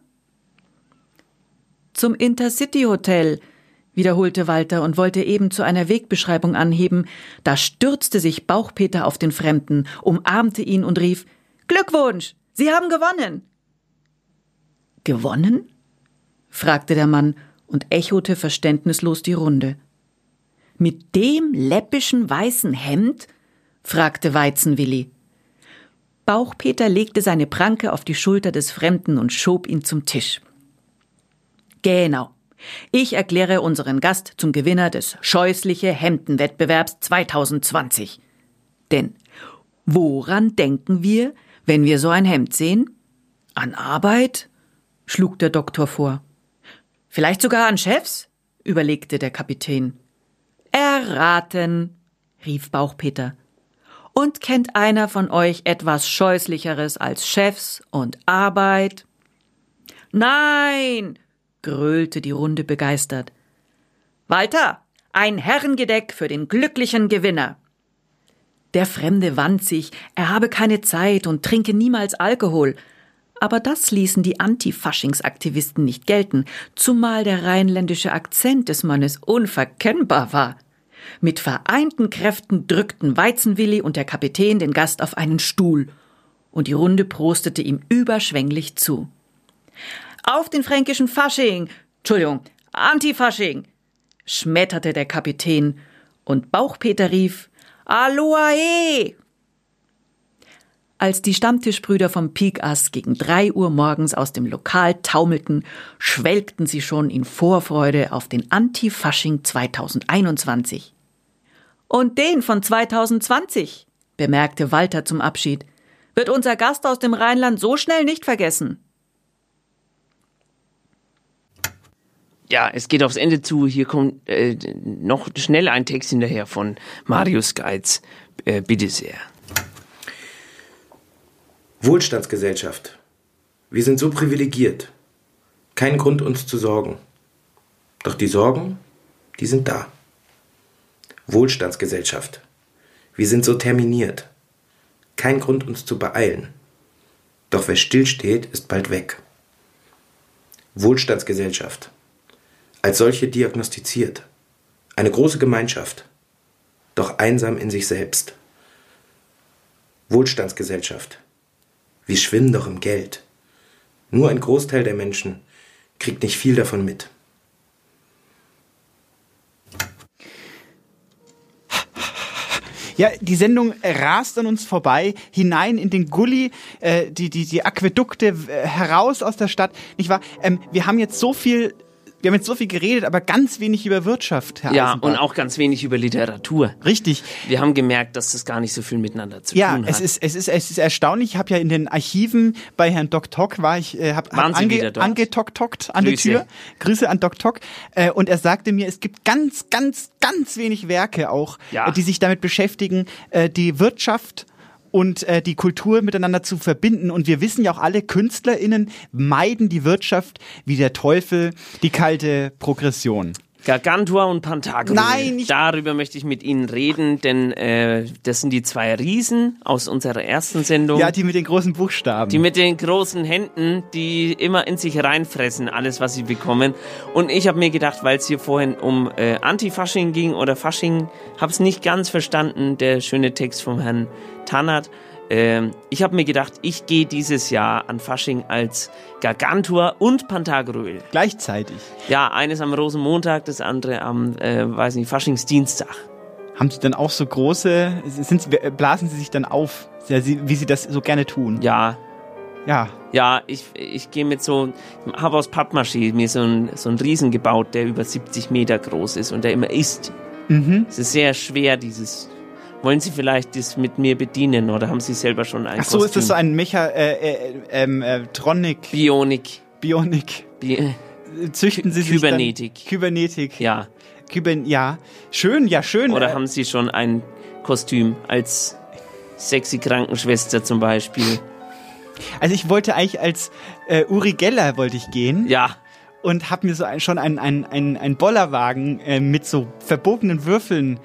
»Zum Intercity-Hotel«, wiederholte Walter und wollte eben zu einer Wegbeschreibung anheben, da stürzte sich Bauchpeter auf den Fremden, umarmte ihn und rief, »Glückwunsch, Sie haben gewonnen!« »Gewonnen?« fragte der Mann und echote verständnislos die Runde. »Mit dem läppischen weißen Hemd?« fragte Weizenwilli. Bauchpeter legte seine Pranke auf die Schulter des Fremden und schob ihn zum Tisch. »Genau. Ich erkläre unseren Gast zum Gewinner des scheußliche Hemdenwettbewerbs 2020. Denn woran denken wir, wenn wir so ein Hemd sehen? An Arbeit?« schlug der Doktor vor. »Vielleicht sogar an Chefs?« überlegte der Kapitän. »Erraten«, rief Bauchpeter. »Und kennt einer von euch etwas Scheußlicheres als Chefs und Arbeit?« »Nein«, gröhlte die Runde begeistert. »Walter, ein Herrengedeck für den glücklichen Gewinner!« Der Fremde wand sich, er habe keine Zeit und trinke niemals Alkohol. Aber das ließen die Anti-Faschingsaktivisten nicht gelten, zumal der rheinländische Akzent des Mannes unverkennbar war. Mit vereinten Kräften drückten Weizenwilli und der Kapitän den Gast auf einen Stuhl, und die Runde prostete ihm überschwänglich zu. »Auf den fränkischen Fasching! Entschuldigung, Anti-Fasching!« schmetterte der Kapitän, und Bauchpeter rief, »Aloha! Als die Stammtischbrüder vom Pik-Ass gegen 3 Uhr morgens aus dem Lokal taumelten, schwelgten sie schon in Vorfreude auf den Anti-Fasching 2021. Und den von 2020, bemerkte Walter zum Abschied, wird unser Gast aus dem Rheinland so schnell nicht vergessen. Ja, es geht aufs Ende zu. Hier kommt noch schnell ein Text hinterher von Marius Geiz. Bitte sehr. Wohlstandsgesellschaft. Wir sind so privilegiert. Kein Grund, uns zu sorgen. Doch die Sorgen, die sind da. Wohlstandsgesellschaft. Wir sind so terminiert. Kein Grund, uns zu beeilen. Doch wer stillsteht, ist bald weg. Wohlstandsgesellschaft. Als solche diagnostiziert. Eine große Gemeinschaft. Doch einsam in sich selbst. Wohlstandsgesellschaft. Wir schwimmen doch im Geld. Nur ein Großteil der Menschen kriegt nicht viel davon mit. Ja, die Sendung rast an uns vorbei, hinein in den Gully, die Aquädukte heraus aus der Stadt, nicht wahr? Wir haben jetzt so viel geredet, aber ganz wenig über Wirtschaft, Herr Eisenbart. Und auch ganz wenig über Literatur. Richtig. Wir haben gemerkt, dass das gar nicht so viel miteinander zu tun hat. Ja, es ist erstaunlich. Ich habe ja in den Archiven bei Herrn Doc Tock hab angetockt an der Tür. Grüße an Doc Tock. Und er sagte mir, es gibt ganz, ganz, ganz wenig Werke auch, die sich damit beschäftigen, die Wirtschaft und die Kultur miteinander zu verbinden. Und wir wissen ja auch alle, KünstlerInnen meiden die Wirtschaft wie der Teufel die kalte Progression. Gargantua und Pantagruel. Nein, darüber möchte ich mit Ihnen reden, denn das sind die 2 Riesen aus unserer ersten Sendung. Ja, die mit den großen Buchstaben. Die mit den großen Händen, die immer in sich reinfressen, alles, was sie bekommen. Und ich habe mir gedacht, weil es hier vorhin um Anti-Fasching ging oder Fasching, habe es nicht ganz verstanden, der schöne Text vom Herrn Tannert. Ich habe mir gedacht, ich gehe dieses Jahr an Fasching als Gargantua und Pantagruel. Gleichzeitig? Ja, eines am Rosenmontag, das andere am, Faschingsdienstag. Haben Sie dann auch so große, blasen Sie sich dann auf, wie Sie das so gerne tun? Ja. Ja. Ja, ich gehe mit habe aus Pappmaché mir so einen Riesen gebaut, der über 70 Meter groß ist und der immer isst. Mhm. Es ist sehr schwer, Wollen Sie vielleicht das mit mir bedienen oder haben Sie selber schon ein Kostüm? Ach so, ist das so ein Tronic? Bionik. Züchten Sie sich Kybernetik. Ja. Ja. Schön. Oder haben Sie schon ein Kostüm als sexy Krankenschwester zum Beispiel? Also ich wollte eigentlich als Uri Geller gehen. Ja. Und habe mir schon einen Bollerwagen mit so verbogenen Würfeln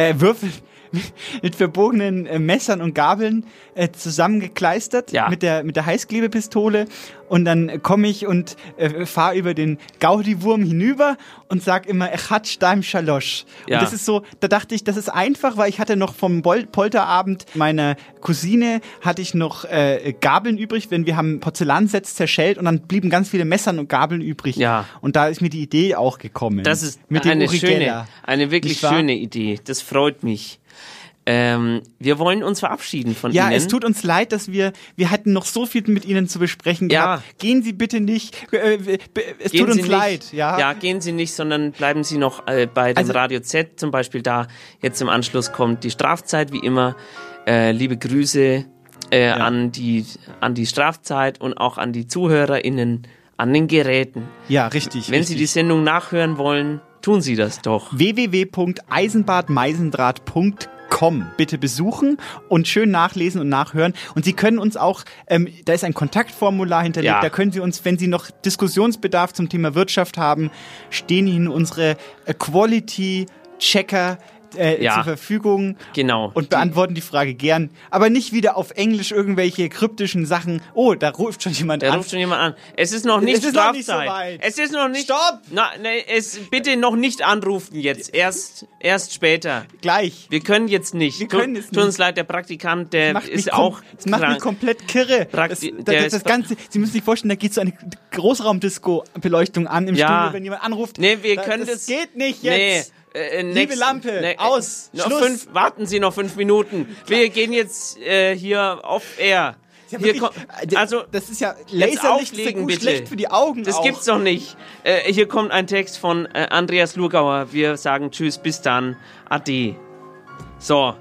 mit verbogenen Messern und Gabeln zusammengekleistert mit der Heißklebepistole. Und dann komme ich und fahre über den Gaudi-Wurm hinüber und sag immer, ich hat Steim Schalosch. Ja. Und das ist so, da dachte ich, das ist einfach, weil ich hatte noch vom Polterabend meiner Cousine hatte ich noch Gabeln übrig, wenn wir haben Porzellansets zerschellt und dann blieben ganz viele Messern und Gabeln übrig. Ja. Und da ist mir die Idee auch gekommen. Das ist mit eine wirklich schöne Idee. Das freut mich. Wir wollen uns verabschieden von Ihnen. Ja, es tut uns leid, dass wir hatten noch so viel mit Ihnen zu besprechen gehabt. Gehen Sie bitte nicht. Es tut uns leid. Ja, gehen Sie nicht, sondern bleiben Sie noch bei dem Radio Z zum Beispiel da. Jetzt im Anschluss kommt die Strafzeit, wie immer. Liebe Grüße an die Strafzeit und auch an die ZuhörerInnen an den Geräten. Ja, richtig. Wenn Sie die Sendung nachhören wollen, tun Sie das doch. www.eisenbadmeisendraht.com bitte besuchen und schön nachlesen und nachhören. Und Sie können uns auch, da ist ein Kontaktformular hinterlegt, da können Sie uns, wenn Sie noch Diskussionsbedarf zum Thema Wirtschaft haben, stehen Ihnen unsere Quality-Checker zur Verfügung. Genau. Und beantworten die Frage gern. Aber nicht wieder auf Englisch irgendwelche kryptischen Sachen. Oh, da ruft schon jemand an. Es ist noch nicht Strafzeit. So weit. Es ist noch nicht. Stopp! Bitte noch nicht anrufen jetzt. Erst später. Gleich. Wir können jetzt nicht. Wir können es nicht. Tut uns leid, der Praktikant, der ist auch Das macht mich komplett kirre. Das Ganze, Sie müssen sich vorstellen, da geht so eine Großraumdisco-Beleuchtung an im Studio, wenn jemand anruft. Nee, wir können das geht nicht jetzt. Liebe Lampe, aus, Schluss. Warten Sie noch 5 Minuten. Wir gehen jetzt hier off air. Ja, wirklich, das ist ja Laserlicht, ist ja gut schlecht für die Augen. Das auch. Gibt's doch nicht. Hier kommt ein Text von Andreas Lurgauer. Wir sagen tschüss, bis dann, ade. So.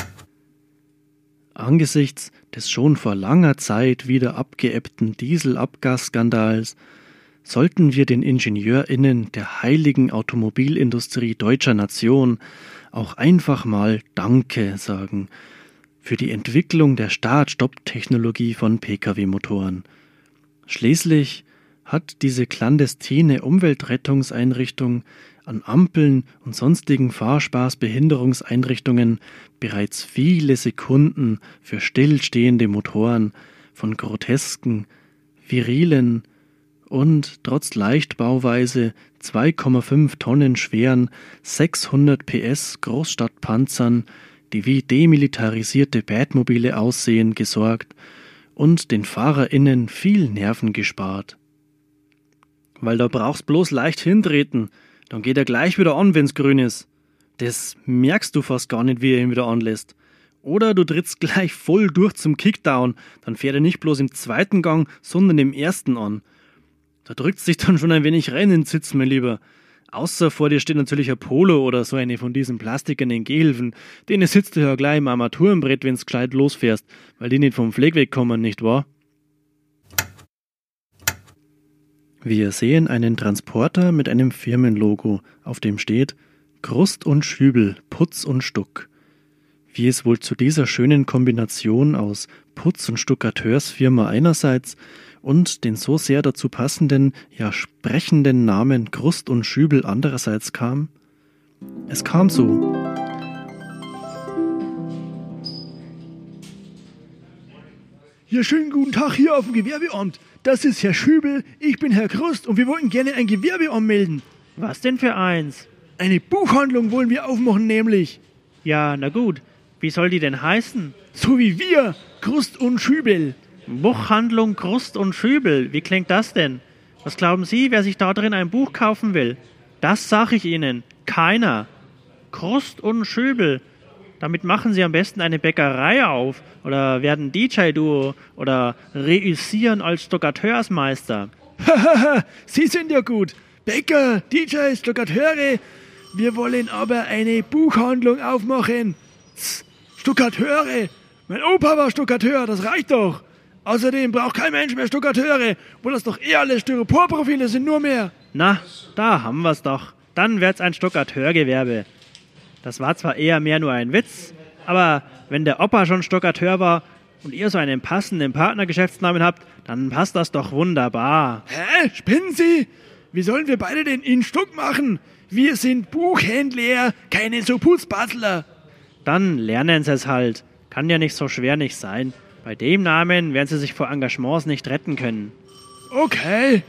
Angesichts des schon vor langer Zeit wieder abgeebbten Dieselabgasskandals sollten wir den IngenieurInnen der heiligen Automobilindustrie deutscher Nation auch einfach mal Danke sagen für die Entwicklung der Start-Stopp-Technologie von Pkw-Motoren. Schließlich hat diese clandestine Umweltrettungseinrichtung an Ampeln und sonstigen Fahrspaßbehinderungseinrichtungen bereits viele Sekunden für stillstehende Motoren von grotesken, virilen und trotz Leichtbauweise 2,5 Tonnen schweren 600 PS Großstadtpanzern, die wie demilitarisierte Batmobile aussehen, gesorgt und den FahrerInnen viel Nerven gespart. Weil da brauchst bloß leicht hintreten, dann geht er gleich wieder an, wenn's grün ist. Das merkst du fast gar nicht, wie er ihn wieder anlässt. Oder du trittst gleich voll durch zum Kickdown, dann fährt er nicht bloß im zweiten Gang, sondern im ersten an. Da drückt sich dann schon ein wenig rein in den Sitz, mein Lieber. Außer vor dir steht natürlich ein Polo oder so eine von diesen plastikernen Gehhilfen. Denen sitzt du ja gleich im Armaturenbrett, wenn's gescheit losfährst, weil die nicht vom Fleck wegkommen, nicht wahr? Wir sehen einen Transporter mit einem Firmenlogo, auf dem steht Krust und Schübel, Putz und Stuck. Wie es wohl zu dieser schönen Kombination aus Putz- und Stuckateursfirma einerseits und den so sehr dazu passenden, ja sprechenden Namen Krust und Schübel andererseits kam? Es kam so. Ja, schönen guten Tag hier auf dem Gewerbeamt. Das ist Herr Schübel, ich bin Herr Krust und wir wollten gerne ein Gewerbe anmelden. Was denn für eins? Eine Buchhandlung wollen wir aufmachen nämlich. Ja, na gut. Wie soll die denn heißen? So wie wir, Krust und Schübel. Buchhandlung Krust und Schübel, wie klingt das denn? Was glauben Sie, wer sich da drin ein Buch kaufen will? Das sag ich Ihnen, keiner. Krust und Schübel, damit machen Sie am besten eine Bäckerei auf oder werden DJ-Duo oder reüssieren als Stuckateursmeister. Hahaha, Sie sind ja gut. Bäcker, DJs, Stuckateure. Wir wollen aber eine Buchhandlung aufmachen. Stuckateure. Mein Opa war Stuckateur, das reicht doch. Außerdem braucht kein Mensch mehr Stuckateure, wo das doch alle Styroporprofile sind, nur mehr. Na, da haben wir's doch. Dann wird's ein Stuckateurgewerbe. Das war zwar eher mehr nur ein Witz, aber wenn der Opa schon Stuckateur war und ihr so einen passenden Partnergeschäftsnamen habt, dann passt das doch wunderbar. Hä? Spinnen Sie? Wie sollen wir beide denn in Stuck machen? Wir sind Buchhändler, keine so Putzbastler. Dann lernen Sie es halt. Kann ja nicht so schwer nicht sein. Bei dem Namen werden Sie sich vor Engagements nicht retten können. Okay.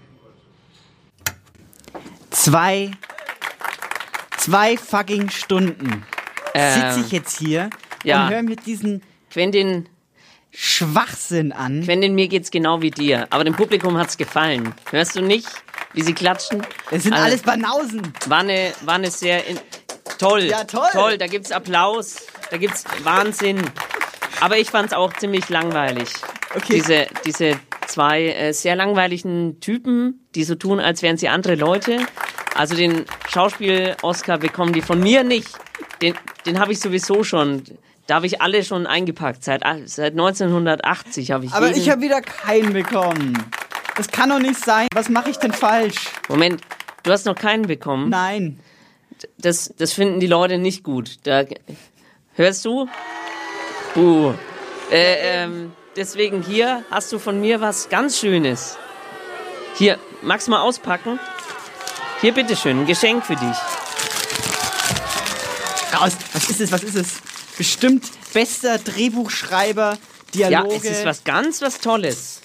Zwei fucking Stunden sitze ich jetzt hier und höre mir diesen Quentin, Schwachsinn an. Quentin, mir geht's genau wie dir, aber dem Publikum hat's gefallen. Hörst du nicht, wie sie klatschen? Es sind alles Banausen. War eine sehr toll. Ja, toll. Toll, da gibt's Applaus, da gibt's Wahnsinn. Aber ich fand's auch ziemlich langweilig. Okay. Diese zwei sehr langweiligen Typen, die so tun, als wären sie andere Leute. Also den Schauspiel-Oscar bekommen die von mir nicht. Den habe ich sowieso schon. Da habe ich alle schon eingepackt. Seit 1980 habe ich Aber ich habe wieder keinen bekommen. Das kann doch nicht sein. Was mache ich denn falsch? Moment, du hast noch keinen bekommen? Nein. Das finden die Leute nicht gut. Hörst du? Deswegen hier hast du von mir was ganz Schönes. Hier, magst du mal auspacken? Hier, bitteschön, ein Geschenk für dich. Raus, was ist es? Bestimmt bester Drehbuchschreiber, Dialoge. Ja, es ist was Tolles.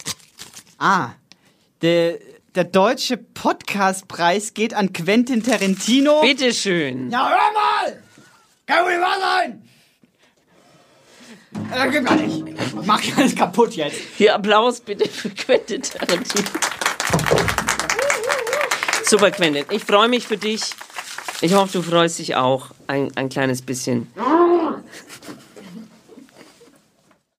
Der deutsche Podcastpreis geht an Quentin Tarantino. Bitteschön. Ja, hör mal! Kann wohl nicht wahr sein! Das geht gar nicht. Mach alles kaputt jetzt. Hier, Applaus bitte für Quentin Tarantino. Super, Quentin. Ich freue mich für dich. Ich hoffe, du freust dich auch ein kleines bisschen.